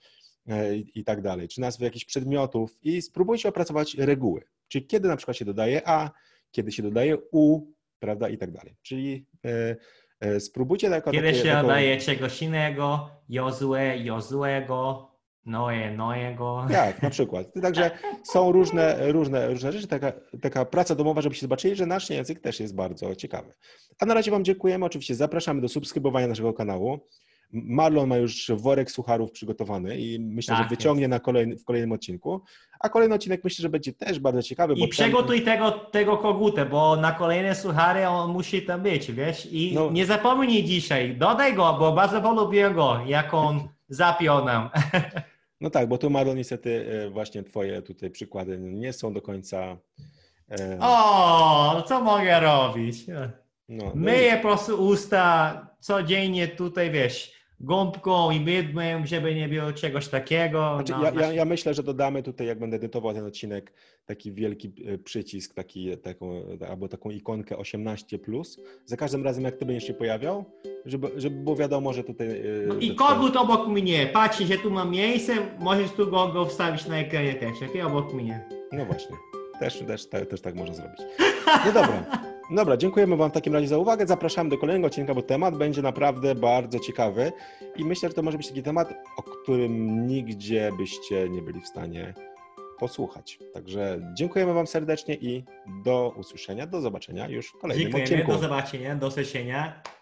[SPEAKER 1] i tak dalej, czy nazwy jakichś przedmiotów i spróbujcie opracować reguły. Czyli kiedy na przykład się dodaje a, kiedy się dodaje u, prawda, i tak dalej. Czyli e, spróbujcie jako
[SPEAKER 2] Kiedy
[SPEAKER 1] takie,
[SPEAKER 2] się
[SPEAKER 1] jako...
[SPEAKER 2] dodaje czegoś innego, Jozue, Jozuego, Noe, Noego.
[SPEAKER 1] Tak, na przykład. Także są różne, różne, różne rzeczy, taka, taka praca domowa, żebyście zobaczyli, że nasz język też jest bardzo ciekawy. A na razie Wam dziękujemy. Oczywiście zapraszamy do subskrybowania naszego kanału. Marlon ma już worek sucharów przygotowany i myślę, tak, że wyciągnie na kolejny, w kolejnym odcinku. A kolejny odcinek myślę, że będzie też bardzo ciekawy.
[SPEAKER 2] I
[SPEAKER 1] bo
[SPEAKER 2] przygotuj
[SPEAKER 1] ten...
[SPEAKER 2] tego, tego kogutę, bo na kolejne suchary on musi tam być, wiesz? I no, nie zapomnij dzisiaj, dodaj go, bo bardzo polubię go, jak on zapionam.
[SPEAKER 1] No tak, bo tu Marlon niestety właśnie twoje tutaj przykłady nie są do końca... E...
[SPEAKER 2] O, co mogę robić?
[SPEAKER 1] No, no
[SPEAKER 2] Myję po prostu usta codziennie tutaj, wiesz, gąbką i mydłem, żeby nie było czegoś takiego.
[SPEAKER 1] Znaczy,
[SPEAKER 2] no,
[SPEAKER 1] ja,
[SPEAKER 2] na...
[SPEAKER 1] ja, ja myślę, że dodamy tutaj, jak będę edytował ten odcinek, taki wielki przycisk, taki, taką, albo taką ikonkę osiemnaście plus. Za każdym razem, jak ty będziesz się pojawiał, żeby, żeby było wiadomo, że tutaj...
[SPEAKER 2] No i
[SPEAKER 1] że
[SPEAKER 2] kogut obok mnie. Patrzcie, że tu mam miejsce, możesz tu go, go wstawić na ekranie też, ok? Obok mnie.
[SPEAKER 1] No właśnie, też, też, też, też tak można zrobić. No dobra. Dobra, dziękujemy wam w takim razie za uwagę. Zapraszamy do kolejnego odcinka, bo temat będzie naprawdę bardzo ciekawy i myślę, że to może być taki temat, o którym nigdzie byście nie byli w stanie posłuchać. Także dziękujemy wam serdecznie i do usłyszenia, do zobaczenia już w kolejnym
[SPEAKER 2] Dziękujemy,
[SPEAKER 1] odcinku.
[SPEAKER 2] do zobaczenia, do usłyszenia.